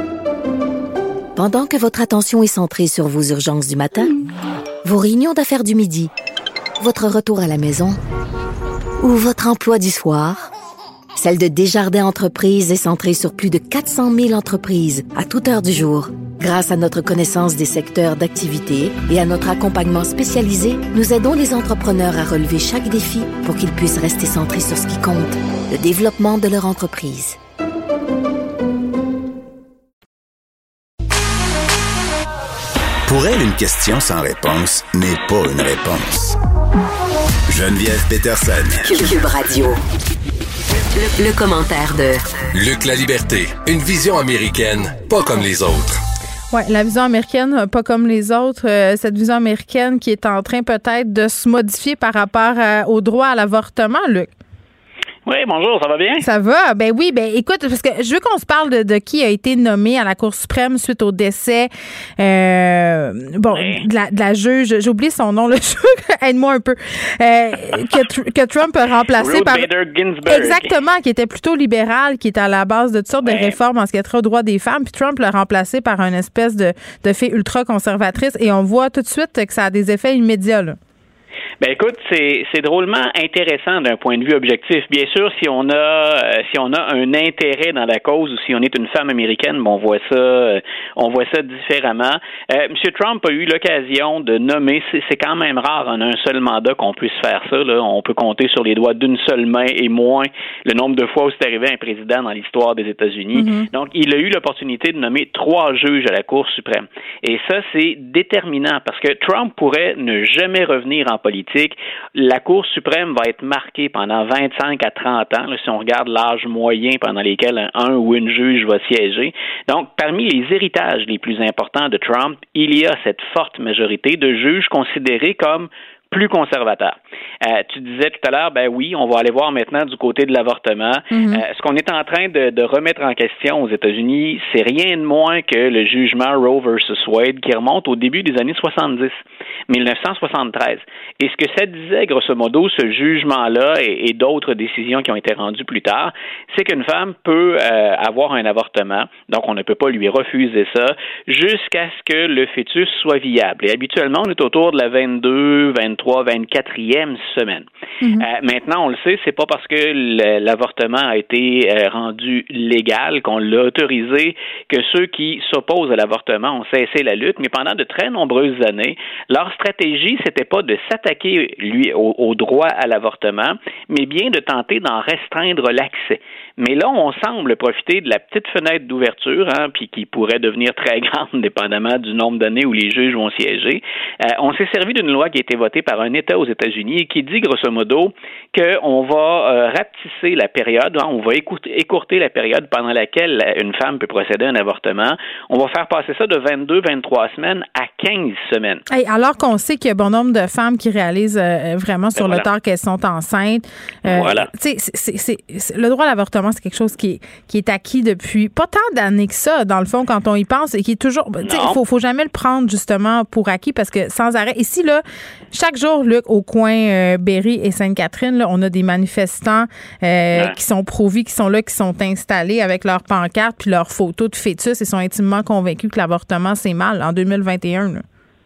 Pendant que votre attention est centrée sur vos urgences du matin, vos réunions d'affaires du midi, votre retour à la maison ou votre emploi du soir, celle de Desjardins Entreprises est centrée sur plus de quatre cent mille entreprises à toute heure du jour. Grâce à notre connaissance des secteurs d'activité et à notre accompagnement spécialisé, nous aidons les entrepreneurs à relever chaque défi pour qu'ils puissent rester centrés sur ce qui compte, le développement de leur entreprise. Pour elle, une question sans réponse n'est pas une réponse. Geneviève Peterson. Cube Radio. Le, le commentaire de Luc Laliberté. Une vision américaine, pas comme les autres. Oui, la vision américaine, pas comme les autres. Euh, cette vision américaine qui est en train peut-être de se modifier par rapport à, au droit à l'avortement, Luc. Oui, bonjour, ça va bien? Ça va? Ben oui, ben écoute, parce que je veux qu'on se parle de, de qui a été nommé à la Cour suprême suite au décès euh, bon, oui. de, la, de la juge, j'ai oublié son nom, là, aide-moi un peu, euh, que, que Trump a remplacé Ruth par... Bader Ginsburg. Exactement, qui était plutôt libéral, qui était à la base de toutes sortes oui. de réformes en ce qui a trait aux droits des femmes, puis Trump l'a remplacé par une espèce de, de fée ultra-conservatrice, et on voit tout de suite que ça a des effets immédiats, là. Ben écoute, c'est c'est drôlement intéressant d'un point de vue objectif. Bien sûr, si on a euh, si on a un intérêt dans la cause ou si on est une femme américaine, bon, on voit ça euh, on voit ça différemment. Euh, M. Trump a eu l'occasion de nommer, c'est, c'est quand même rare en un seul mandat qu'on puisse faire ça, là. On peut compter sur les doigts d'une seule main et moins le nombre de fois où c'est arrivé à un président dans l'histoire des États-Unis. Mm-hmm. Donc, il a eu l'opportunité de nommer trois juges à la Cour suprême. Et ça, c'est déterminant parce que Trump pourrait ne jamais revenir en politique. La Cour suprême va être marquée pendant vingt-cinq à trente ans, là, si on regarde l'âge moyen pendant lesquels un ou une juge va siéger. Donc, parmi les héritages les plus importants de Trump, il y a cette forte majorité de juges considérés comme plus conservateurs. Euh, tu disais tout à l'heure, ben oui, on va aller voir maintenant du côté de l'avortement. Mm-hmm. Euh, ce qu'on est en train de, de remettre en question aux États-Unis, c'est rien de moins que le jugement Roe versus Wade qui remonte au début des années soixante-dix, dix-neuf cent soixante-treize. Et ce que ça disait, grosso modo, ce jugement-là et, et d'autres décisions qui ont été rendues plus tard, c'est qu'une femme peut euh, avoir un avortement, donc on ne peut pas lui refuser ça, jusqu'à ce que le fœtus soit viable. Et habituellement, on est autour de la vingt-deux, vingt-trois, vingt-quatrième semaine. Mm-hmm. Euh, maintenant, on le sait, c'est pas parce que le, l'avortement a été euh, rendu légal qu'on l'a autorisé que ceux qui s'opposent à l'avortement ont cessé la lutte, mais pendant de très nombreuses années, leur stratégie, c'était pas de s'attaquer lui au, au droit à l'avortement, mais bien de tenter d'en restreindre l'accès. Mais là, on semble profiter de la petite fenêtre d'ouverture, hein, puis qui pourrait devenir très grande, dépendamment du nombre d'années où les juges vont siéger. Euh, on s'est servi d'une loi qui a été votée par un État aux États-Unis et qui dit, grosso modo, qu'on va euh, rapetisser la période, hein, on va écourter, écourter la période pendant laquelle une femme peut procéder à un avortement. On va faire passer ça de vingt-deux, vingt-trois semaines à quinze semaines. Hey, alors qu'on sait qu'il y a bon nombre de femmes qui réalisent euh, vraiment sur ben le voilà. tard qu'elles sont enceintes. Euh, voilà. C'est, c'est, c'est, c'est, le droit à l'avortement, c'est quelque chose qui est, qui est acquis depuis pas tant d'années que ça, dans le fond, quand on y pense, et qui est toujours... Il faut, faut jamais le prendre, justement, pour acquis, parce que sans arrêt... Ici, là, chaque jour, Luc, au coin euh, Berry et Sainte-Catherine, là, on a des manifestants euh, ouais. qui sont pro-vie, qui sont là, qui sont installés avec leurs pancartes puis leurs photos de fœtus et sont intimement convaincus que l'avortement, c'est mal, en deux mille vingt et un, là.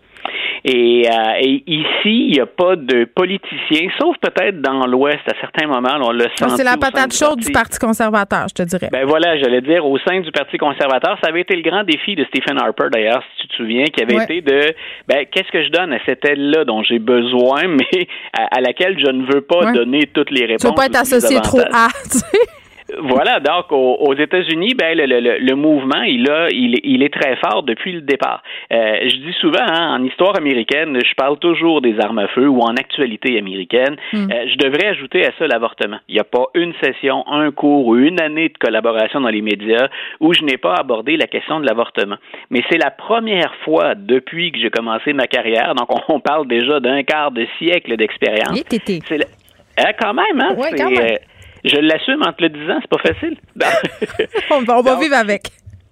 Et, euh, et ici, il n'y a pas de politiciens, sauf peut-être dans l'Ouest, à certains moments, on l'a senti. C'est la patate chaude du Parti conservateur, je te dirais. Ben voilà, j'allais dire, au sein du Parti conservateur, ça avait été le grand défi de Stephen Harper, d'ailleurs, si tu te souviens, qui avait ouais. été de, ben, qu'est-ce que je donne à cette aile-là dont j'ai besoin, mais à, à laquelle je ne veux pas ouais. donner toutes les réponses. Tu ne veux pas être associé trop à, tu sais. Voilà, donc aux, aux États-Unis, ben le, le, le mouvement, il a, il, il est très fort depuis le départ. Euh, je dis souvent, hein, en histoire américaine, je parle toujours des armes à feu ou en actualité américaine. Mm. Euh, je devrais ajouter à ça l'avortement. Il n'y a pas une session, un cours ou une année de collaboration dans les médias où je n'ai pas abordé la question de l'avortement. Mais c'est la première fois depuis que j'ai commencé ma carrière, donc on, on parle déjà d'un quart de siècle d'expérience. Et c'est le, euh, quand même, hein? Oui, c'est, quand même. Euh, Je l'assume en te le disant, c'est pas facile. on va, on va Donc, vivre avec.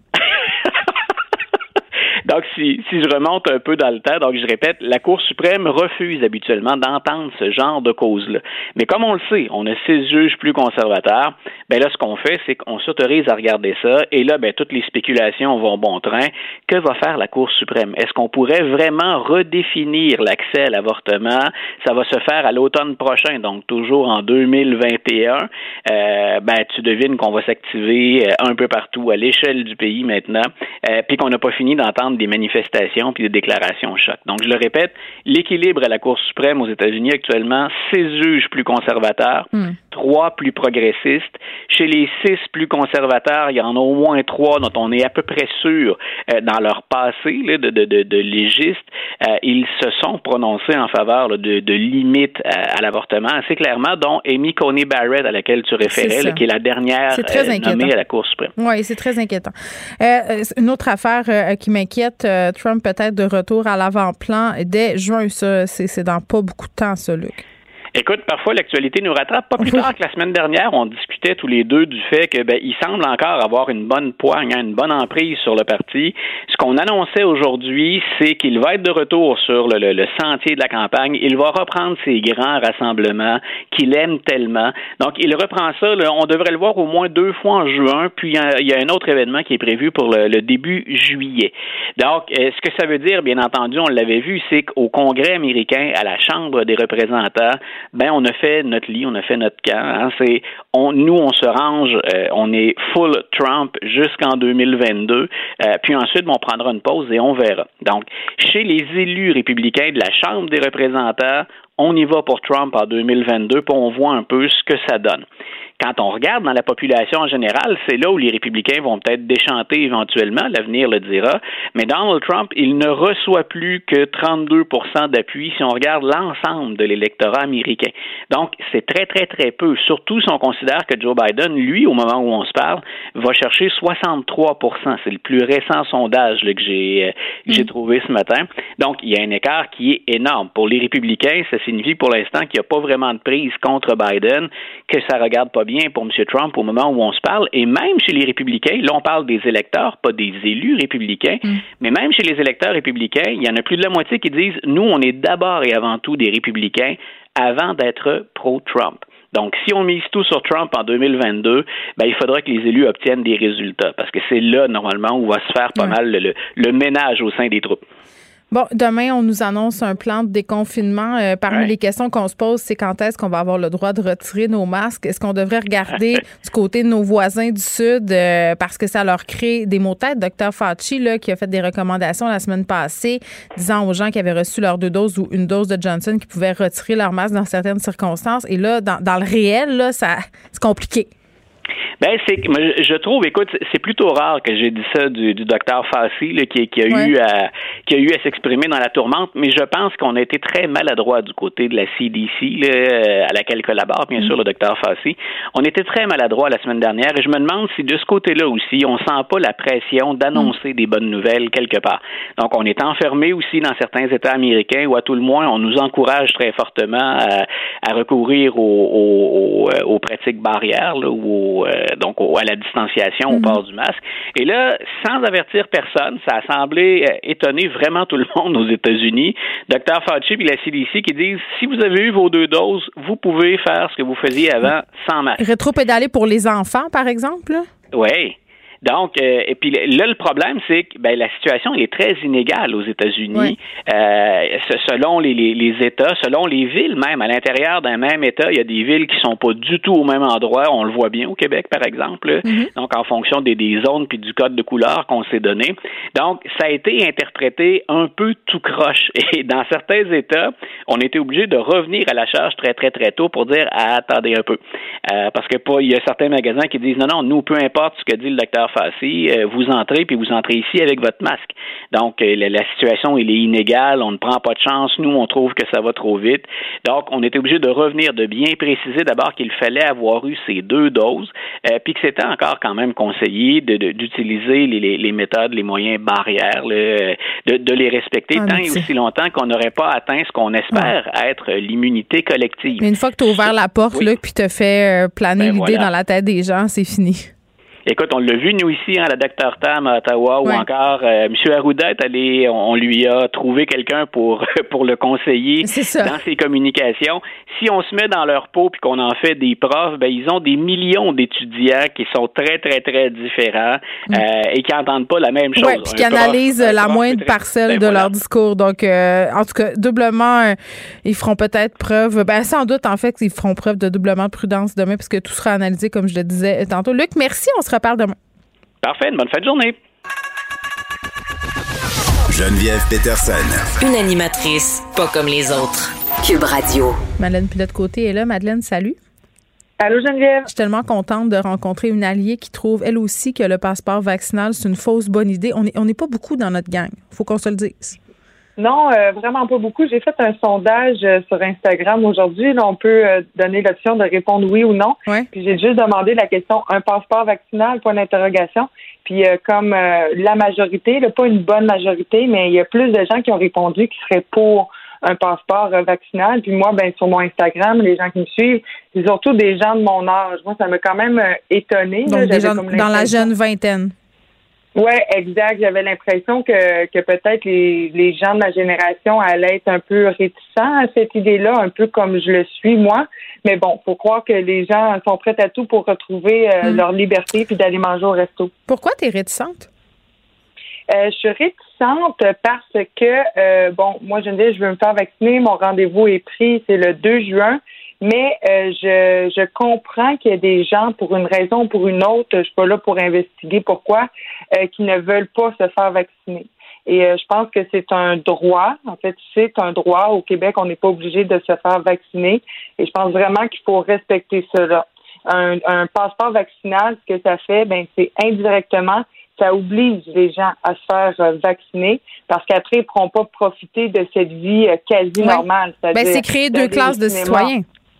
Donc, si, si je remonte un peu dans le temps, donc je répète, la Cour suprême refuse habituellement d'entendre ce genre de cause-là. Mais comme on le sait, on a six juges plus conservateurs, ben là, ce qu'on fait, c'est qu'on s'autorise à regarder ça, et là, ben toutes les spéculations vont bon train. Que va faire la Cour suprême? Est-ce qu'on pourrait vraiment redéfinir l'accès à l'avortement? Ça va se faire à l'automne prochain, donc toujours en deux mille vingt et un. Euh, ben, tu devines qu'on va s'activer un peu partout à l'échelle du pays maintenant, euh, puis qu'on n'a pas fini d'entendre des manifestations puis des déclarations choc. Donc, je le répète, l'équilibre à la Cour suprême aux États-Unis actuellement, six juges plus conservateurs, mm. trois plus progressistes. Chez les six plus conservateurs, il y en a au moins trois dont on est à peu près sûr euh, dans leur passé là, de, de, de, de légistes. Euh, ils se sont prononcés en faveur là, de, de limites à, à l'avortement assez clairement, dont Amy Coney Barrett, à laquelle tu référais, là, qui est la dernière euh, nommée à la Cour suprême. Oui, c'est très inquiétant. Euh, une autre affaire euh, qui m'inquiète, Trump peut-être de retour à l'avant-plan dès juin, ça, c'est, c'est dans pas beaucoup de temps, ça, Luc. Écoute, parfois l'actualité nous rattrape. Pas plus tard que la semaine dernière, on discutait tous les deux du fait que ben il semble encore avoir une bonne poigne, hein, une bonne emprise sur le parti. Ce qu'on annonçait aujourd'hui, c'est qu'il va être de retour sur le, le, le sentier de la campagne. Il va reprendre ses grands rassemblements qu'il aime tellement. Donc, il reprend ça. Là, on devrait le voir au moins deux fois en juin. Puis, il y a, il y a un autre événement qui est prévu pour le, le début juillet. Donc, euh, ce que ça veut dire, bien entendu, on l'avait vu, c'est qu'au Congrès américain, à la Chambre des représentants, ben on a fait notre lit, on a fait notre camp. Hein, c'est on, nous, on se range, euh, on est full Trump jusqu'en deux mille vingt-deux. Euh, puis ensuite, on prendra une pause et on verra. Donc, chez les élus républicains de la Chambre des représentants, on y va pour Trump en deux mille vingt-deux, puis on voit un peu ce que ça donne. Quand on regarde dans la population en général, c'est là où les républicains vont peut-être déchanter éventuellement, l'avenir le dira, mais Donald Trump, il ne reçoit plus que trente-deux pour cent d'appui si on regarde l'ensemble de l'électorat américain. Donc, c'est très, très, très peu, surtout si on considère que Joe Biden, lui, au moment où on se parle, va chercher soixante-trois pour cent. C'est le plus récent sondage là, que j'ai, euh, que j'ai trouvé ce matin. Donc, il y a un écart qui est énorme. Pour les républicains, ça signifie pour l'instant qu'il n'y a pas vraiment de prise contre Biden, que ça regarde pas bien pour M. Trump au moment où on se parle, et même chez les républicains, là on parle des électeurs, pas des élus républicains, mm. mais même chez les électeurs républicains, il y en a plus de la moitié qui disent « Nous, on est d'abord et avant tout des républicains avant d'être pro-Trump ». Donc, si on mise tout sur Trump en deux mille vingt-deux, ben, il faudra que les élus obtiennent des résultats, parce que c'est là, normalement, où va se faire pas ouais. mal le, le, le ménage au sein des troupes. Bon, demain, on nous annonce un plan de déconfinement. Euh, parmi ouais. les questions qu'on se pose, c'est quand est-ce qu'on va avoir le droit de retirer nos masques? Est-ce qu'on devrait regarder du côté de nos voisins du Sud euh, parce que ça leur crée des maux de tête? Docteur Fauci, là, qui a fait des recommandations la semaine passée, disant aux gens qui avaient reçu leur deux doses ou une dose de Johnson qu'ils pouvaient retirer leur masque dans certaines circonstances. Et là, dans, dans le réel, là, ça, c'est compliqué. Ben c'est, je trouve, écoute, c'est plutôt rare que j'ai dit ça du, du docteur Fauci là, qui, qui a ouais. eu à, qui a eu à s'exprimer dans la tourmente, mais je pense qu'on a été très maladroit du côté de la C D C là, à laquelle collabore bien mm. sûr le docteur Fauci. On était très maladroit la semaine dernière et je me demande si de ce côté-là aussi, on sent pas la pression d'annoncer mm. des bonnes nouvelles quelque part. Donc on est enfermé aussi dans certains États américains où à tout le moins on nous encourage très fortement à, à recourir aux, aux, aux, aux pratiques barrières là, ou aux, euh, donc au, à la distanciation, mm-hmm. au port du masque. Et là, sans avertir personne, ça a semblé euh, étonner vraiment tout le monde aux États-Unis. docteur Fauci et la C D C qui disent, si vous avez eu vos deux doses, vous pouvez faire ce que vous faisiez avant sans masque. Rétro-pédaler pour les enfants, par exemple? Oui. Donc, euh, et puis là, le problème, c'est que ben, la situation elle est très inégale aux États-Unis, oui. euh, selon les, les, les États, selon les villes même. À l'intérieur d'un même État, il y a des villes qui sont pas du tout au même endroit. On le voit bien au Québec, par exemple. Mm-hmm. Donc, en fonction des, des zones puis du code de couleur qu'on s'est donné. Donc, ça a été interprété un peu tout croche. Et dans certains États, on était obligé de revenir à la charge très, très, très tôt pour dire ah, attendez un peu. Euh, parce que pas, il y a certains magasins qui disent non, non, nous, peu importe ce que dit le docteur Fauci, euh, vous entrez puis vous entrez ici avec votre masque. Donc, euh, la, la situation, elle est inégale, on ne prend pas de chance, nous, on trouve que ça va trop vite. Donc, on était obligé de revenir, de bien préciser d'abord qu'il fallait avoir eu ces deux doses, euh, puis que c'était encore quand même conseillé de, de, d'utiliser les, les, les méthodes, les moyens barrières, là, de, de les respecter ah, tant et aussi longtemps qu'on n'aurait pas atteint ce qu'on espère ouais. être l'immunité collective. Mais une fois que tu as ouvert la porte, oui. là, puis tu as fait euh, planer ben, l'idée voilà. dans la tête des gens, c'est fini. Écoute, on l'a vu, nous, ici, hein, la docteur Tam à Ottawa, ouais. ou encore euh, M. Arruda est allé, on, on lui a trouvé quelqu'un pour pour le conseiller dans ses communications. Si on se met dans leur peau puis qu'on en fait des profs, ben ils ont des millions d'étudiants qui sont très, très, très différents mm. euh, et qui n'entendent pas la même chose. Oui, puis qui analysent la moindre très... parcelle ben, de voilà. leur discours. Donc, euh, en tout cas, doublement, euh, ils feront peut-être preuve, ben sans doute, en fait, ils feront preuve de doublement de prudence demain puisque tout sera analysé, comme je le disais tantôt. Luc, merci, on se reparle demain. Parfait, une bonne fin de journée. Geneviève Peterson. Une animatrice pas comme les autres. Cube Radio. Madeleine Pilote-Côté est là. Madeleine, salut. Allô, Geneviève. Je suis tellement contente de rencontrer une alliée qui trouve, elle aussi, que le passeport vaccinal, c'est une fausse bonne idée. On est, on n'est pas beaucoup dans notre gang. Il faut qu'on se le dise. Non, euh, vraiment pas beaucoup. J'ai fait un sondage euh, sur Instagram aujourd'hui. Là, on peut euh, donner l'option de répondre oui ou non. Ouais. Puis j'ai juste demandé la question un passeport vaccinal, point d'interrogation. Puis euh, comme euh, la majorité, là, pas une bonne majorité, mais il y a plus de gens qui ont répondu qui seraient pour un passeport euh, vaccinal. Puis moi, ben sur mon Instagram, les gens qui me suivent, c'est surtout des gens de mon âge. Moi, ça m'a quand même euh, étonnée. Donc, là. des gens dans la jeune vingtaine. Oui, exact. J'avais l'impression que, que peut-être les, les gens de ma génération allaient être un peu réticents à cette idée-là, un peu comme je le suis, moi. Mais bon, faut croire que les gens sont prêts à tout pour retrouver euh, mmh. leur liberté puis d'aller manger au resto. Pourquoi tu es réticente? Euh, je suis réticente parce que, euh, bon, moi, je me dis, je veux me faire vacciner. Mon rendez-vous est pris, c'est le deux juin. Mais euh, je, je comprends qu'il y a des gens, pour une raison ou pour une autre, je suis pas là pour investiguer pourquoi, euh, qui ne veulent pas se faire vacciner. Et euh, je pense que c'est un droit. En fait, c'est un droit. Au Québec, on n'est pas obligé de se faire vacciner. Et je pense vraiment qu'il faut respecter cela. Un, un passeport vaccinal, ce que ça fait, ben c'est indirectement, ça oblige les gens à se faire euh, vacciner parce qu'après, ils ne pourront pas profiter de cette vie euh, quasi ouais. normale. Ben, c'est créer deux classes de citoyens.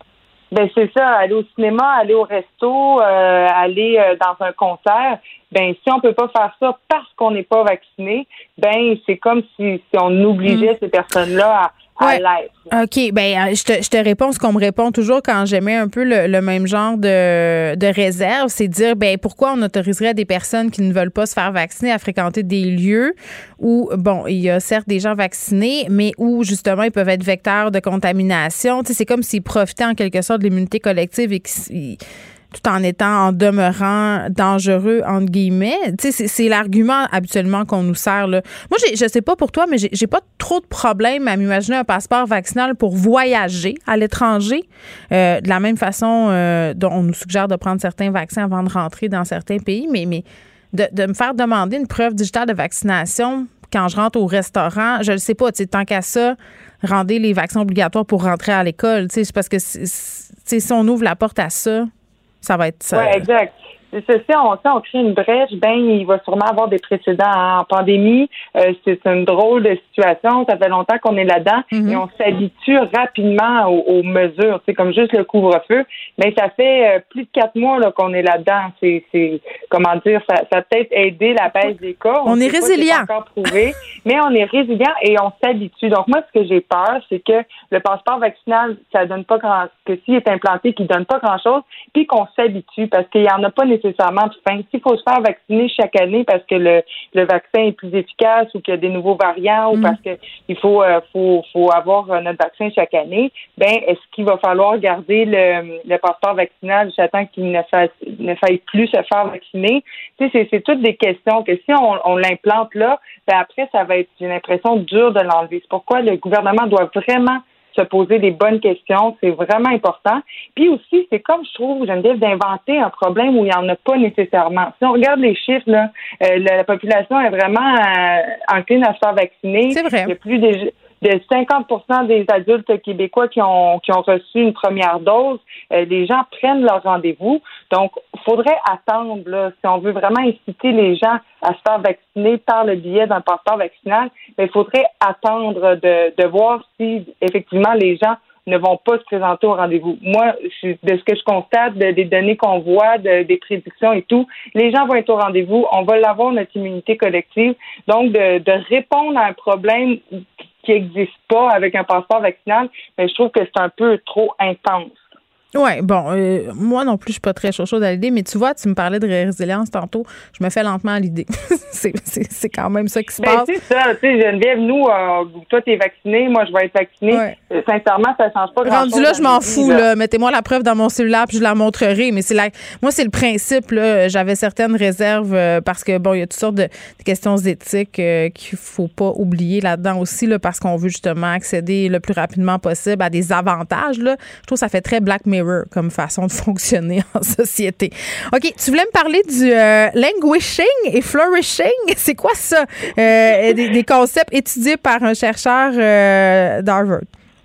Ben c'est ça, aller au cinéma, aller au resto, euh, aller euh, dans un concert. Ben si on peut pas faire ça parce qu'on n'est pas vacciné, ben c'est comme si, si on obligeait mmh. ces personnes-là à, ouais. à l'être. OK, ben je te, je te réponds ce qu'on me répond toujours quand j'émets un peu le, le même genre de, de réserve, c'est de dire ben pourquoi on autoriserait des personnes qui ne veulent pas se faire vacciner à fréquenter des lieux où, bon, il y a certes des gens vaccinés, mais où justement ils peuvent être vecteurs de contamination. Tu sais, c'est comme s'ils profitaient en quelque sorte de l'immunité collective et qu'ils tout en étant, en demeurant dangereux, entre guillemets. Tu sais, c'est, c'est l'argument habituellement qu'on nous sert, là. Moi, j'ai, je sais pas pour toi, mais j'ai, j'ai pas trop de problème à m'imaginer un passeport vaccinal pour voyager à l'étranger. Euh, de la même façon euh, dont on nous suggère de prendre certains vaccins avant de rentrer dans certains pays, mais, mais de, de me faire demander une preuve digitale de vaccination quand je rentre au restaurant, je le sais pas, tu sais, tant qu'à ça, rendez les vaccins obligatoires pour rentrer à l'école, tu sais, c'est parce que c'est, c'est, si on ouvre la porte à ça, ça va être ça. Oui, exact. C'est ça, on, ça, on crée une brèche, ben il va sûrement avoir des précédents en pandémie. Euh, c'est une drôle de situation. Ça fait longtemps qu'on est là-dedans mm-hmm. et on s'habitue rapidement aux, aux mesures. C'est comme juste le couvre-feu. Mais ça fait euh, plus de quatre mois là, qu'on est là-dedans. C'est, c'est comment dire, ça, ça a peut-être aidé la baisse des cas. On, on est résilient. C'est encore prouvé, mais on est résilient et on s'habitue. Donc moi, ce que j'ai peur, c'est que le passeport vaccinal, ça donne pas grand, que s'il est implanté, qu'il donne pas grand-chose, puis qu'on s'habitue parce qu'il y en a pas nécessairement nécessairement de fin. S'il faut se faire vacciner chaque année parce que le, le vaccin est plus efficace ou qu'il y a des nouveaux variants mmh. ou parce que il faut, euh, faut, faut avoir notre vaccin chaque année, ben est-ce qu'il va falloir garder le, le passeport vaccinal jusqu'à qu'il ne fasse, ne faille plus se faire vacciner? Tu sais, c'est, c'est toutes des questions que si on, on l'implante là, ben après, ça va être, j'ai l'impression, dur de l'enlever. C'est pourquoi le gouvernement doit vraiment se poser des bonnes questions, c'est vraiment important. Puis aussi, c'est comme je trouve, Geneviève, d'inventer un problème où il n'y en a pas nécessairement. Si on regarde les chiffres, là, euh, la, la population est vraiment euh, encline à se faire vacciner. C'est vrai. Il y a plus de, de cinquante pour cent des adultes québécois qui ont qui ont reçu une première dose. Euh, les gens prennent leur rendez-vous. Donc, il faudrait attendre, là, si on veut vraiment inciter les gens à se faire vacciner par le biais d'un passeport vaccinal, mais il faudrait attendre de, de voir si, effectivement, les gens ne vont pas se présenter au rendez-vous. Moi, je, de ce que je constate, de, des données qu'on voit, de, des prédictions et tout, les gens vont être au rendez-vous, on va l'avoir, notre immunité collective. Donc, de, de répondre à un problème qui n'existe pas avec un passeport vaccinal, mais je trouve que c'est un peu trop intense. Oui, bon, euh, moi non plus, je suis pas très chaud chaude à l'idée, mais tu vois, tu me parlais de résilience tantôt, je me fais lentement à l'idée. c'est, c'est, c'est quand même ça qui se ben, passe. C'est ça, tu sais, Geneviève, nous, euh, toi, t'es vaccinée, moi, je vais être vaccinée. Ouais. Euh, sincèrement, ça change pas grand-chose. Rendu là, je m'en fous, là. là. Mettez-moi la preuve dans mon cellulaire, puis je la montrerai, mais c'est la... moi, c'est le principe, là. J'avais certaines réserves euh, parce que, bon, il y a toutes sortes de, de questions éthiques euh, qu'il faut pas oublier là-dedans aussi, là, parce qu'on veut justement accéder le plus rapidement possible à des avantages, là. Je trouve que ça fait très Black Mirror comme façon de fonctionner en société. OK, tu voulais me parler du euh, languishing et flourishing. C'est quoi ça? Euh, des, des concepts étudiés par un chercheur euh, d'Harvard.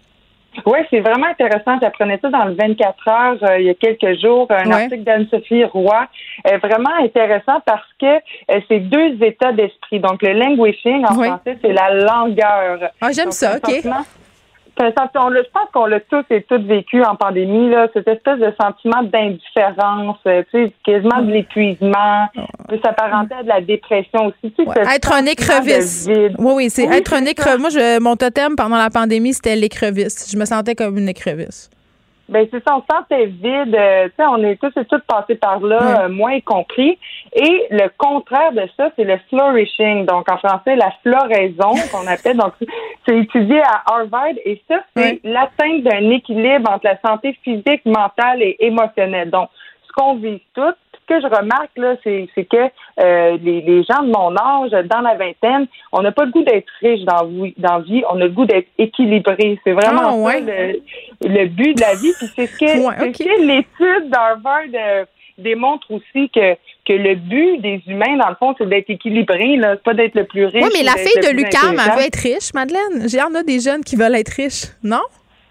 Oui, c'est vraiment intéressant. J'apprenais ça dans le vingt-quatre heures euh, il y a quelques jours, un ouais. article d'Anne-Sophie Roy. Euh, vraiment intéressant parce que euh, c'est deux états d'esprit. Donc, le languishing, en ouais. français, c'est la langueur. Ah, j'aime Donc, ça, OK. c'est un sentiment, on l'a, je pense qu'on l'a tous et toutes vécu en pandémie, là, cette espèce de sentiment d'indifférence, euh, tu sais, quasiment de l'épuisement, peut s'apparenter à de la dépression aussi. Tu sais, ouais. Être un écrevisse. Oui, oui, c'est oui, être un écrevisse. Moi, je, mon totem pendant la pandémie, c'était l'écrevisse. Je me sentais comme une écrevisse. Ben c'est ça, on se sentait vide. Euh, tu sais, on est tous et toutes passés par là, ouais. euh, moi y compris. Et le contraire de ça, c'est le flourishing. Donc en français, la floraison qu'on appelle. Donc c'est étudié à Harvard et ça, c'est ouais. l'atteinte d'un équilibre entre la santé physique, mentale et émotionnelle. Donc ce qu'on vise tous. Ce que je remarque là, c'est, c'est que euh, les, les gens de mon âge, dans la vingtaine, on n'a pas le goût d'être riche dans vie, dans vie, on a le goût d'être équilibré. C'est vraiment oh, ouais. ça le, le but de la vie. Puis c'est ce que, ouais, okay. c'est ce que l'étude d'Harvard euh, démontre aussi que que le but des humains, dans le fond, c'est d'être équilibré, là, c'est pas d'être le plus riche. Oui, mais la fille de l'UQAM, elle veut être riche, Madeleine. Il y en a des jeunes qui veulent être riches, non?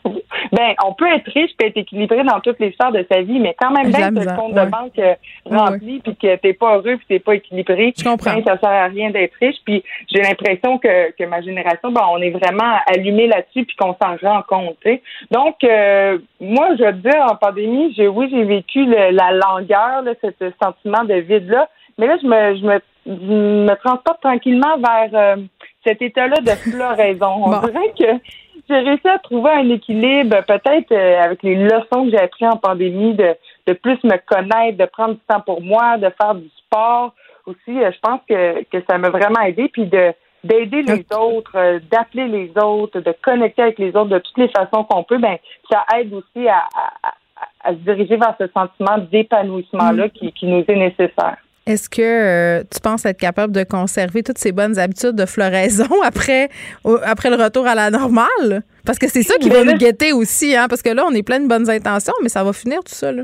Ben, on peut être riche et être équilibré dans toutes les sphères de sa vie, mais quand même, bien que le compte ouais. de banque euh, rempli ouais. puis que t'es pas heureux puis t'es pas équilibré, ben, ça sert à rien d'être riche. Puis j'ai l'impression que, que ma génération, ben, on est vraiment allumé là-dessus puis qu'on s'en rend compte. T'sais. Donc, euh, moi, je veux dire, en pandémie, j'ai oui, j'ai vécu le, la langueur, là, ce sentiment de vide-là, mais là, je me, je me, je me transporte tranquillement vers euh, cet état-là de floraison. On bon. dirait que j'ai réussi à trouver un équilibre, peut-être euh, avec les leçons que j'ai apprises en pandémie, de, de plus me connaître, de prendre du temps pour moi, de faire du sport aussi. Euh, je pense que, que ça m'a vraiment aidé, puis de d'aider les autres, euh, d'appeler les autres, de connecter avec les autres de toutes les façons qu'on peut. Ben ça aide aussi à, à, à, à se diriger vers ce sentiment d'épanouissement-là mmh. qui, qui nous est nécessaire. Est-ce que euh, tu penses être capable de conserver toutes ces bonnes habitudes de floraison après, au, après le retour à la normale? Parce que c'est ça qui va nous guetter aussi, hein? Parce que là, on est plein de bonnes intentions, mais ça va finir tout ça, là.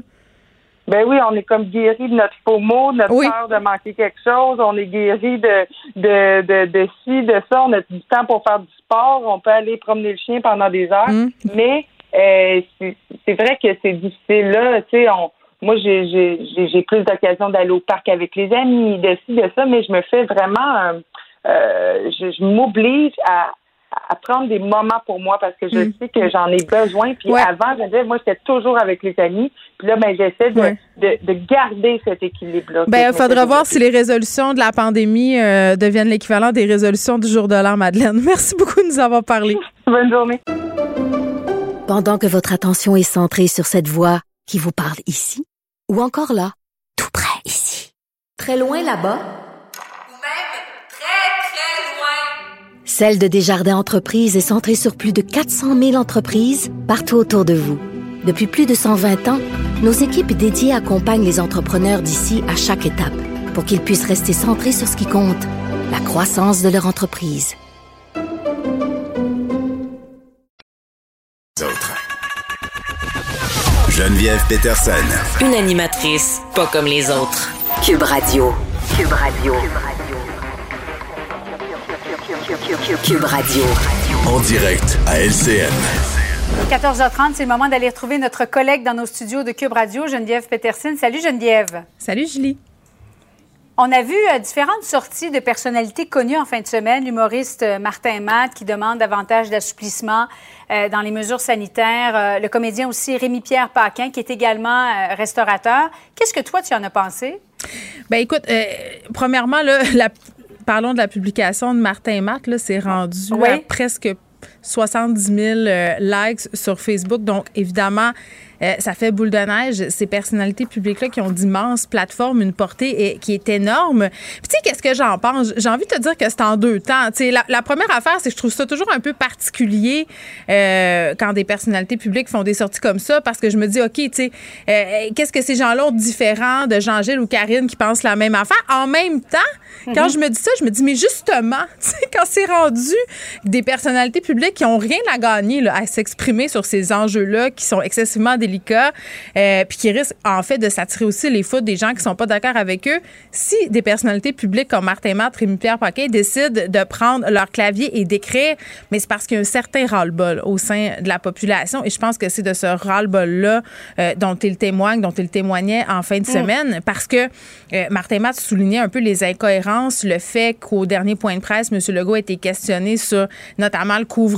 Ben oui, on est comme guéri de notre FOMO, de notre oui. peur de manquer quelque chose. On est guéri de, de, de, de ci, de ça. On a du temps pour faire du sport. On peut aller promener le chien pendant des heures. Mmh. Mais euh, c'est, c'est vrai que c'est difficile, là. Tu sais, on Moi, j'ai, j'ai, j'ai plus d'occasion d'aller au parc avec les amis, de ci, de ça, mais je me fais vraiment... Euh, euh, je, je m'oblige à, à prendre des moments pour moi parce que je mmh. sais que j'en ai besoin. Puis ouais. avant, je disais, moi, j'étais toujours avec les amis. Puis là, ben, j'essaie de, ouais. de, de garder cet équilibre-là. Ben, il faudra voir si les résolutions de la pandémie euh, deviennent l'équivalent des résolutions du jour de l'an, Madeleine. Merci beaucoup de nous avoir parlé. Bonne journée. Pendant que votre attention est centrée sur cette voix qui vous parle ici, ou encore là, tout près ici, très loin là-bas, ou même très, très loin. Celle de Desjardins Entreprises est centrée sur plus de quatre cent mille entreprises partout autour de vous. Depuis plus de cent vingt ans, nos équipes dédiées accompagnent les entrepreneurs d'ici à chaque étape pour qu'ils puissent rester centrés sur ce qui compte, la croissance de leur entreprise. Geneviève Peterson. Une animatrice pas comme les autres. Cube Radio. Cube Radio. Cube Radio. En direct à L C N. quatorze heures trente, c'est le moment d'aller retrouver notre collègue dans nos studios de Cube Radio, Geneviève Peterson. Salut Geneviève. Salut Julie. On a vu euh, différentes sorties de personnalités connues en fin de semaine. L'humoriste euh, Martin Matt qui demande davantage d'assouplissement euh, dans les mesures sanitaires. Euh, le comédien aussi Rémi-Pierre Paquin qui est également euh, restaurateur. Qu'est-ce que toi, tu en as pensé? Bien, écoute, euh, premièrement, là, la, parlons de la publication de Martin Matt. Là, c'est rendu oui. à presque soixante-dix mille euh, likes sur Facebook. Donc, évidemment, euh, ça fait boule de neige. Ces personnalités publiques-là qui ont d'immenses plateformes, une portée et, qui est énorme. Puis, tu sais, qu'est-ce que j'en pense? J'ai envie de te dire que c'est en deux temps. Tu sais, la, la première affaire, c'est que je trouve ça toujours un peu particulier euh, quand des personnalités publiques font des sorties comme ça, parce que je me dis, OK, tu sais, euh, qu'est-ce que ces gens-là ont de différent de Jean-Gilles ou Karine qui pensent la même affaire? En même temps, mm-hmm. quand je me dis ça, je me dis, mais justement, tu sais, quand c'est rendu des personnalités publiques qui ont rien à gagner là, à s'exprimer sur ces enjeux-là qui sont excessivement délicats, euh, puis qui risquent en fait de s'attirer aussi les foudres des gens qui sont pas d'accord avec eux. Si des personnalités publiques comme Martin Matt, Rémi-Pierre Paquin décident de prendre leur clavier et d'écrire, mais c'est parce qu'il y a un certain ras-le-bol au sein de la population, et je pense que c'est de ce ras-le-bol-là euh, dont il témoigne, dont il témoignait en fin de semaine, mmh. parce que euh, Martin Matt soulignait un peu les incohérences, le fait qu'au dernier point de presse, M. Legault a été questionné sur notamment le couvre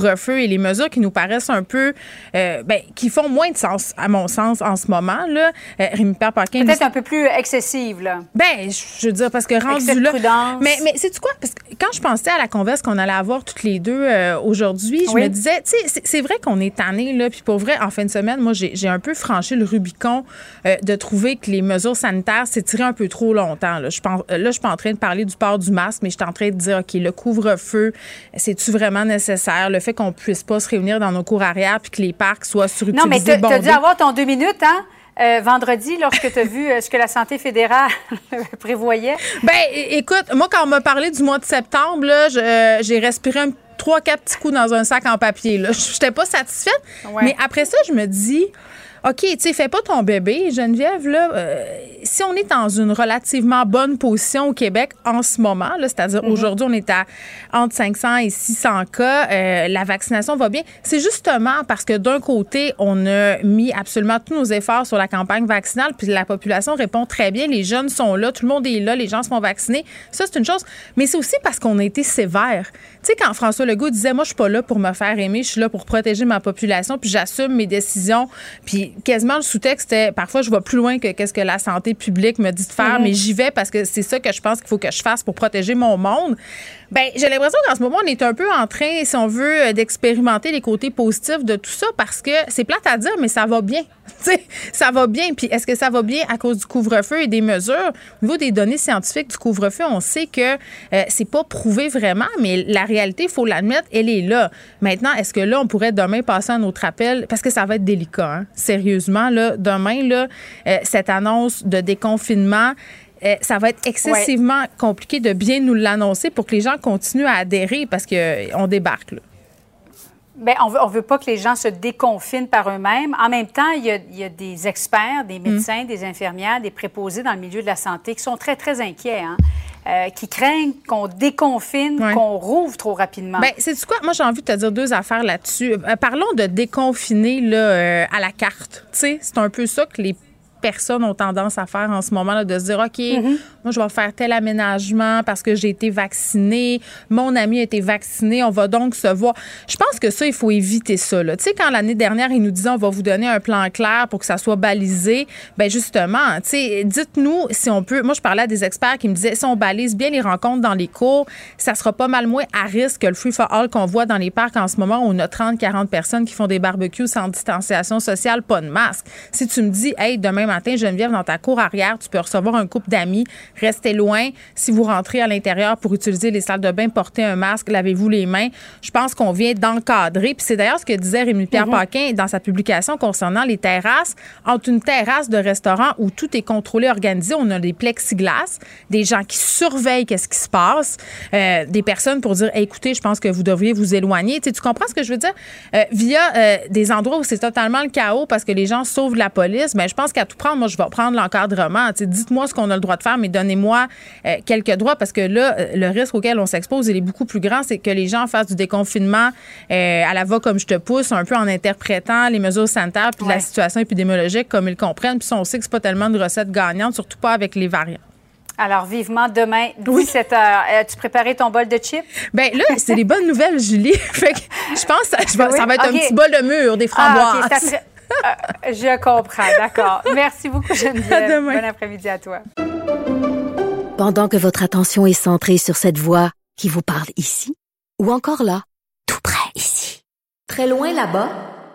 couvre-feu et les mesures qui nous paraissent un peu, euh, ben, qui font moins de sens, à mon sens, en ce moment, là. Euh, Rémi-Pierre Paquin... Peut-être un peu plus excessive, là. Ben, je veux dire, parce que rendu là... Prudence. Mais, mais sais-tu quoi? Parce que quand je pensais à la converse qu'on allait avoir toutes les deux euh, aujourd'hui, je oui. me disais, tu sais, c'est, c'est vrai qu'on est tanné, là, puis pour vrai, en fin de semaine, moi, j'ai, j'ai un peu franchi le Rubicon euh, de trouver que les mesures sanitaires s'étiraient un peu trop longtemps, là. Je pense, là, je suis pas en train de parler du port du masque, mais je suis en train de dire, OK, le couvre-feu, c'est-tu vraiment nécessaire? Le fait qu'on puisse pas se réunir dans nos cours arrière puis que les parcs soient surutilisés, non, mais t'as, bondés. t'as dû avoir ton deux minutes, hein? Euh, vendredi, lorsque tu as vu euh, ce que la santé fédérale prévoyait? Ben, écoute, moi, quand on m'a parlé du mois de septembre, là, je, euh, j'ai respiré un, trois, quatre petits coups dans un sac en papier. Là. Je n'étais pas satisfaite. Ouais. Mais après ça, je me dis... OK, tu sais, fais pas ton bébé, Geneviève, là. Euh, si on est dans une relativement bonne position au Québec en ce moment, là, c'est-à-dire mm-hmm. aujourd'hui, on est à entre cinq cents et six cents cas, euh, la vaccination va bien. C'est justement parce que d'un côté, on a mis absolument tous nos efforts sur la campagne vaccinale, puis la population répond très bien. Les jeunes sont là, tout le monde est là, les gens se font vacciner. Ça, c'est une chose. Mais c'est aussi parce qu'on a été sévère. Tu sais, quand François Legault disait, moi, je suis pas là pour me faire aimer, je suis là pour protéger ma population, puis j'assume mes décisions, puis quasiment le sous-texte était parfois je vais plus loin que qu'est-ce que la santé publique me dit de faire, mm-hmm. mais j'y vais parce que c'est ça que je pense qu'il faut que je fasse pour protéger mon monde. Ben, j'ai l'impression qu'en ce moment, on est un peu en train, si on veut, d'expérimenter les côtés positifs de tout ça parce que c'est plate à dire, mais ça va bien. Tu sais, ça va bien. Puis est-ce que ça va bien à cause du couvre-feu et des mesures? Au niveau des données scientifiques du couvre-feu, on sait que euh, c'est pas prouvé vraiment, mais la réalité, il faut l'admettre, elle est là. Maintenant, est-ce que là, on pourrait demain passer à un autre appel? Parce que ça va être délicat, hein? Sérieusement, là, demain, là, euh, cette annonce de déconfinement, Euh, ça va être excessivement ouais. compliqué de bien nous l'annoncer pour que les gens continuent à adhérer parce qu'on euh, débarque. Là. Bien, on veut, on veut pas que les gens se déconfinent par eux-mêmes. En même temps, il y a, il y a des experts, des médecins, mmh. des infirmières, des préposés dans le milieu de la santé qui sont très, très inquiets, hein, euh, qui craignent qu'on déconfine, ouais. qu'on rouvre trop rapidement. Bien, c'est quoi? Moi, j'ai envie de te dire deux affaires là-dessus. Euh, parlons de déconfiner là, euh, à la carte. Tu sais, c'est un peu ça que les personnes ont tendance à faire en ce moment, là, de se dire, OK, mm-hmm. moi, je vais faire tel aménagement parce que j'ai été vaccinée, mon ami a été vacciné, on va donc se voir. Je pense que ça, il faut éviter ça. Tu sais, quand l'année dernière, ils nous disaient, on va vous donner un plan clair pour que ça soit balisé, bien, justement, tu sais, dites-nous si on peut. Moi, je parlais à des experts qui me disaient, si on balise bien les rencontres dans les cours, ça sera pas mal moins à risque que le free for all qu'on voit dans les parcs en ce moment où on a trente, quarante personnes qui font des barbecues sans distanciation sociale, pas de masque. Si tu me dis, hey, demain matin, Geneviève, dans ta cour arrière, tu peux recevoir un couple d'amis, restez loin. Si vous rentrez à l'intérieur pour utiliser les salles de bain, portez un masque, lavez-vous les mains. Je pense qu'on vient d'encadrer. Puis c'est d'ailleurs ce que disait Rémi-Pierre mm-hmm. Paquin dans sa publication concernant les terrasses. Entre une terrasse de restaurant où tout est contrôlé, organisé, on a des plexiglas, des gens qui surveillent qu'est-ce qui se passe, euh, des personnes pour dire hey, écoutez, je pense que vous devriez vous éloigner. Tu sais, tu comprends ce que je veux dire? Euh, via euh, des endroits où c'est totalement le chaos parce que les gens sauvent la police, bien, je pense qu'à tout prendre, moi, je vais prendre l'encadrement. Tu sais, dites-moi ce qu'on a le droit de faire, mais donnez-moi euh, quelques droits parce que là, le risque auquel on s'expose, il est beaucoup plus grand. C'est que les gens fassent du déconfinement euh, à la va comme je te pousse, un peu en interprétant les mesures sanitaires puis ouais. la situation épidémiologique comme ils comprennent. Puis ça, on sait que c'est pas tellement une recette gagnante, surtout pas avec les variants. Alors, vivement, demain, dix-sept heures. Oui. As-tu préparé ton bol de chips? Bien, là, c'est des bonnes nouvelles, Julie. Fait que je pense que ça, je vais, oui? ça va être okay. un petit bol de mûr, des framboises. Ah, okay. euh, je comprends, d'accord. Merci beaucoup, Geneviève. À demain. Bon après-midi à toi. Pendant que votre attention est centrée sur cette voix qui vous parle ici, ou encore là, tout près ici, très loin là-bas,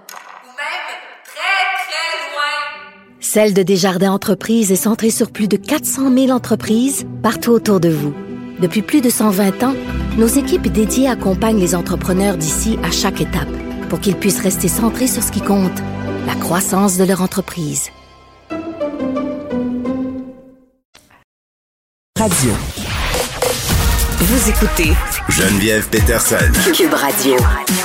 Celle de Desjardins Entreprises est centrée sur plus de quatre cent mille entreprises partout autour de vous. Depuis plus de cent vingt ans, nos équipes dédiées accompagnent les entrepreneurs d'ici à chaque étape pour qu'ils puissent rester centrés sur ce qui compte, la croissance de leur entreprise. Radio. Vous écoutez Geneviève Peterson. Cube Radio.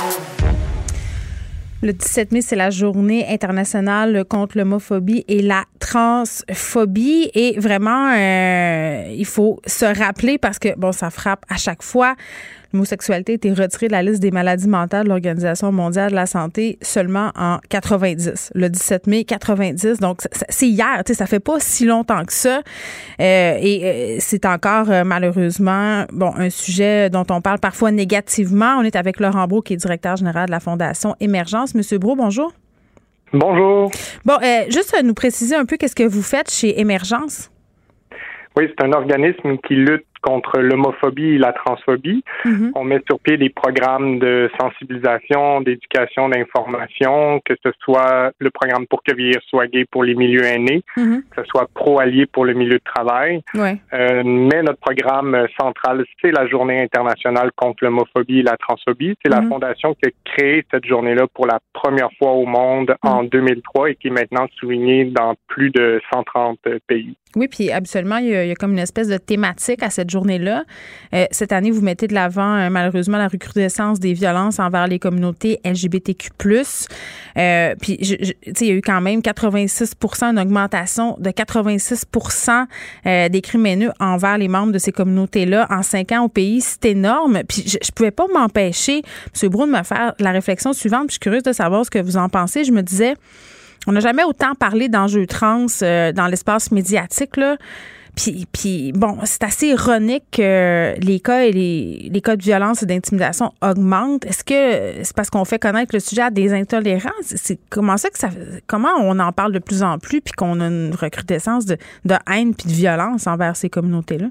Le dix-sept mai, c'est la journée internationale contre l'homophobie et la transphobie et vraiment, euh, il faut se rappeler parce que, bon, ça frappe à chaque fois. L'homosexualité a été retirée de la liste des maladies mentales de l'Organisation mondiale de la santé seulement en quatre-vingt-dix, le dix-sept mai quatre-vingt-dix. Donc, c'est hier, tu sais, ça fait pas si longtemps que ça. Euh, et euh, c'est encore, euh, malheureusement, bon, un sujet dont on parle parfois négativement. On est avec Laurent Brault, qui est directeur général de la Fondation Émergence. Monsieur Brault, bonjour. Bonjour. Bon, euh, juste nous préciser un peu qu'est-ce que vous faites chez Émergence. Oui, c'est un organisme qui lutte contre l'homophobie et la transphobie. Mm-hmm. On met sur pied des programmes de sensibilisation, d'éducation, d'information, que ce soit le programme Pour que vieillir soit gay pour les milieux aînés, mm-hmm. que ce soit pro-allié pour le milieu de travail. Ouais. Euh, mais notre programme central, c'est la Journée internationale contre l'homophobie et la transphobie. C'est mm-hmm. la fondation qui a créé cette journée-là pour la première fois au monde mm-hmm. en deux mille trois et qui est maintenant soulignée dans plus de cent trente pays. Oui, puis absolument, il y, a, il y a comme une espèce de thématique à cette journée-là. Euh, cette année, vous mettez de l'avant, euh, malheureusement, la recrudescence des violences envers les communautés L G B T Q plus. Euh, puis, je, je, tu sais, il y a eu quand même quatre-vingt-six pour cent, une augmentation de quatre-vingt-six pour cent euh, des crimes haineux envers les membres de ces communautés-là en cinq ans au pays. C'est énorme. Puis, je, je pouvais pas m'empêcher, M. Brault, de me faire la réflexion suivante. Puis, je suis curieuse de savoir ce que vous en pensez. Je me disais... On n'a jamais autant parlé d'enjeux trans euh, dans l'espace médiatique, là. Puis, puis bon, c'est assez ironique que les cas et les, les cas de violence et d'intimidation augmentent. Est-ce que c'est parce qu'on fait connaître le sujet à des intolérants? C'est comment ça que ça, comment on en parle de plus en plus puis qu'on a une recrudescence de, de haine puis de violence envers ces communautés-là?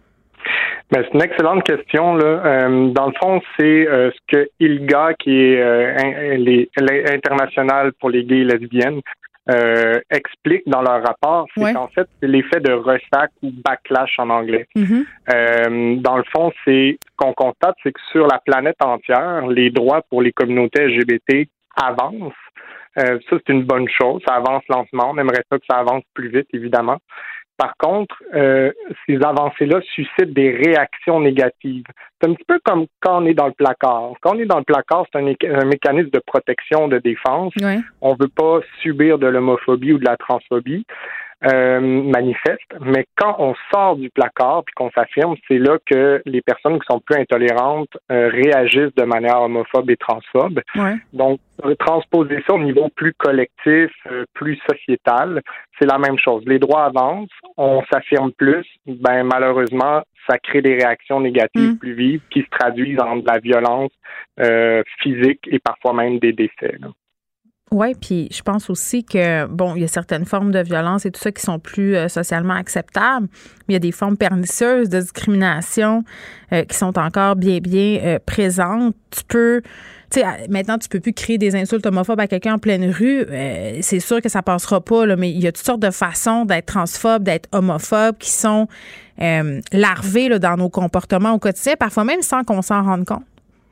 Ben, c'est une excellente question, là. Euh, dans le fond, c'est euh, ce que I L G A, qui est euh, in, les, l'international pour les gays et lesbiennes, euh, explique dans leur rapport, c'est ouais. qu'en fait, c'est l'effet de ressac ou backlash en anglais. Mm-hmm. Euh, dans le fond, c'est ce qu'on constate, c'est que sur la planète entière, les droits pour les communautés L G B T avancent. Euh, ça, c'est une bonne chose. Ça avance lentement. On aimerait ça que ça avance plus vite, évidemment. Par contre, euh, ces avancées-là suscitent des réactions négatives. C'est un petit peu comme quand on est dans le placard. Quand on est dans le placard, c'est un, un mécanisme de protection, de défense. Oui. On veut pas subir de l'homophobie ou de la transphobie euh, manifeste. Mais quand on sort du placard puis qu'on s'affirme, c'est là que les personnes qui sont plus intolérantes euh, réagissent de manière homophobe et transphobe. Oui. Donc, transposer ça au niveau plus collectif, euh, plus sociétal, c'est la même chose. Les droits avancent, on s'affirme plus, ben malheureusement, ça crée des réactions négatives mmh. plus vives qui se traduisent en de la violence euh, physique et parfois même des décès. Oui, puis je pense aussi que, bon, il y a certaines formes de violence et tout ça qui sont plus euh, socialement acceptables, mais il y a des formes pernicieuses de discrimination euh, qui sont encore bien, bien euh, présentes. Tu peux... Tu sais, maintenant, tu peux plus crier des insultes homophobes à quelqu'un en pleine rue. Euh, c'est sûr que ça passera pas, là, mais il y a toutes sortes de façons d'être transphobe, d'être homophobe qui sont euh, larvées là, dans nos comportements au quotidien, parfois même sans qu'on s'en rende compte.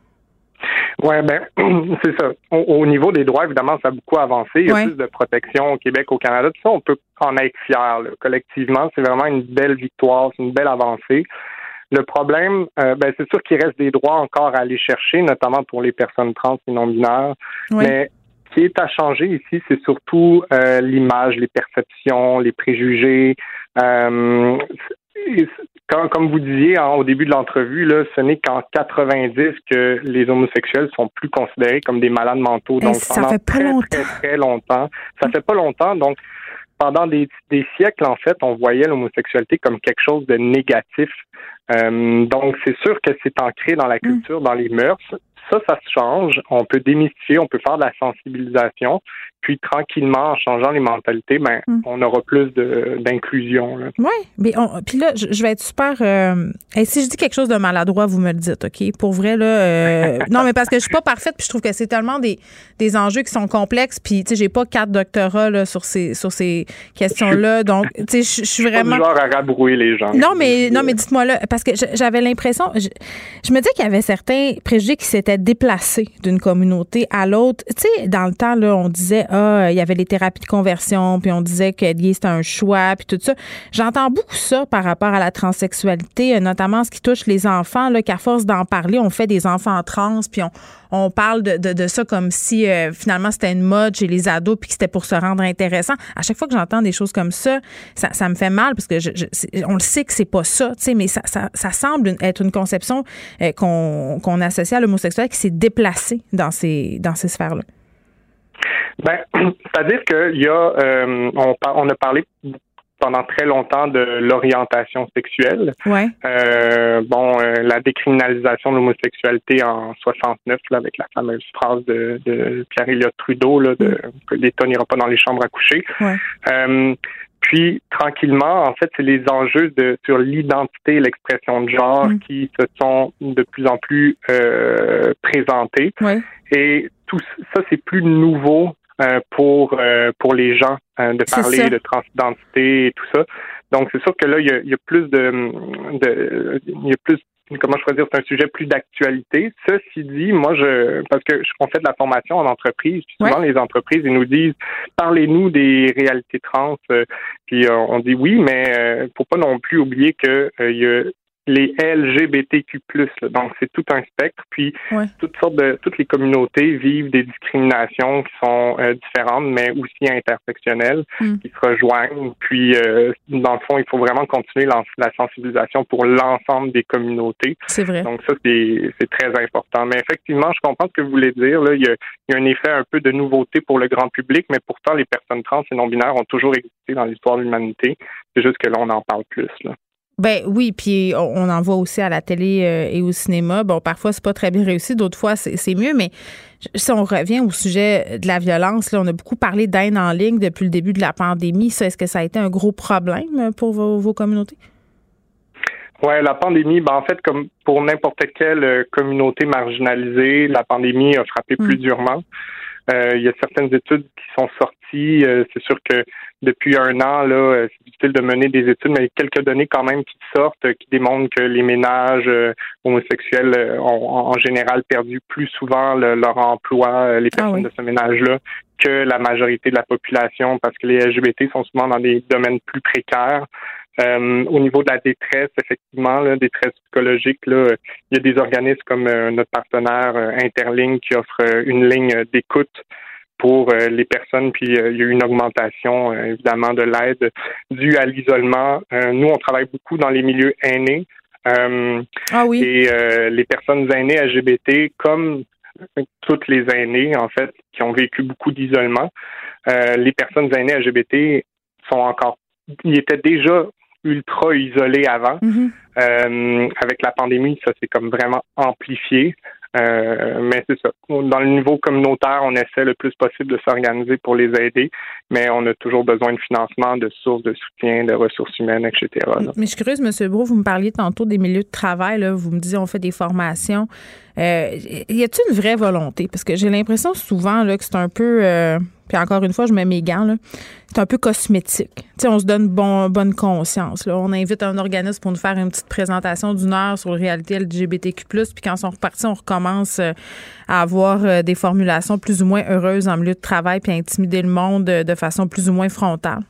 Oui, ben c'est ça. Au, au niveau des droits, évidemment, ça a beaucoup avancé. Il y a ouais. plus de protection au Québec, au Canada. Tout ça, on peut en être fiers. Là. Collectivement, c'est vraiment une belle victoire, c'est une belle avancée. Le problème, euh, ben c'est sûr qu'il reste des droits encore à aller chercher, notamment pour les personnes trans et non-binaires. Oui. Mais ce qui est à changer ici, c'est surtout euh, l'image, les perceptions, les préjugés. Euh, Comme, comme vous disiez hein, au début de l'entrevue, là, ce n'est qu'en quatre-vingt-dix que les homosexuels sont plus considérés comme des malades mentaux. Donc, ça pendant fait pas très, longtemps. très, très longtemps. Ça fait pas longtemps. Donc, pendant des, des siècles, en fait, on voyait l'homosexualité comme quelque chose de négatif. Euh, donc, c'est sûr que c'est ancré dans la culture, mmh. dans les mœurs. Ça, ça se change. On peut démystifier, on peut faire de la sensibilisation. Puis, tranquillement, en changeant les mentalités, ben, mm. on aura plus de, d'inclusion. Oui. Mais on, puis là, je, je vais être super... Euh, et si je dis quelque chose de maladroit, vous me le dites, OK? Pour vrai, là... Euh, non, mais parce que je suis pas parfaite, puis je trouve que c'est tellement des, des enjeux qui sont complexes. Puis, tu sais, j'ai pas quatre doctorats là, sur ces, sur ces questions-là. Donc, tu sais, je suis vraiment... Pas du genre à rabrouiller les gens. Non, mais, non, mais dites-moi là, parce que j'avais l'impression... Je, je me disais qu'il y avait certains préjugés qui s'étaient déplacés d'une communauté à l'autre. Tu sais, dans le temps, là, on disait... Ah, il y avait les thérapies de conversion, puis on disait que gay, c'était un choix, puis tout ça. J'entends beaucoup ça par rapport à la transsexualité, notamment ce qui touche les enfants, là, qu'à force d'en parler, on fait des enfants trans, puis on, on parle de, de, de ça comme si euh, finalement c'était une mode chez les ados puis que c'était pour se rendre intéressant. À chaque fois que j'entends des choses comme ça, ça, ça me fait mal parce que je, je, on le sait que c'est pas ça, tu sais, mais ça, ça, ça semble être une conception euh, qu'on, qu'on associe à l'homosexuel qui s'est déplacée dans ces, dans ces sphères-là. Ben, c'est-à-dire qu'il y a, euh, on, on a parlé pendant très longtemps de l'orientation sexuelle. Ouais. Euh, bon, euh, la décriminalisation de l'homosexualité en soixante-neuf, là, avec la fameuse phrase de, de Pierre Elliott Trudeau, là, de, que l'État n'ira pas dans les chambres à coucher. Ouais. Euh, puis, tranquillement, en fait, c'est les enjeux de sur l'identité et l'expression de genre mmh. qui se sont de plus en plus euh, présentés. Ouais. Et tout ça, c'est plus nouveau euh, pour euh, pour les gens euh, de parler de transidentité et tout ça. Donc, c'est sûr que là, il y a, il y a plus de, de il y a plus comment je pourrais dire, c'est un sujet plus d'actualité. Ceci dit, moi, je parce que on fait de la formation en entreprise, puis souvent ouais. les entreprises, ils nous disent parlez-nous des réalités trans, euh, puis euh, on dit oui, mais euh, faut pas non plus oublier que euh, il y a les L G B T Q plus, là, donc c'est tout un spectre, puis ouais. toutes sortes de toutes les communautés vivent des discriminations qui sont euh, différentes, mais aussi intersectionnelles, mm. qui se rejoignent. Puis euh, dans le fond, il faut vraiment continuer la, la sensibilisation pour l'ensemble des communautés. C'est vrai. Donc ça, c'est c'est très important. Mais effectivement, je comprends ce que vous voulez dire. Là, il y a, il y a un effet un peu de nouveauté pour le grand public, mais pourtant les personnes trans et non-binaires ont toujours existé dans l'histoire de l'humanité. C'est juste que là, on en parle plus, là. Ben oui, puis on en voit aussi à la télé euh, et au cinéma. Bon, parfois, c'est pas très bien réussi, d'autres fois, c'est, c'est mieux, mais si on revient au sujet de la violence, là, on a beaucoup parlé d'haine en ligne depuis le début de la pandémie. Ça, est-ce que ça a été un gros problème pour vos, vos communautés? Oui, la pandémie, ben en fait, comme pour n'importe quelle communauté marginalisée, la pandémie a frappé mmh. plus durement. Euh, il y a certaines études qui sont sorties. Euh, c'est sûr que depuis un an, là, c'est difficile de mener des études, mais il y a quelques données quand même qui sortent, euh, qui démontrent que les ménages euh, homosexuels euh, ont en général perdu plus souvent le, leur emploi, euh, les personnes ah oui. de ce ménage-là, que la majorité de la population, parce que les L G B T sont souvent dans des domaines plus précaires. Euh, au niveau de la détresse, effectivement, là, détresse psychologique, là, il y a des organismes comme euh, notre partenaire euh, Interligne qui offre euh, une ligne d'écoute pour euh, les personnes, puis euh, il y a eu une augmentation, euh, évidemment, de l'aide due à l'isolement. Euh, nous, on travaille beaucoup dans les milieux aînés. Euh, ah oui. Et euh, les personnes aînées L G B T, comme toutes les aînées, en fait, qui ont vécu beaucoup d'isolement, euh, les personnes aînées L G B T sont encore, ils étaient déjà ultra isolés avant. Mm-hmm. Euh, avec la pandémie, ça s'est comme vraiment amplifié. Euh, mais c'est ça. Dans le niveau communautaire, on essaie le plus possible de s'organiser pour les aider, mais on a toujours besoin de financement, de sources de soutien, de ressources humaines, et cetera. Là. Mais je suis curieuse, M. Brault, vous me parliez tantôt des milieux de travail, là, vous me disiez on fait des formations. Euh, y a-t-il une vraie volonté? Parce que j'ai l'impression souvent là, que c'est un peu... Euh, puis encore une fois, je mets mes gants, là, c'est un peu cosmétique. Tu sais, on se donne bon, bonne conscience. Là. On invite un organisme pour nous faire une petite présentation d'une heure sur les réalités L G B T Q plus, puis quand ils sont repartis, on recommence euh, à avoir euh, des formulations plus ou moins heureuses en milieu de travail puis à intimider le monde euh, de façon plus ou moins frontale.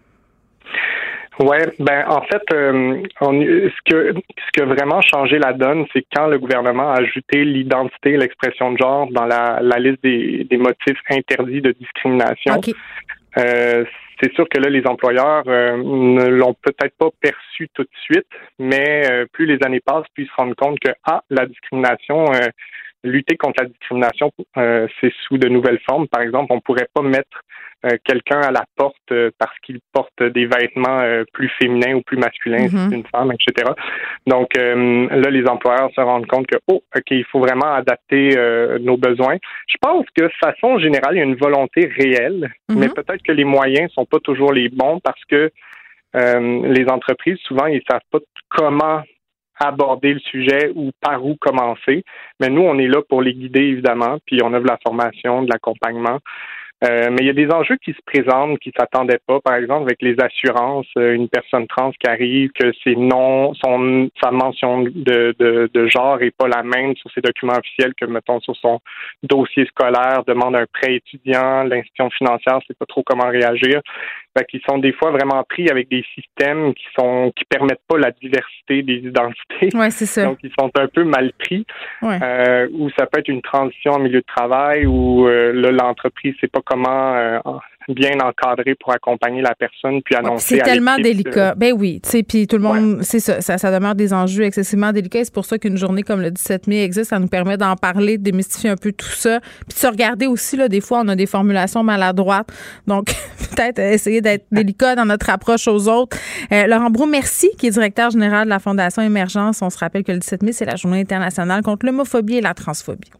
Ouais, ben en fait, euh, on, ce que ce qui a vraiment changé la donne, c'est quand le gouvernement a ajouté l'identité et l'expression de genre dans la, la liste des, des motifs interdits de discrimination. Okay. Euh, c'est sûr que là, les employeurs euh, ne l'ont peut-être pas perçu tout de suite, mais euh, plus les années passent, plus ils se rendent compte que ah, la discrimination, euh, lutter contre la discrimination, euh, c'est sous de nouvelles formes. Par exemple, on pourrait pas mettre Euh, quelqu'un à la porte euh, parce qu'il porte des vêtements euh, plus féminins ou plus masculins, mm-hmm. une femme, et cetera. Donc euh, là, les employeurs se rendent compte que, oh, OK, il faut vraiment adapter euh, nos besoins. Je pense que de façon générale, il y a une volonté réelle, mm-hmm. mais peut-être que les moyens sont pas toujours les bons parce que euh, les entreprises, souvent, ils savent pas comment aborder le sujet ou par où commencer. Mais nous, on est là pour les guider, évidemment, puis on a de la formation, de l'accompagnement. Euh, mais il y a des enjeux qui se présentent, qui ne s'attendaient pas. Par exemple, avec les assurances, euh, une personne trans qui arrive, que ses noms, son, sa mention de, de, de genre n'est pas la même sur ses documents officiels que, mettons, sur son dossier scolaire, demande un prêt étudiant, l'institution financière ne sait pas trop comment réagir. fait qu'ils sont des fois vraiment pris avec des systèmes qui sont qui permettent pas la diversité des identités. Ouais, c'est ça. Donc, ils sont un peu mal pris. Ouais. Euh, ou ça peut être une transition en milieu de travail où euh, là, l'entreprise sait pas comment euh, bien encadrer pour accompagner la personne puis annoncer. C'est à tellement l'équipe, délicat. Euh, ben oui, tu sais, puis tout le monde, ouais. c'est ça, ça, ça demeure des enjeux excessivement délicats. C'est pour ça qu'une journée comme le dix-sept mai existe, ça nous permet d'en parler, de démystifier un peu tout ça, puis de se regarder aussi là. Des fois, on a des formulations maladroites, donc peut-être essayer d'être délicat dans notre approche aux autres. Euh, Laurent Brault, merci, qui est directeur général de la Fondation Émergence. On se rappelle que le dix-sept mai, c'est la Journée internationale contre l'homophobie et la transphobie.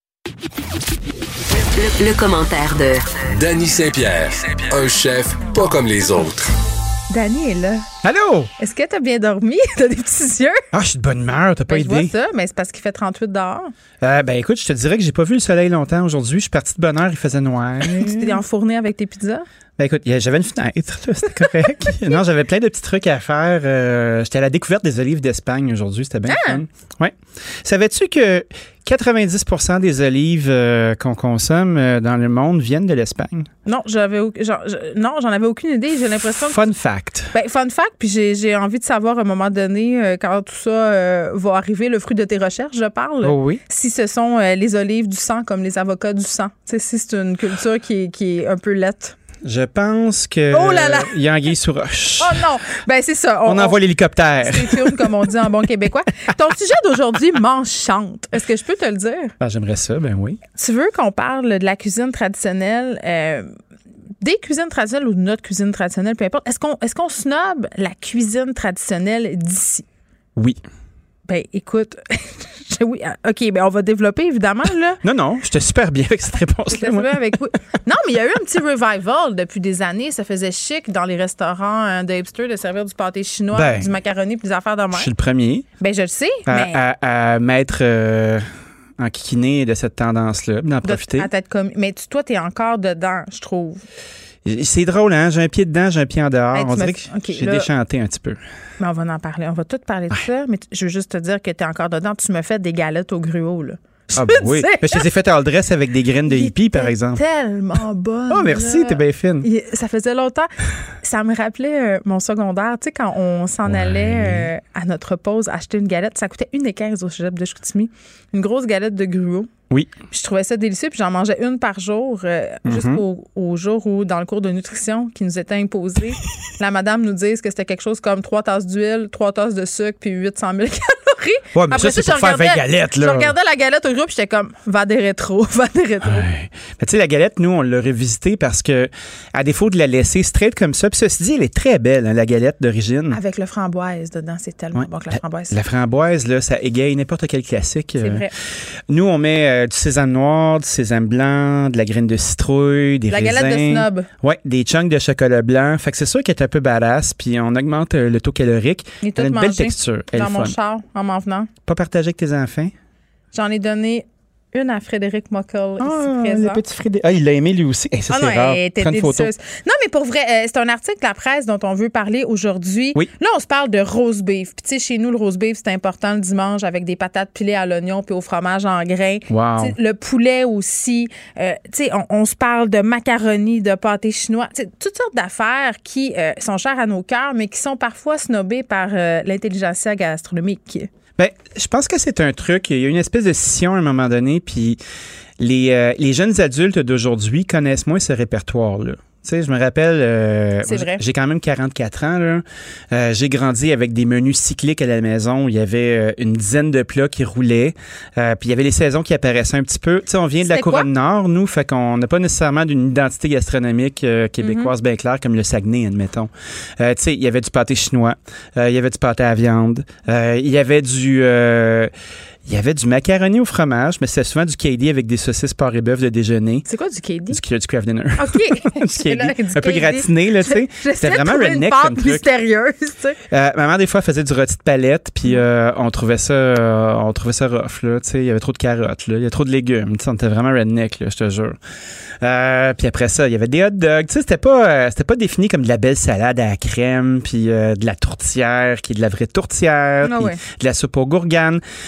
Le, le commentaire de Dany Saint-Pierre, un chef pas comme les autres. Dany est là. Allô? Est-ce que t'as bien dormi? T'as des petits yeux? Ah, je suis de bonne humeur, t'as pas ben, idée. Je vois ça, mais c'est parce qu'il fait trente-huit dehors. Euh, ben écoute, je te dirais que j'ai pas vu le soleil longtemps aujourd'hui. Je suis parti de bonne heure, il faisait noir. Tu t'es enfourné avec tes pizzas? Ben écoute, j'avais une fenêtre, là, c'était correct. Non, j'avais plein de petits trucs à faire. Euh, j'étais à la découverte des olives d'Espagne aujourd'hui, c'était bien ah! fun. Ouais. Savais-tu que quatre-vingt-dix pour cent des olives euh, qu'on consomme euh, dans le monde viennent de l'Espagne? Non, j'avais au... genre, je... non, j'en avais aucune idée. J'ai l'impression que... Fun fact. Ben, fun fact, puis j'ai, j'ai envie de savoir à un moment donné, euh, quand tout ça euh, va arriver, le fruit de tes recherches, je parle. Oh oui. Si ce sont euh, les olives du sang, comme les avocats du sang. Tu sais, si c'est une culture qui est, qui est un peu lette. Je pense que oh là là! Il y a anguille sous roche. Oh non! Ben c'est ça. On, on envoie on, l'hélicoptère. C'est une, comme on dit en bon québécois. Ton sujet d'aujourd'hui m'enchante. Est-ce que je peux te le dire? Ben, j'aimerais ça, ben oui. Tu veux qu'on parle de la cuisine traditionnelle, euh, des cuisines traditionnelles ou de notre cuisine traditionnelle, peu importe. Est-ce qu'on, est-ce qu'on snobe la cuisine traditionnelle d'ici? Oui. Ben, écoute, oui, OK, ben on va développer, évidemment, là. Non, non, j'étais super bien avec cette réponse-là. Moi. Avec... Non, mais il y a eu un petit revival depuis des années. Ça faisait chic dans les restaurants hein, de hipster de servir du pâté chinois, ben, du macaroni puis des affaires de mer. Je suis le premier. Ben, je le sais, à, mais... À, à mettre euh, en kikiné de cette tendance-là, d'en profiter. À tête comme... Mais tu, toi, t'es encore dedans, je trouve. C'est drôle, hein? J'ai un pied dedans, j'ai un pied en dehors. Hey, on dirait me... que okay, j'ai là... déchanté un petit peu. Mais on va en parler. On va tout parler de ça. Mais je veux juste te dire que tu es encore dedans. Tu me fais des galettes au gruau, là. Ah ben oui. Mais je les ai faites all dress avec des graines de hippie, par exemple. Tellement bonne. Oh, merci, là. T'es bien fine. Il, ça faisait longtemps. Ça me rappelait euh, mon secondaire. Tu sais, quand on s'en ouais. allait euh, à notre pause acheter une galette, ça coûtait une quinze au cégep de Chicoutimi. Une grosse galette de gruau. Oui. Puis je trouvais ça délicieux. Puis j'en mangeais une par jour euh, mm-hmm. jusqu'au au jour où, dans le cours de nutrition qui nous était imposé, la madame nous dise que c'était quelque chose comme trois tasses d'huile, trois tasses de sucre puis huit cent mille calories. Ouais, mais après ça, c'est pour faire vingt galettes, là. Je regardais la galette au groupe, j'étais comme, va des rétros, va des rétros. Ouais. Mais tu sais, la galette, nous, on l'a revisitée parce que, à défaut de la laisser straight comme ça, puis ceci dit, elle est très belle, hein, la galette d'origine. Avec le framboise dedans, c'est tellement ouais. bon que la framboise. La, la framboise, là, ça égaye n'importe quel classique. C'est euh. vrai. Nous, on met euh, du sésame noir, du sésame blanc, de la graine de citrouille, des la raisins. La galette de snob. Oui, des chunks de chocolat blanc. Fait que c'est sûr qu'elle est un peu badass, puis on augmente euh, le taux calorique. Elle a une belle texture. Elle dans est mon fun. char, en m'en venant. Pas partagé avec tes enfants? J'en ai donné une à Frédéric Mockel, ah, ici présent. Le petit Frédéric. Ah, il l'a aimé lui aussi. Hey, ça, ah c'est non, rare. Elle était Prends une photo. Non, mais pour vrai, euh, c'est un article de la presse dont on veut parler aujourd'hui. Oui. Là, on se parle de roast beef. Puis, tu sais, chez nous, le roast beef, c'est important le dimanche avec des patates pilées à l'oignon puis au fromage en grains. Wow. T'sais, le poulet aussi. Euh, tu sais, on, on se parle de macaroni, de pâté chinois. T'sais, toutes sortes d'affaires qui euh, sont chères à nos cœurs, mais qui sont parfois snobées par euh, l'intelligentsia gastronomique. Bien, je pense que c'est un truc. Il y a une espèce de scission à un moment donné, puis les, euh, les jeunes adultes d'aujourd'hui connaissent moins ce répertoire-là. Tu sais, je me rappelle, euh, c'est vrai. J'ai quand même quarante-quatre ans, là. Euh, j'ai grandi avec des menus cycliques à la maison où il y avait euh, une dizaine de plats qui roulaient. Euh, puis il y avait les saisons qui apparaissaient un petit peu. Tu sais, on vient de C'était la couronne quoi? nord, nous, fait qu'on n'a pas nécessairement d'une identité gastronomique euh, québécoise mm-hmm. bien claire comme le Saguenay, admettons. Euh, tu sais, il y avait du pâté chinois, euh, il y avait du pâté à viande, euh, il y avait du... Euh, Il y avait du macaroni au fromage, mais c'était souvent du K D avec des saucisses porc et bœuf de déjeuner. C'est quoi du K D? Du, du craft dinner. OK. du K D. Là, du un peu K D. gratiné, là, tu sais. C'était vraiment redneck comme truc. Mystérieuse, tu sais. Euh, maman, des fois, faisait du rôti de palette, puis euh, on trouvait ça euh, on trouvait ça rough, là, tu sais. Il y avait trop de carottes, là. Il y avait trop de légumes. Tu sais, on était vraiment redneck, là, je te jure. Euh, puis après ça, il y avait des hot dogs. Tu sais, c'était pas, euh, c'était pas défini comme de la belle salade à la crème, puis euh, de la tourtière, qui est de la vraie tourtière, ah puis ouais. de la soupe aux gourganes. Puis tout ça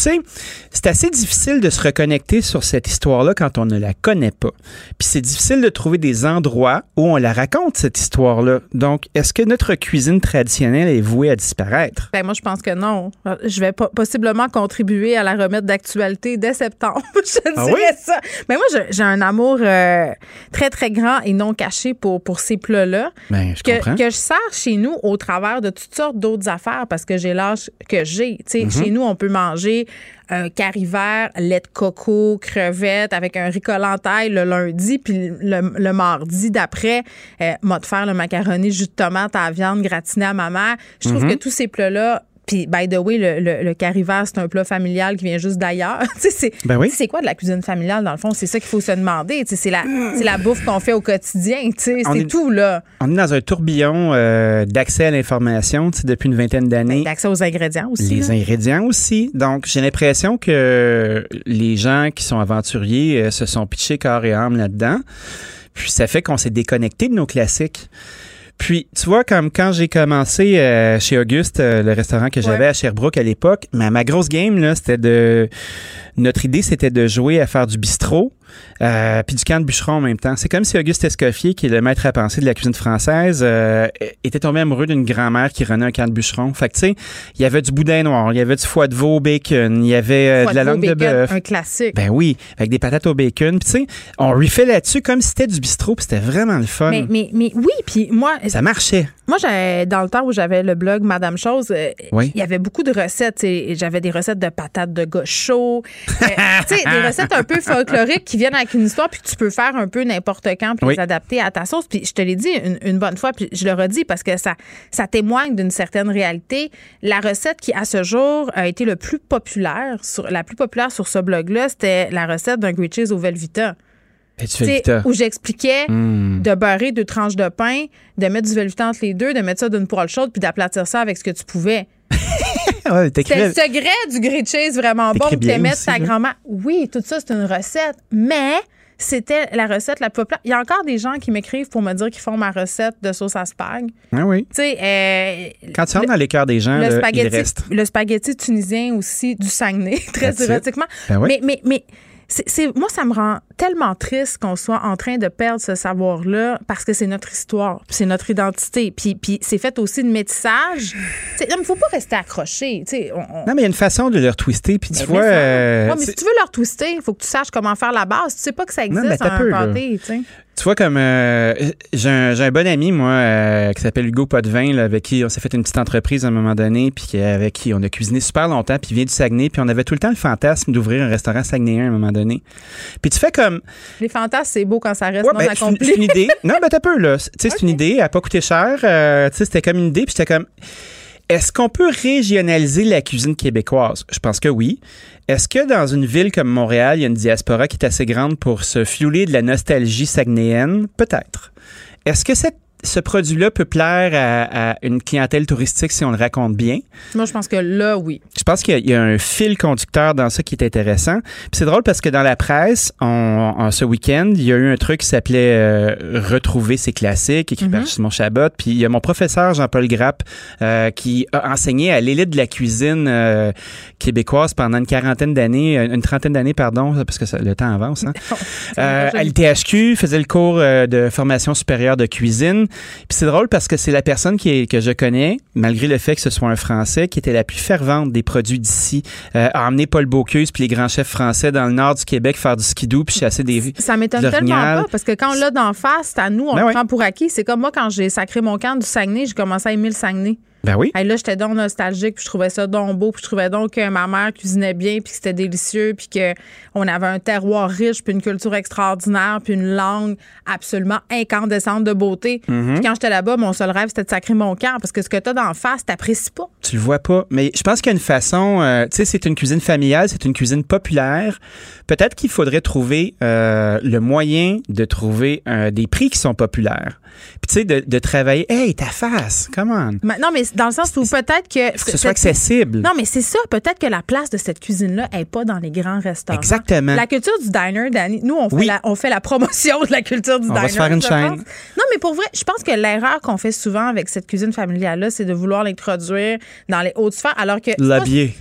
sais, c'est assez difficile de se reconnecter sur cette histoire-là quand on ne la connaît pas. Puis c'est difficile de trouver des endroits où on la raconte, cette histoire-là. Donc, est-ce que notre cuisine traditionnelle est vouée à disparaître? Ben moi, je pense que non. Je vais po- possiblement contribuer à la remettre d'actualité dès septembre. je ah dirais oui? ça. Mais moi, je, j'ai un amour euh, très, très grand et non caché pour, pour ces plats-là. Ben, je que, comprends. que je sers chez nous au travers de toutes sortes d'autres affaires parce que j'ai l'âge que j'ai. Tu sais, Mm-hmm. Chez nous, on peut manger un curry vert, lait de coco, crevettes avec un riz collantail le lundi, puis le, le mardi d'après, euh, m'a de faire le macaroni jus de tomate à la viande gratinée à ma mère. Je trouve Mm-hmm. que tous ces plats-là, puis, by the way, le, le, le curry vert, c'est un plat familial qui vient juste d'ailleurs. Tu sais, c'est, Ben oui. c'est quoi de la cuisine familiale, dans le fond? C'est ça qu'il faut se demander. Tu sais, C'est la, c'est la bouffe qu'on fait au quotidien. Tu sais, On C'est est- tout, là. On est dans un tourbillon euh, d'accès à l'information tu sais, depuis une vingtaine d'années. D'accès aux ingrédients aussi. Les là. ingrédients aussi. Donc, j'ai l'impression que les gens qui sont aventuriers euh, se sont pitchés corps et âme là-dedans. Puis, ça fait qu'on s'est déconnecté de nos classiques. Puis, tu vois, comme quand j'ai commencé euh, chez Auguste, euh, le restaurant que j'avais Ouais. à Sherbrooke à l'époque, ma, ma grosse game, là, c'était de... Notre idée, c'était de jouer à faire du bistrot euh, puis du camp de bûcheron en même temps. C'est comme si Auguste Escoffier, qui est le maître à penser de la cuisine française, euh, était tombé amoureux d'une grand-mère qui renait un camp de bûcheron. Fait que, tu sais, il y avait du boudin noir, il y avait du foie de veau au bacon, il y avait euh, Foie de la veau langue de bacon, bœuf. un classique. Ben oui, avec des patates au bacon. Puis, tu sais, on refait là-dessus comme si c'était du bistrot, puis c'était vraiment le fun. Mais, mais, mais oui, puis moi... Ça marchait. Moi, j'avais, dans le temps où j'avais le blog Madame Chose, euh, Oui. il y avait beaucoup de recettes. tu sais, J'avais des recettes de patates de gars chauds. Euh, tu sais, des recettes un peu folkloriques qui viennent avec une histoire puis que tu peux faire un peu n'importe quand puis Oui. les adapter à ta sauce. Puis je te l'ai dit une, une bonne fois, puis je le redis parce que ça, ça témoigne d'une certaine réalité. La recette qui, à ce jour, a été le plus populaire, sur, la plus populaire sur ce blog-là, c'était la recette d'un grilled cheese au Velveeta. Et tu Tu sais, fais où j'expliquais Mm. de beurrer deux tranches de pain, de mettre du Velveeta entre les deux, de mettre ça d'une poêle chaude puis d'aplatir ça avec ce que tu pouvais. Ouais, C'est le secret du grilled cheese vraiment bon T'écris que bien tu mettre aussi, ta là. grand-mère. Oui, tout ça, c'est une recette, mais c'était la recette la plus populaire. Il y a encore des gens qui m'écrivent pour me dire qu'ils font ma recette de sauce à spag. Ah oui. Tu sais, euh, Quand tu rentres le- dans les cœurs des gens, le là, il spaghetti, reste. le spaghetti tunisien aussi du Saguenay, très That's it. érotiquement. Ben oui. Mais, mais, mais c'est, c'est- moi, ça me rend tellement triste qu'on soit en train de perdre ce savoir-là parce que c'est notre histoire, puis c'est notre identité. Puis, puis c'est fait aussi de métissage. Tu sais, non, mais il ne faut pas rester accroché. Tu sais, on- on- Non, mais il y a une façon de le twister, puis tu mais vois... ça. euh, Ouais, mais tu- si tu veux leur twister, il faut que tu saches comment faire la base. Tu sais pas que ça Non, existe mais t'as un peu, là. pâté, tu sais. Tu vois, comme euh, j'ai, un, j'ai un bon ami, moi, euh, qui s'appelle Hugo Potvin, là, avec qui on s'est fait une petite entreprise à un moment donné, puis qui- avec qui on a cuisiné super longtemps, puis il vient du Saguenay, puis on avait tout le temps le fantasme d'ouvrir un restaurant saguenayen à un moment donné. Puis tu fais comme... Les fantasmes, c'est beau quand ça reste Ouais, non ben, c'est une- accompli. c'est une idée. Non, ben t'as peu, là. Tu sais, c'est une idée, elle n'a pas coûté cher. euh, tu sais, c'était comme une idée, puis j'étais comme... Est-ce qu'on peut régionaliser la cuisine québécoise? Je pense que oui. Est-ce que dans une ville comme Montréal, il y a une diaspora qui est assez grande pour se fiouler de la nostalgie saguenéenne? Peut-être. Est-ce que cette, ce produit-là peut plaire à, à une clientèle touristique si on le raconte bien? Moi, je pense que là, oui. Je pense qu'il y a, il y a un fil conducteur dans ça qui est intéressant. Puis c'est drôle parce que dans la presse, on, en ce week-end, il y a eu un truc qui s'appelait euh, Retrouver ses classiques, écrit par Mhm. Simon Chabot. Puis il y a mon professeur Jean-Paul Grappe euh, qui a enseigné à l'élite de la cuisine euh, québécoise pendant une quarantaine d'années, une trentaine d'années, pardon, parce que ça, le temps avance. Hein? Euh, à l'I T H Q, faisait le cours euh, de formation supérieure de cuisine. Puis c'est drôle parce que c'est la personne qui est, que je connais, malgré le fait que ce soit un Français, qui était la plus fervente des produits d'ici, euh, a emmené Paul Bocuse puis les grands chefs français dans le nord du Québec faire du skidoo puis chasser des Ça m'étonne des tellement orignales. pas parce que quand on l'a d'en face, c'est à nous, on Ben le oui. prend pour acquis. C'est comme moi, quand j'ai sacré mon camp du Saguenay, j'ai commencé à aimer le Saguenay. Ben oui. Hey, là, j'étais donc nostalgique, puis je trouvais ça donc beau, puis je trouvais donc que ma mère cuisinait bien, puis que c'était délicieux, puis qu'on avait un terroir riche, puis une culture extraordinaire, puis une langue absolument incandescente de beauté. Mhm. Puis quand j'étais là-bas, mon seul rêve, c'était de sacrer mon camp, parce que ce que t'as d'en face, t'apprécies pas. Tu le vois pas. Mais je pense qu'il y a une façon, euh, tu sais, c'est une cuisine familiale, c'est une cuisine populaire. Peut-être qu'il faudrait trouver euh, le moyen de trouver euh, des prix qui sont populaires. Puis tu sais, de, de travailler, hey, ta face, come on. Mais non, mais dans le sens où peut-être que... Faut que ce soit accessible. Non, mais c'est ça. Peut-être que la place de cette cuisine-là n'est pas dans les grands restaurants. Exactement. La culture du diner, Dani, nous, on fait, Oui. la, on fait la promotion de la culture du On diner. va se faire une je chaîne. pense. Non, mais pour vrai, je pense que l'erreur qu'on fait souvent avec cette cuisine familiale-là, c'est de vouloir l'introduire dans les hautes sphères, alors que... c'est pas- L'habiller. Oui,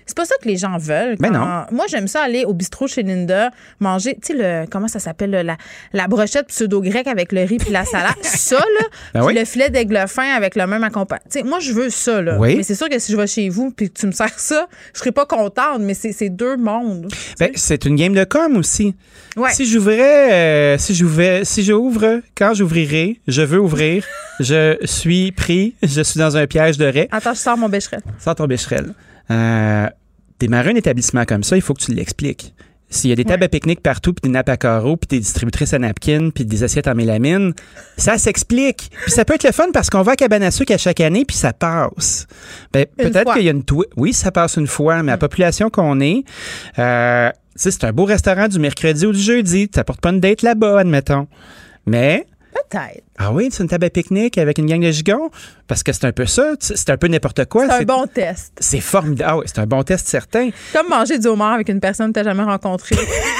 C'est pas ça que les gens veulent. Ben non. Moi, j'aime ça aller au bistrot chez Linda, manger, tu sais, le, comment ça s'appelle, là, la, la brochette pseudo-grecque avec le riz puis la salade. Ça, là, ben puis oui. le filet d'aigle fin avec le même accompagnement. Tu sais, moi, je veux ça, là. Oui. Mais c'est sûr que si je vais chez vous puis que tu me sers ça, je serais pas contente, mais c'est, c'est deux mondes. Ben, c'est une game de com aussi. Ouais. Si j'ouvrais, euh, si j'ouvrais, si j'ouvre, quand j'ouvrirai, je veux ouvrir, je suis pris, je suis dans un piège de raie. Attends, je sors mon bécherel. Sors ton bécherel. Euh, démarrer un établissement comme ça, il faut que tu l'expliques. S'il y a des tables ouais. à pique-nique partout, puis des nappes à carreaux, puis des distributrices à napkins, puis des assiettes en mélamine, ça s'explique. Puis ça peut être le fun parce qu'on va à Cabane à sucre à chaque année, puis ça passe. Ben, peut-être fois. qu'il y a une... Twi- oui, ça passe une fois, mais la population qu'on est... Euh, tu sais, c'est un beau restaurant du mercredi ou du jeudi. Tu n'apportes pas une date là-bas, admettons. Mais... Peut-être. Ah oui, c'est une table à pique-nique avec une gang de gigons? Parce que c'est un peu ça. C'est un peu n'importe quoi. C'est un c'est, bon test. C'est formidable. Ah oui, c'est un bon test certain. Comme manger du homard avec une personne que tu n'as jamais rencontrée.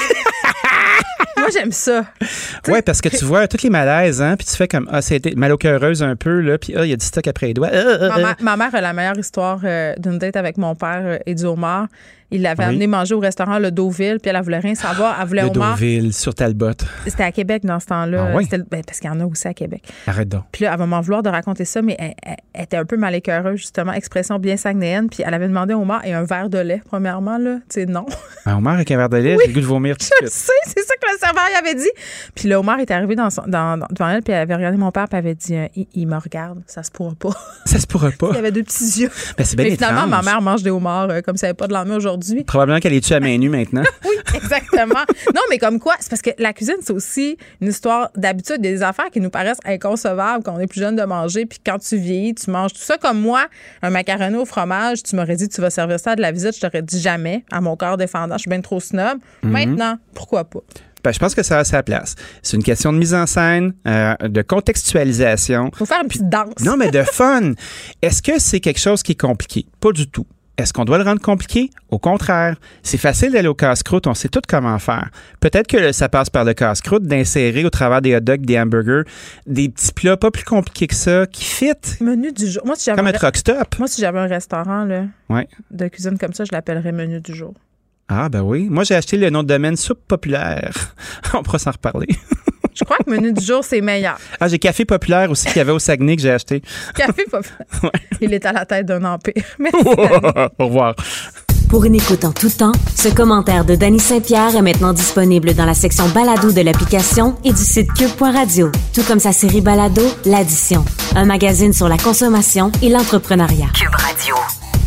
Moi, j'aime ça. Oui, parce que tu vois tous les malaises, hein, puis tu fais comme, ah, c'était mal au cœureuse un peu, là, puis ah, il y a du stock après les doigts. Euh, euh, ma, mère, ma mère a la meilleure histoire euh, d'une date avec mon père euh, et du homard. Il l'avait oui. amené manger au restaurant Le Deauville, puis elle, elle voulait rien savoir. Elle voulait Le homard. Deauville, sur Talbot. C'était à Québec dans ce temps-là. Ah oui? C'était, ben, parce qu'il y en a aussi à Québec. Arrête donc. Puis là, elle va m'en vouloir de raconter ça, mais elle, elle, elle était un peu mal écœureuse, justement, expression bien saguenayenne. Puis elle avait demandé au homard et un verre de lait, premièrement, là. Tu sais, non. Un homard avec un verre de lait, oui, j'ai le goût de vomir tout de suite. Je sais, c'est ça que le serveur y avait dit. Puis le homard est arrivé dans son, dans, dans, devant elle, puis elle avait regardé mon père, puis elle avait dit euh, il, il me regarde, ça se pourra pas. Ça se pourra pas. Il avait deux petits yeux. Ben, c'est bien mais finalement, étrange. ma mère mange des homards euh, comme si elle n'avait pas de lendemain aujourd'hui. Probablement qu'elle est tue à main nue maintenant. Oui, exactement. Non, mais comme quoi, c'est parce que la cuisine, c'est aussi une histoire d'habitude, des affaires qui nous paraissent inconcevables quand on est plus jeune de manger, puis quand tu vieillis, tu manges tout ça. Comme moi, un macaroni au fromage, tu m'aurais dit tu vas servir ça à de la visite, je t'aurais dit jamais, à mon corps défendant, je suis bien trop snob. Mm-hmm. Maintenant, pourquoi pas? Ben, je pense que ça a sa place. C'est une question de mise en scène, euh, de contextualisation. Faut faire une petite danse. Non, mais de fun. Est-ce que c'est quelque chose qui est compliqué? Pas du tout. Est-ce qu'on doit le rendre compliqué? Au contraire, c'est facile d'aller au casse-croûte, on sait tout comment faire. Peut-être que ça passe par le casse-croûte d'insérer au travers des hot dogs, des hamburgers, des petits plats pas plus compliqués que ça, qui fit. Menu du jour. Moi, si j'avais comme un re- truck stop. Moi, si j'avais un restaurant là, ouais. de cuisine comme ça, je l'appellerais menu du jour. Ah, ben oui. Moi, j'ai acheté le nom de domaine Soupe Populaire. On pourra s'en reparler. Je crois que menu du jour, c'est meilleur. Ah, j'ai Café Populaire aussi qu'il y avait au Saguenay que j'ai acheté. Café Populaire. Ouais. Il est à la tête d'un empire. Merci. Au revoir. Pour une écoute en tout temps, ce commentaire de Dany Saint-Pierre est maintenant disponible dans la section balado de l'application et du site cube point radio, tout comme sa série balado L'Addition, un magazine sur la consommation et l'entrepreneuriat. Cube Radio.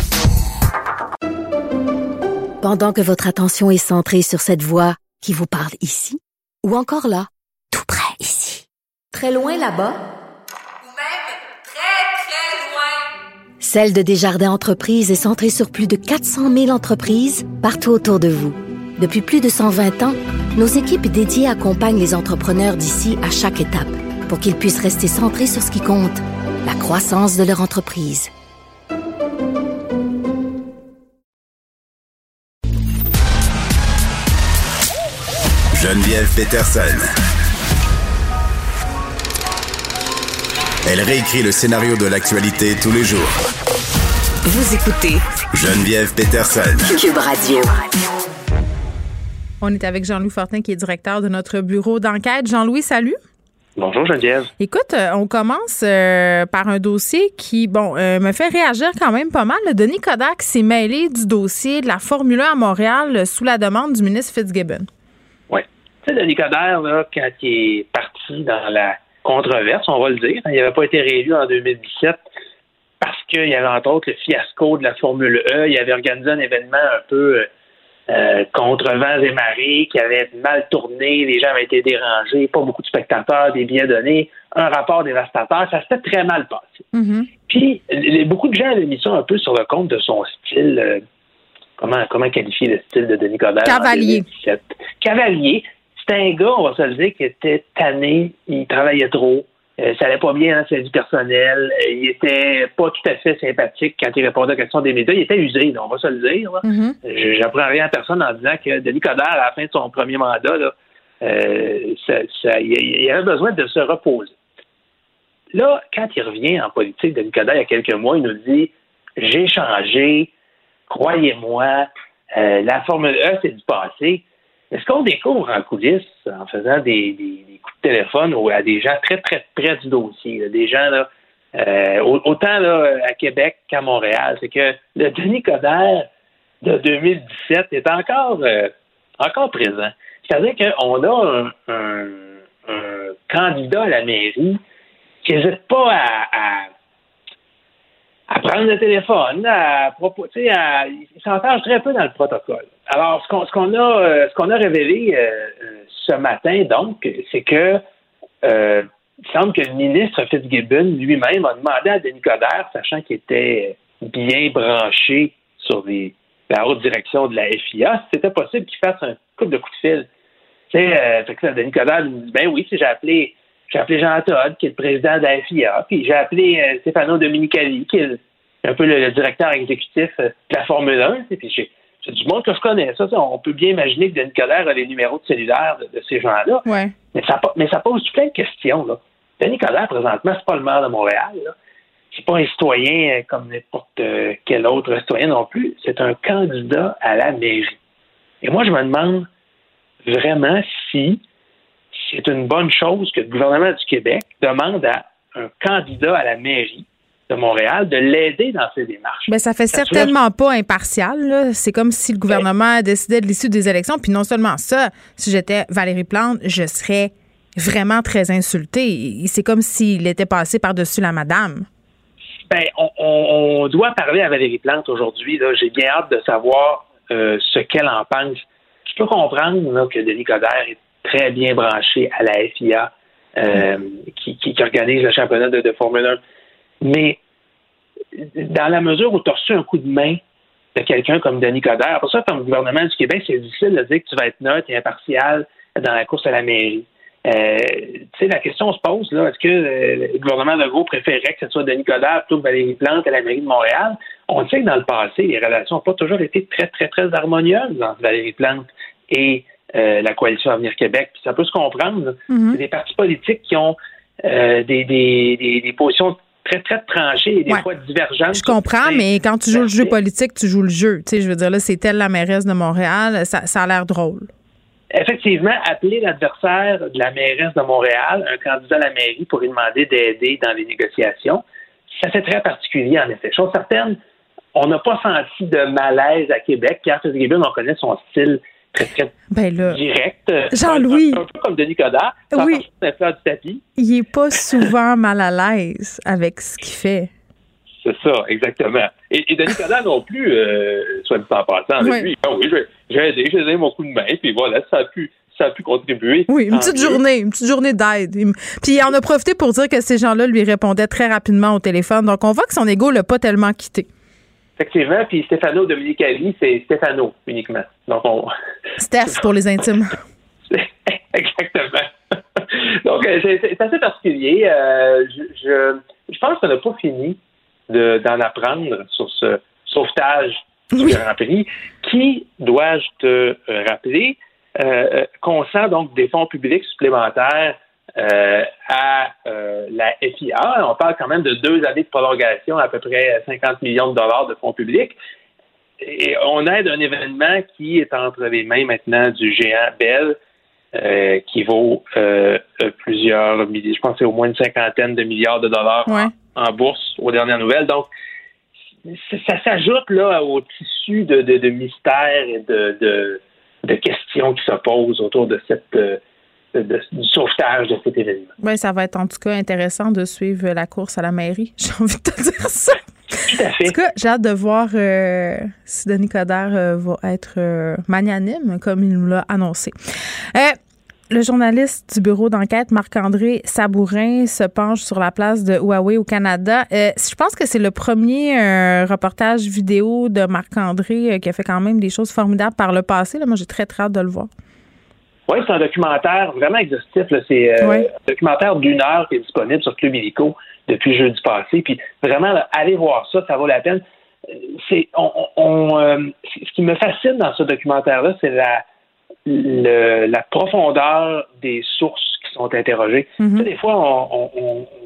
Pendant que votre attention est centrée sur cette voix qui vous parle ici, ou encore là, tout près ici, très loin là-bas, ou même très, très loin, celle de Desjardins Entreprises est centrée sur plus de quatre cent mille entreprises partout autour de vous. Depuis plus de cent vingt ans, nos équipes dédiées accompagnent les entrepreneurs d'ici à chaque étape pour qu'ils puissent rester centrés sur ce qui compte, la croissance de leur entreprise. Geneviève Peterson. Elle réécrit le scénario de l'actualité tous les jours. Vous écoutez Geneviève Peterson. Cube Radio. On est avec Jean-Louis Fortin, qui est directeur de notre bureau d'enquête. Jean-Louis, salut. Bonjour Geneviève. Écoute, on commence euh, par un dossier qui, bon, euh, me fait réagir quand même pas mal. Denis Coderre s'est mêlé du dossier de la Formule un à Montréal sous la demande du ministre Fitzgibbon. Oui. Tu sais, Denis Coderre, là, quand il est parti dans la controverse, on va le dire, il n'avait pas été réélu en deux mille dix-sept parce qu'il y avait entre autres le fiasco de la Formule E. Il avait organisé un événement un peu euh, contre vents et marées qui avait mal tourné, les gens avaient été dérangés, pas beaucoup de spectateurs, des billets donnés, un rapport dévastateur, ça s'était très mal passé. Mm-hmm. Puis, les, beaucoup de gens avaient mis ça un peu sur le compte de son style, euh, comment, comment qualifier le style de Denis Coderre Cavalier. en deux mille dix-sept? Cavalier. C'était un gars, on va se le dire, qui était tanné, il travaillait trop, euh, ça allait pas bien dans sa vie personnelle, euh, il était pas tout à fait sympathique quand il répondait aux questions des médias, il était usé, là, on va se le dire. Là. Mm-hmm. J'apprends rien à personne en disant que Denis Coderre, à la fin de son premier mandat, là, euh, ça, ça, il, il avait besoin de se reposer. Là, quand il revient en politique, Denis Coderre, il y a quelques mois, il nous dit « J'ai changé, croyez-moi, euh, la Formule E, c'est du passé. Mais ce qu'on découvre en coulisses, en faisant des, des, des coups de téléphone ou à des gens très, très près du dossier, là, des gens, là, euh, autant là, à Québec qu'à Montréal, c'est que le Denis Coderre de deux mille dix-sept est encore, euh, encore présent. C'est-à-dire qu'on a un, un, un candidat à la mairie qui n'hésite pas à, à, à prendre le téléphone, à proposer, à, il s'engage très peu dans le protocole. Alors, ce qu'on, ce qu'on a, euh, ce qu'on a révélé euh, ce matin, donc, c'est que euh, il semble que le ministre Fitzgibbon lui-même a demandé à Denis Coderre, sachant qu'il était bien branché sur les, la haute direction de la F I A, si c'était possible qu'il fasse un coup de coup de fil. Tu sais, euh, fait que là, Denis Coderre lui dit, ben oui, si j'ai appelé, j'ai appelé Jean Todt, qui est le président de la F I A, puis j'ai appelé euh, Stefano Domenicali, qui est le, un peu le, le directeur exécutif euh, de la Formule un, puis j'ai C'est du monde que je connais. Ça, ça, on peut bien imaginer que Denis Coderre a les numéros de cellulaire de, de ces gens-là. Ouais. Mais, ça, mais ça pose plein de questions. Là. Denis Coderre, présentement, c'est pas le maire de Montréal. Là. C'est pas un citoyen comme n'importe quel autre citoyen non plus. C'est un candidat à la mairie. Et moi, je me demande vraiment si c'est une bonne chose que le gouvernement du Québec demande à un candidat à la mairie de Montréal de l'aider dans ses démarches. Bien, ça fait ça certainement pas impartial. Là. C'est comme si le gouvernement décidait de l'issue des élections. Puis non seulement ça, si j'étais Valérie Plante, je serais vraiment très insultée. C'est comme s'il était passé par-dessus la madame. Bien, on, on, on doit parler à Valérie Plante aujourd'hui. Là. J'ai bien hâte de savoir euh, ce qu'elle en pense. Je peux comprendre là, que Denis Coderre est très bien branché à la F I A euh, qui, qui, qui organise le championnat de, de Formule un. Mais dans la mesure où tu as reçu un coup de main de quelqu'un comme Denis Coderre, pour ça, comme gouvernement du Québec, c'est difficile de dire que tu vas être neutre et impartial dans la course à la mairie. Euh, tu sais, la question se pose, là, est-ce que euh, le gouvernement Legault préférerait que ce soit Denis Coderre plutôt que Valérie Plante à la mairie de Montréal? On sait que dans le passé, les relations n'ont pas toujours été très, très, très harmonieuses entre Valérie Plante et euh, la Coalition Avenir Québec. Puis ça peut se comprendre. Mm-hmm. C'est des partis politiques qui ont euh, des, des, des, des positions très, très tranchées et des ouais. fois divergentes. Je comprends, mais quand tu joues le jeu politique, tu joues le jeu. Tu sais, je veux dire, là, c'est elle la mairesse de Montréal, ça, ça a l'air drôle. Effectivement, appeler l'adversaire de la mairesse de Montréal, un candidat à la mairie, pour lui demander d'aider dans les négociations, ça c'est très particulier, en effet. Chose certaine, on n'a pas senti de malaise à Québec. Pierre Fitzgibbon, on connaît son style très, très ben là, direct. Jean-Louis. Un, un peu comme Denis Coderre, sans oui. un fleur du tapis. Il n'est pas souvent mal à l'aise avec ce qu'il fait. C'est ça, exactement. Et, et Denis Coderre non plus, euh, soit dit en passant, avec oui. lui, ah oui, j'ai aidé, j'ai donné mon coup de main, puis voilà, ça a pu, ça a pu contribuer. Oui, une petite mieux. journée, une petite journée d'aide. Puis il en a profité pour dire que ces gens-là lui répondaient très rapidement au téléphone. Donc on voit que son ego l'a pas tellement quitté. Effectivement, puis Stefano Domenicali, c'est Stefano uniquement. Donc on... Steph pour les intimes. Exactement. Donc c'est, c'est assez particulier. Euh, je, je, je pense qu'on n'a pas fini De, d'en apprendre sur ce sauvetage du oui. Grand Prix, qui, dois-je te euh, rappeler, euh, consent donc des fonds publics supplémentaires euh, à euh, la F I A. On parle quand même de deux années de prolongation, à peu près cinquante millions de dollars de fonds publics. Et on aide un événement qui est entre les mains maintenant du géant Bell, euh, qui vaut euh, plusieurs milliers, je pense que c'est au moins une cinquantaine de milliards de dollars ouais. en, en bourse aux dernières nouvelles. Donc, ça s'ajoute là au tissu de, de, de mystères et de, de, de questions qui se posent autour de cette de, de, du sauvetage de cet événement. Oui, ça va être en tout cas intéressant de suivre la course à la mairie. J'ai envie de te dire ça. Tout à fait. En tout cas, j'ai hâte de voir euh, si Denis Coderre euh, va être euh, magnanime, comme il nous l'a annoncé. Euh, Le journaliste du bureau d'enquête, Marc-André Sabourin, se penche sur la place de Huawei au Canada. Euh, je pense que c'est le premier euh, reportage vidéo de Marc-André euh, qui a fait quand même des choses formidables par le passé. Là. Moi, j'ai très, très hâte de le voir. Oui, c'est un documentaire vraiment exhaustif. Là. C'est euh, oui. un documentaire d'une heure qui est disponible sur Club Illico depuis jeudi passé. Puis vraiment, là, allez voir ça, ça vaut la peine. C'est, on, on, euh, ce qui me fascine dans ce documentaire-là, c'est la Le, la profondeur des sources qui sont interrogées. Mm-hmm. Tu sais, des fois, on, on, on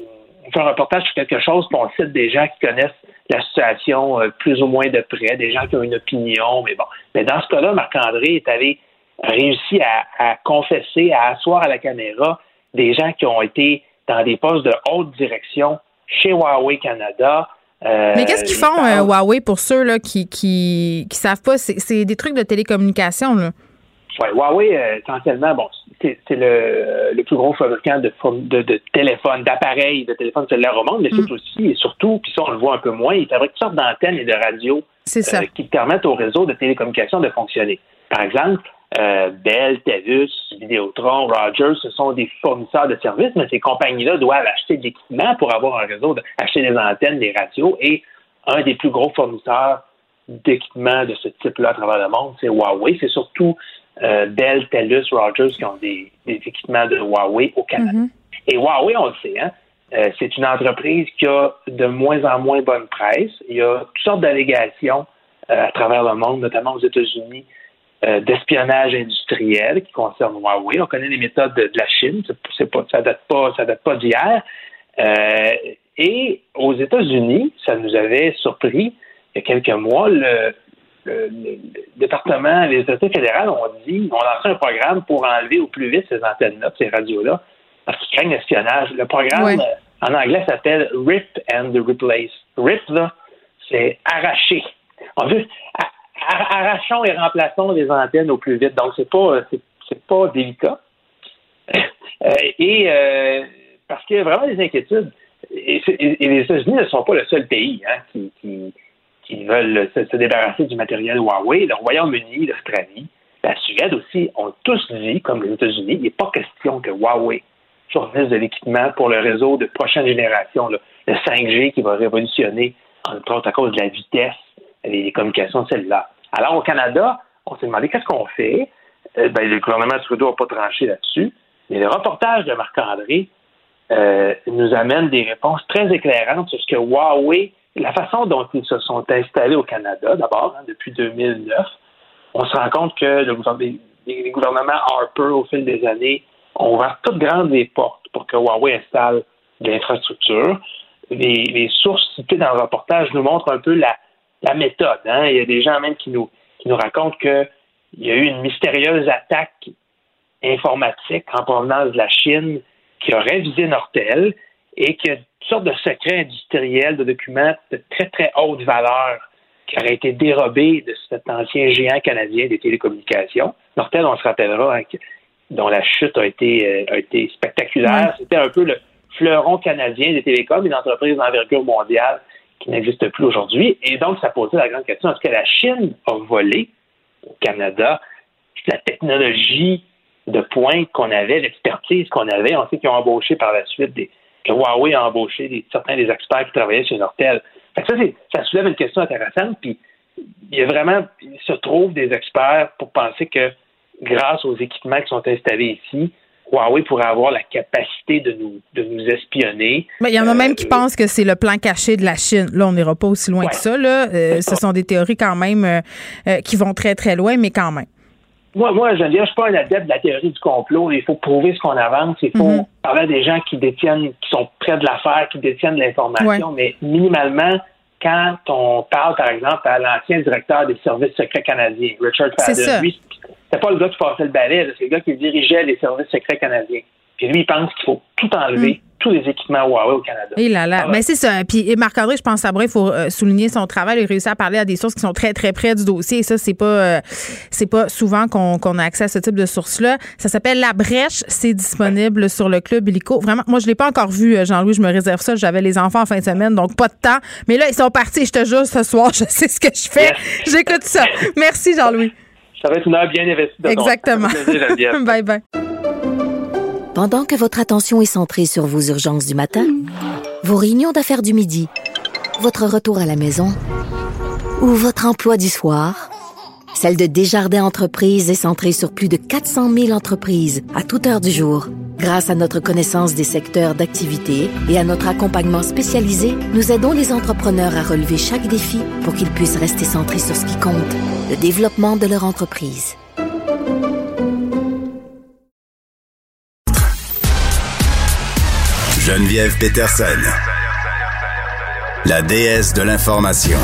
fait un reportage sur quelque chose, puis on cite des gens qui connaissent la situation euh, plus ou moins de près, des gens qui ont une opinion, mais bon. Mais dans ce cas-là, Marc-André est allé réussi à, à confesser, à asseoir à la caméra des gens qui ont été dans des postes de haute direction chez Huawei Canada. Euh, Mais qu'est-ce qu'ils font, euh, Huawei, pour ceux là, qui qui qui savent pas? C'est, c'est des trucs de télécommunication, là. Oui, Huawei, euh, essentiellement, bon, c'est, c'est le, le plus gros fabricant de, de, de téléphones, d'appareils, de téléphones cellulaires au monde, mais mm. c'est aussi, et surtout, puis ça, on le voit un peu moins, il fabrique toutes sortes d'antennes et de radios euh, qui permettent au réseau de télécommunications de fonctionner. Par exemple, euh, Bell, Telus, Vidéotron, Rogers, ce sont des fournisseurs de services, mais ces compagnies-là doivent acheter de l'équipement pour avoir un réseau, de, acheter des antennes, des radios, et un des plus gros fournisseurs d'équipements de ce type-là à travers le monde, c'est Huawei. C'est surtout euh, Bell, Telus, Rogers qui ont des, des équipements de Huawei au Canada. Mm-hmm. Et Huawei, on le sait, hein, euh, c'est une entreprise qui a de moins en moins bonne presse. Il y a toutes sortes d'allégations euh, à travers le monde, notamment aux États-Unis, euh, d'espionnage industriel qui concerne Huawei. On connaît les méthodes de, de la Chine, c'est, c'est pas, ça date pas, ça date pas d'hier. Euh, et aux États-Unis, ça nous avait surpris. Il y a quelques mois, le, le, le département, les autorités fédérales ont dit, ont lancé un programme pour enlever au plus vite ces antennes-là, ces radios-là, parce qu'ils craignent l'espionnage. Le programme, ouais. euh, en anglais, s'appelle Rip and Replace. Rip, là, c'est arracher. On veut arrachons et remplaçons les antennes au plus vite. Donc, c'est pas, c'est, c'est pas délicat. euh, et euh, parce qu'il y a vraiment des inquiétudes. Et, et, et les États-Unis ne sont pas le seul pays hein, qui, qui qui veulent se, se débarrasser du matériel Huawei. Le Royaume-Uni, l'Australie, la Suède aussi ont tous dit, comme les États-Unis, il n'est pas question que Huawei fournisse de l'équipement pour le réseau de prochaine génération, là, le cinq G qui va révolutionner, entre autres à cause de la vitesse des communications cellulaires. Alors, au Canada, on s'est demandé qu'est-ce qu'on fait. Euh, ben, le gouvernement Trudeau n'a pas tranché là-dessus. Mais le reportage de Marc-André euh, nous amène des réponses très éclairantes sur ce que Huawei, la façon dont ils se sont installés au Canada, d'abord, hein, depuis deux mille neuf, on se rend compte que le, les, les gouvernements Harper, au fil des années, ont ouvert toutes grandes les portes pour que Huawei installe de l'infrastructure. Les, les sources citées dans le reportage nous montrent un peu la, la méthode. Hein. Il y a des gens même qui nous, qui nous racontent qu'il y a eu une mystérieuse attaque informatique en provenance de la Chine qui aurait visé Nortel et qui a toutes sortes de secrets industriels, de documents de très, très haute valeur qui auraient été dérobés de cet ancien géant canadien des télécommunications. Nortel, on se rappellera, hein, dont la chute a été, euh, a été spectaculaire. C'était un peu le fleuron canadien des télécoms, une entreprise d'envergure mondiale qui n'existe plus aujourd'hui. Et donc, ça posait la grande question, est-ce que la Chine a volé au Canada la technologie de pointe qu'on avait, l'expertise qu'on avait? On sait qu'ils ont embauché par la suite des que Huawei a embauché des, certains des experts qui travaillaient chez Nortel. Fait que ça, c'est, ça soulève une question intéressante, puis il y a vraiment, il se trouve des experts pour penser que grâce aux équipements qui sont installés ici, Huawei pourrait avoir la capacité de nous, de nous espionner. Mais il y en a euh, même qui euh, pensent que c'est le plan caché de la Chine. Là, on n'ira pas aussi loin ouais. que ça. Là. Euh, ce sont des théories quand même euh, euh, qui vont très, très loin, mais quand même. Moi, moi, je ne suis pas un adepte de la théorie du complot. Il faut prouver ce qu'on avance. Il faut mm-hmm. parler à des gens qui détiennent, qui sont près de l'affaire, qui détiennent de l'information. Ouais. Mais minimalement, quand on parle, par exemple, à l'ancien directeur des services secrets canadiens, Richard Fadden, lui, c'est pas le gars qui passait le balai, c'est le gars qui dirigeait les services secrets canadiens. Puis lui, il pense qu'il faut tout enlever, mm. tous les équipements Huawei au Canada. Et là là, mais c'est ça. Puis Marc-André, je pense à vrai, il faut euh, souligner son travail. Il a réussi à parler à des sources qui sont très, très près du dossier. Et ça, c'est pas euh, c'est pas souvent qu'on, qu'on a accès à ce type de sources-là. Ça s'appelle La Brèche. C'est disponible sur le Club Illico. Vraiment, moi, je l'ai pas encore vu, Jean-Louis. Je me réserve ça. J'avais les enfants en fin de semaine, donc pas de temps. Mais là, ils sont partis. Je te jure, ce soir, je sais ce que je fais. Yes. J'écoute ça. Merci, Jean-Louis. Ça va être une heure bien investie. Exactement. Bye bye. Pendant que votre attention est centrée sur vos urgences du matin, vos réunions d'affaires du midi, votre retour à la maison ou votre emploi du soir, celle de Desjardins Entreprises est centrée sur plus de quatre cent mille entreprises à toute heure du jour. Grâce à notre connaissance des secteurs d'activité et à notre accompagnement spécialisé, nous aidons les entrepreneurs à relever chaque défi pour qu'ils puissent rester centrés sur ce qui compte, le développement de leur entreprise. Geneviève Peterson, la déesse de l'information.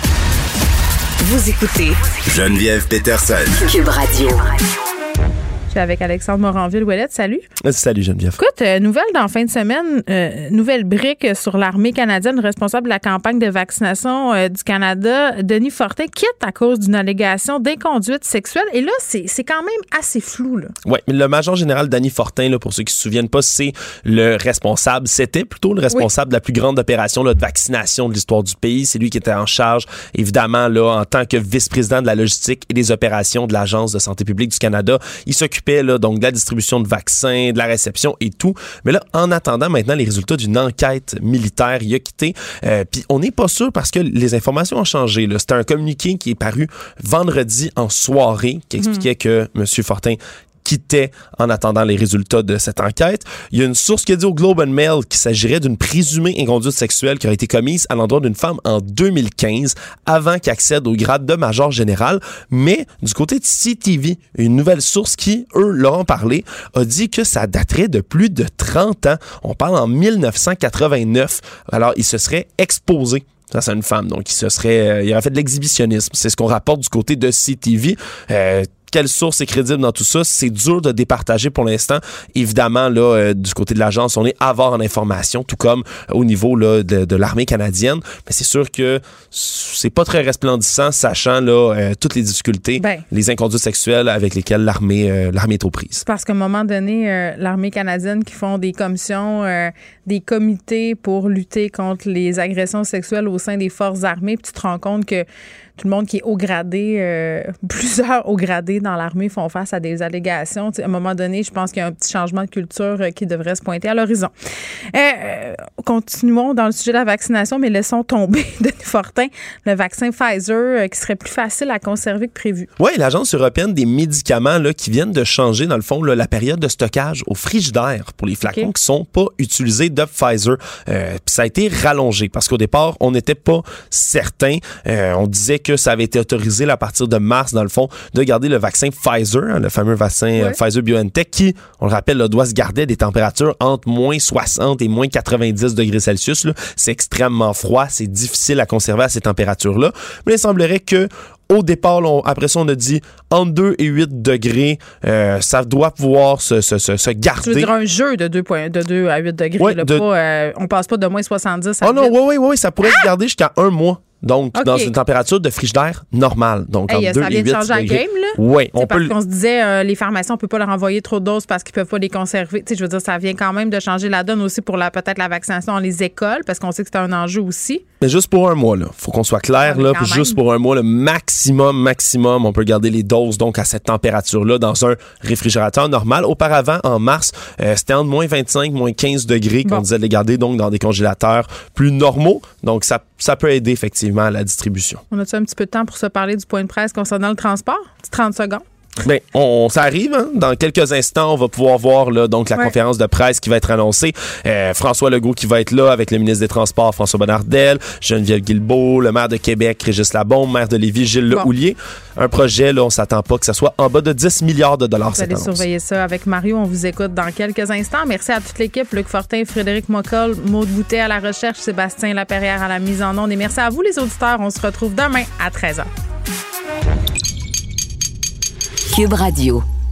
Vous écoutez Geneviève Peterson, Cube Radio. Je suis avec Alexandre Moranville-Ouellette. Salut. Salut Geneviève. Écoute, euh, nouvelle d'en fin de semaine, euh, nouvelle brique sur l'armée canadienne, responsable de la campagne de vaccination euh, du Canada, Denis Fortin, quitte à cause d'une allégation d'inconduite sexuelle. Et là, c'est, c'est quand même assez flou. Oui, mais le major général Denis Fortin, là, pour ceux qui ne se souviennent pas, c'est le responsable, c'était plutôt le responsable oui. de la plus grande opération là, de vaccination de l'histoire du pays. C'est lui qui était en charge, évidemment, là, en tant que vice-président de la logistique et des opérations de l'Agence de santé publique du Canada. Il s'occupait Là, donc de la distribution de vaccins, de la réception et tout. Mais là, en attendant maintenant les résultats d'une enquête militaire, il a quitté. Euh, Puis on n'est pas sûr parce que les informations ont changé. Là. C'était un communiqué qui est paru vendredi en soirée qui expliquait mmh. que M. Fortin quittait en attendant les résultats de cette enquête. Il y a une source qui a dit au Globe and Mail qu'il s'agirait d'une présumée inconduite sexuelle qui aurait été commise à l'endroit d'une femme en deux mille quinze, avant qu'elle accède au grade de major général. Mais du côté de C T V, une nouvelle source qui, eux, leur ont parlé, a dit que ça daterait de plus de trente ans. On parle en dix-neuf cent quatre-vingt-neuf. Alors, il se serait exposé. Ça, c'est une femme, donc il se serait, euh, il aurait fait de l'exhibitionnisme. C'est ce qu'on rapporte du côté de C T V. Euh, Quelle source est crédible dans tout ça? C'est dur de départager pour l'instant. Évidemment, là, euh, du côté de l'agence, on est avare en information, tout comme euh, au niveau là, de, de l'armée canadienne. Mais c'est sûr que c'est pas très resplendissant, sachant là, euh, toutes les difficultés, ben, les inconduites sexuelles avec lesquelles l'armée, euh, l'armée est aux prises. Parce qu'à un moment donné, euh, l'armée canadienne qui font des commissions, euh, des comités pour lutter contre les agressions sexuelles au sein des forces armées, puis tu te rends compte que tout le monde qui est haut gradé, euh, plusieurs hauts gradés dans l'armée font face à des allégations. T'sais, à un moment donné, je pense qu'il y a un petit changement de culture euh, qui devrait se pointer à l'horizon. Euh, continuons dans le sujet de la vaccination, mais laissons tomber Denis Fortin, le vaccin Pfizer euh, qui serait plus facile à conserver que prévu. Oui, l'Agence européenne des médicaments là, qui viennent de changer, dans le fond, là, la période de stockage au frigidaire pour les flacons okay. qui sont pas utilisés de Pfizer. Euh, puis ça a été rallongé parce qu'au départ, on n'était pas certain. Euh, on disait que ça avait été autorisé là, à partir de mars, dans le fond, de garder le vaccin Pfizer, hein, le fameux vaccin ouais. euh, Pfizer-BioNTech, qui, on le rappelle, là, doit se garder à des températures entre moins soixante et moins quatre-vingt-dix degrés Celsius. Là. C'est extrêmement froid, c'est difficile à conserver à ces températures-là. Mais il semblerait que au départ, là, on, après ça, on a dit entre deux et huit degrés, euh, ça doit pouvoir se, se, se, se garder. Tu veux dire un jeu de deux, de deux à huit degrés, ouais, là, de... pas, euh, on passe pas de moins soixante-dix à oh non, oui, oui, oui, ça pourrait ah! se garder jusqu'à un mois. Donc, okay. dans une température de frigidaire normale. Donc, hey, entre deux et huit degrés. Ça vient de changer la game, là? Oui. On parce peut... qu'on se disait, euh, les pharmaciens, on peut pas leur envoyer trop de doses parce qu'ils peuvent pas les conserver. T'sais, je veux dire, ça vient quand même de changer la donne aussi pour la, peut-être la vaccination dans les écoles, parce qu'on sait que c'est un enjeu aussi. Mais juste pour un mois, là. Faut qu'on soit clair, ah, là. Juste pour un mois, le maximum, maximum, on peut garder les doses, donc, à cette température-là, dans un réfrigérateur normal. Auparavant, en mars, euh, c'était entre moins vingt-cinq, moins quinze degrés qu'on bon. disait de les garder, donc, dans des congélateurs plus normaux. Donc, ça, ça peut aider, effectivement, à la distribution. On a-tu un petit peu de temps pour se parler du point de presse concernant le transport? trente secondes. Bien, on, ça arrive. Hein? Dans quelques instants, on va pouvoir voir là, donc, la ouais. conférence de presse qui va être annoncée. Euh, François Legault qui va être là avec le ministre des Transports, François Bonnardel, Geneviève Guilbeault, le maire de Québec, Régis Labaume, maire de Lévis, Gilles bon. Lehoulier. Un projet, là, on ne s'attend pas que ça soit en bas de dix milliards de dollars. Vous allez surveiller ça avec Mario. On vous écoute dans quelques instants. Merci à toute l'équipe. Luc Fortin, Frédéric Mocol, Maude Boutet à la recherche, Sébastien Laperrière à la mise en onde. Et merci à vous, les auditeurs. On se retrouve demain à treize heures. Cube Radio.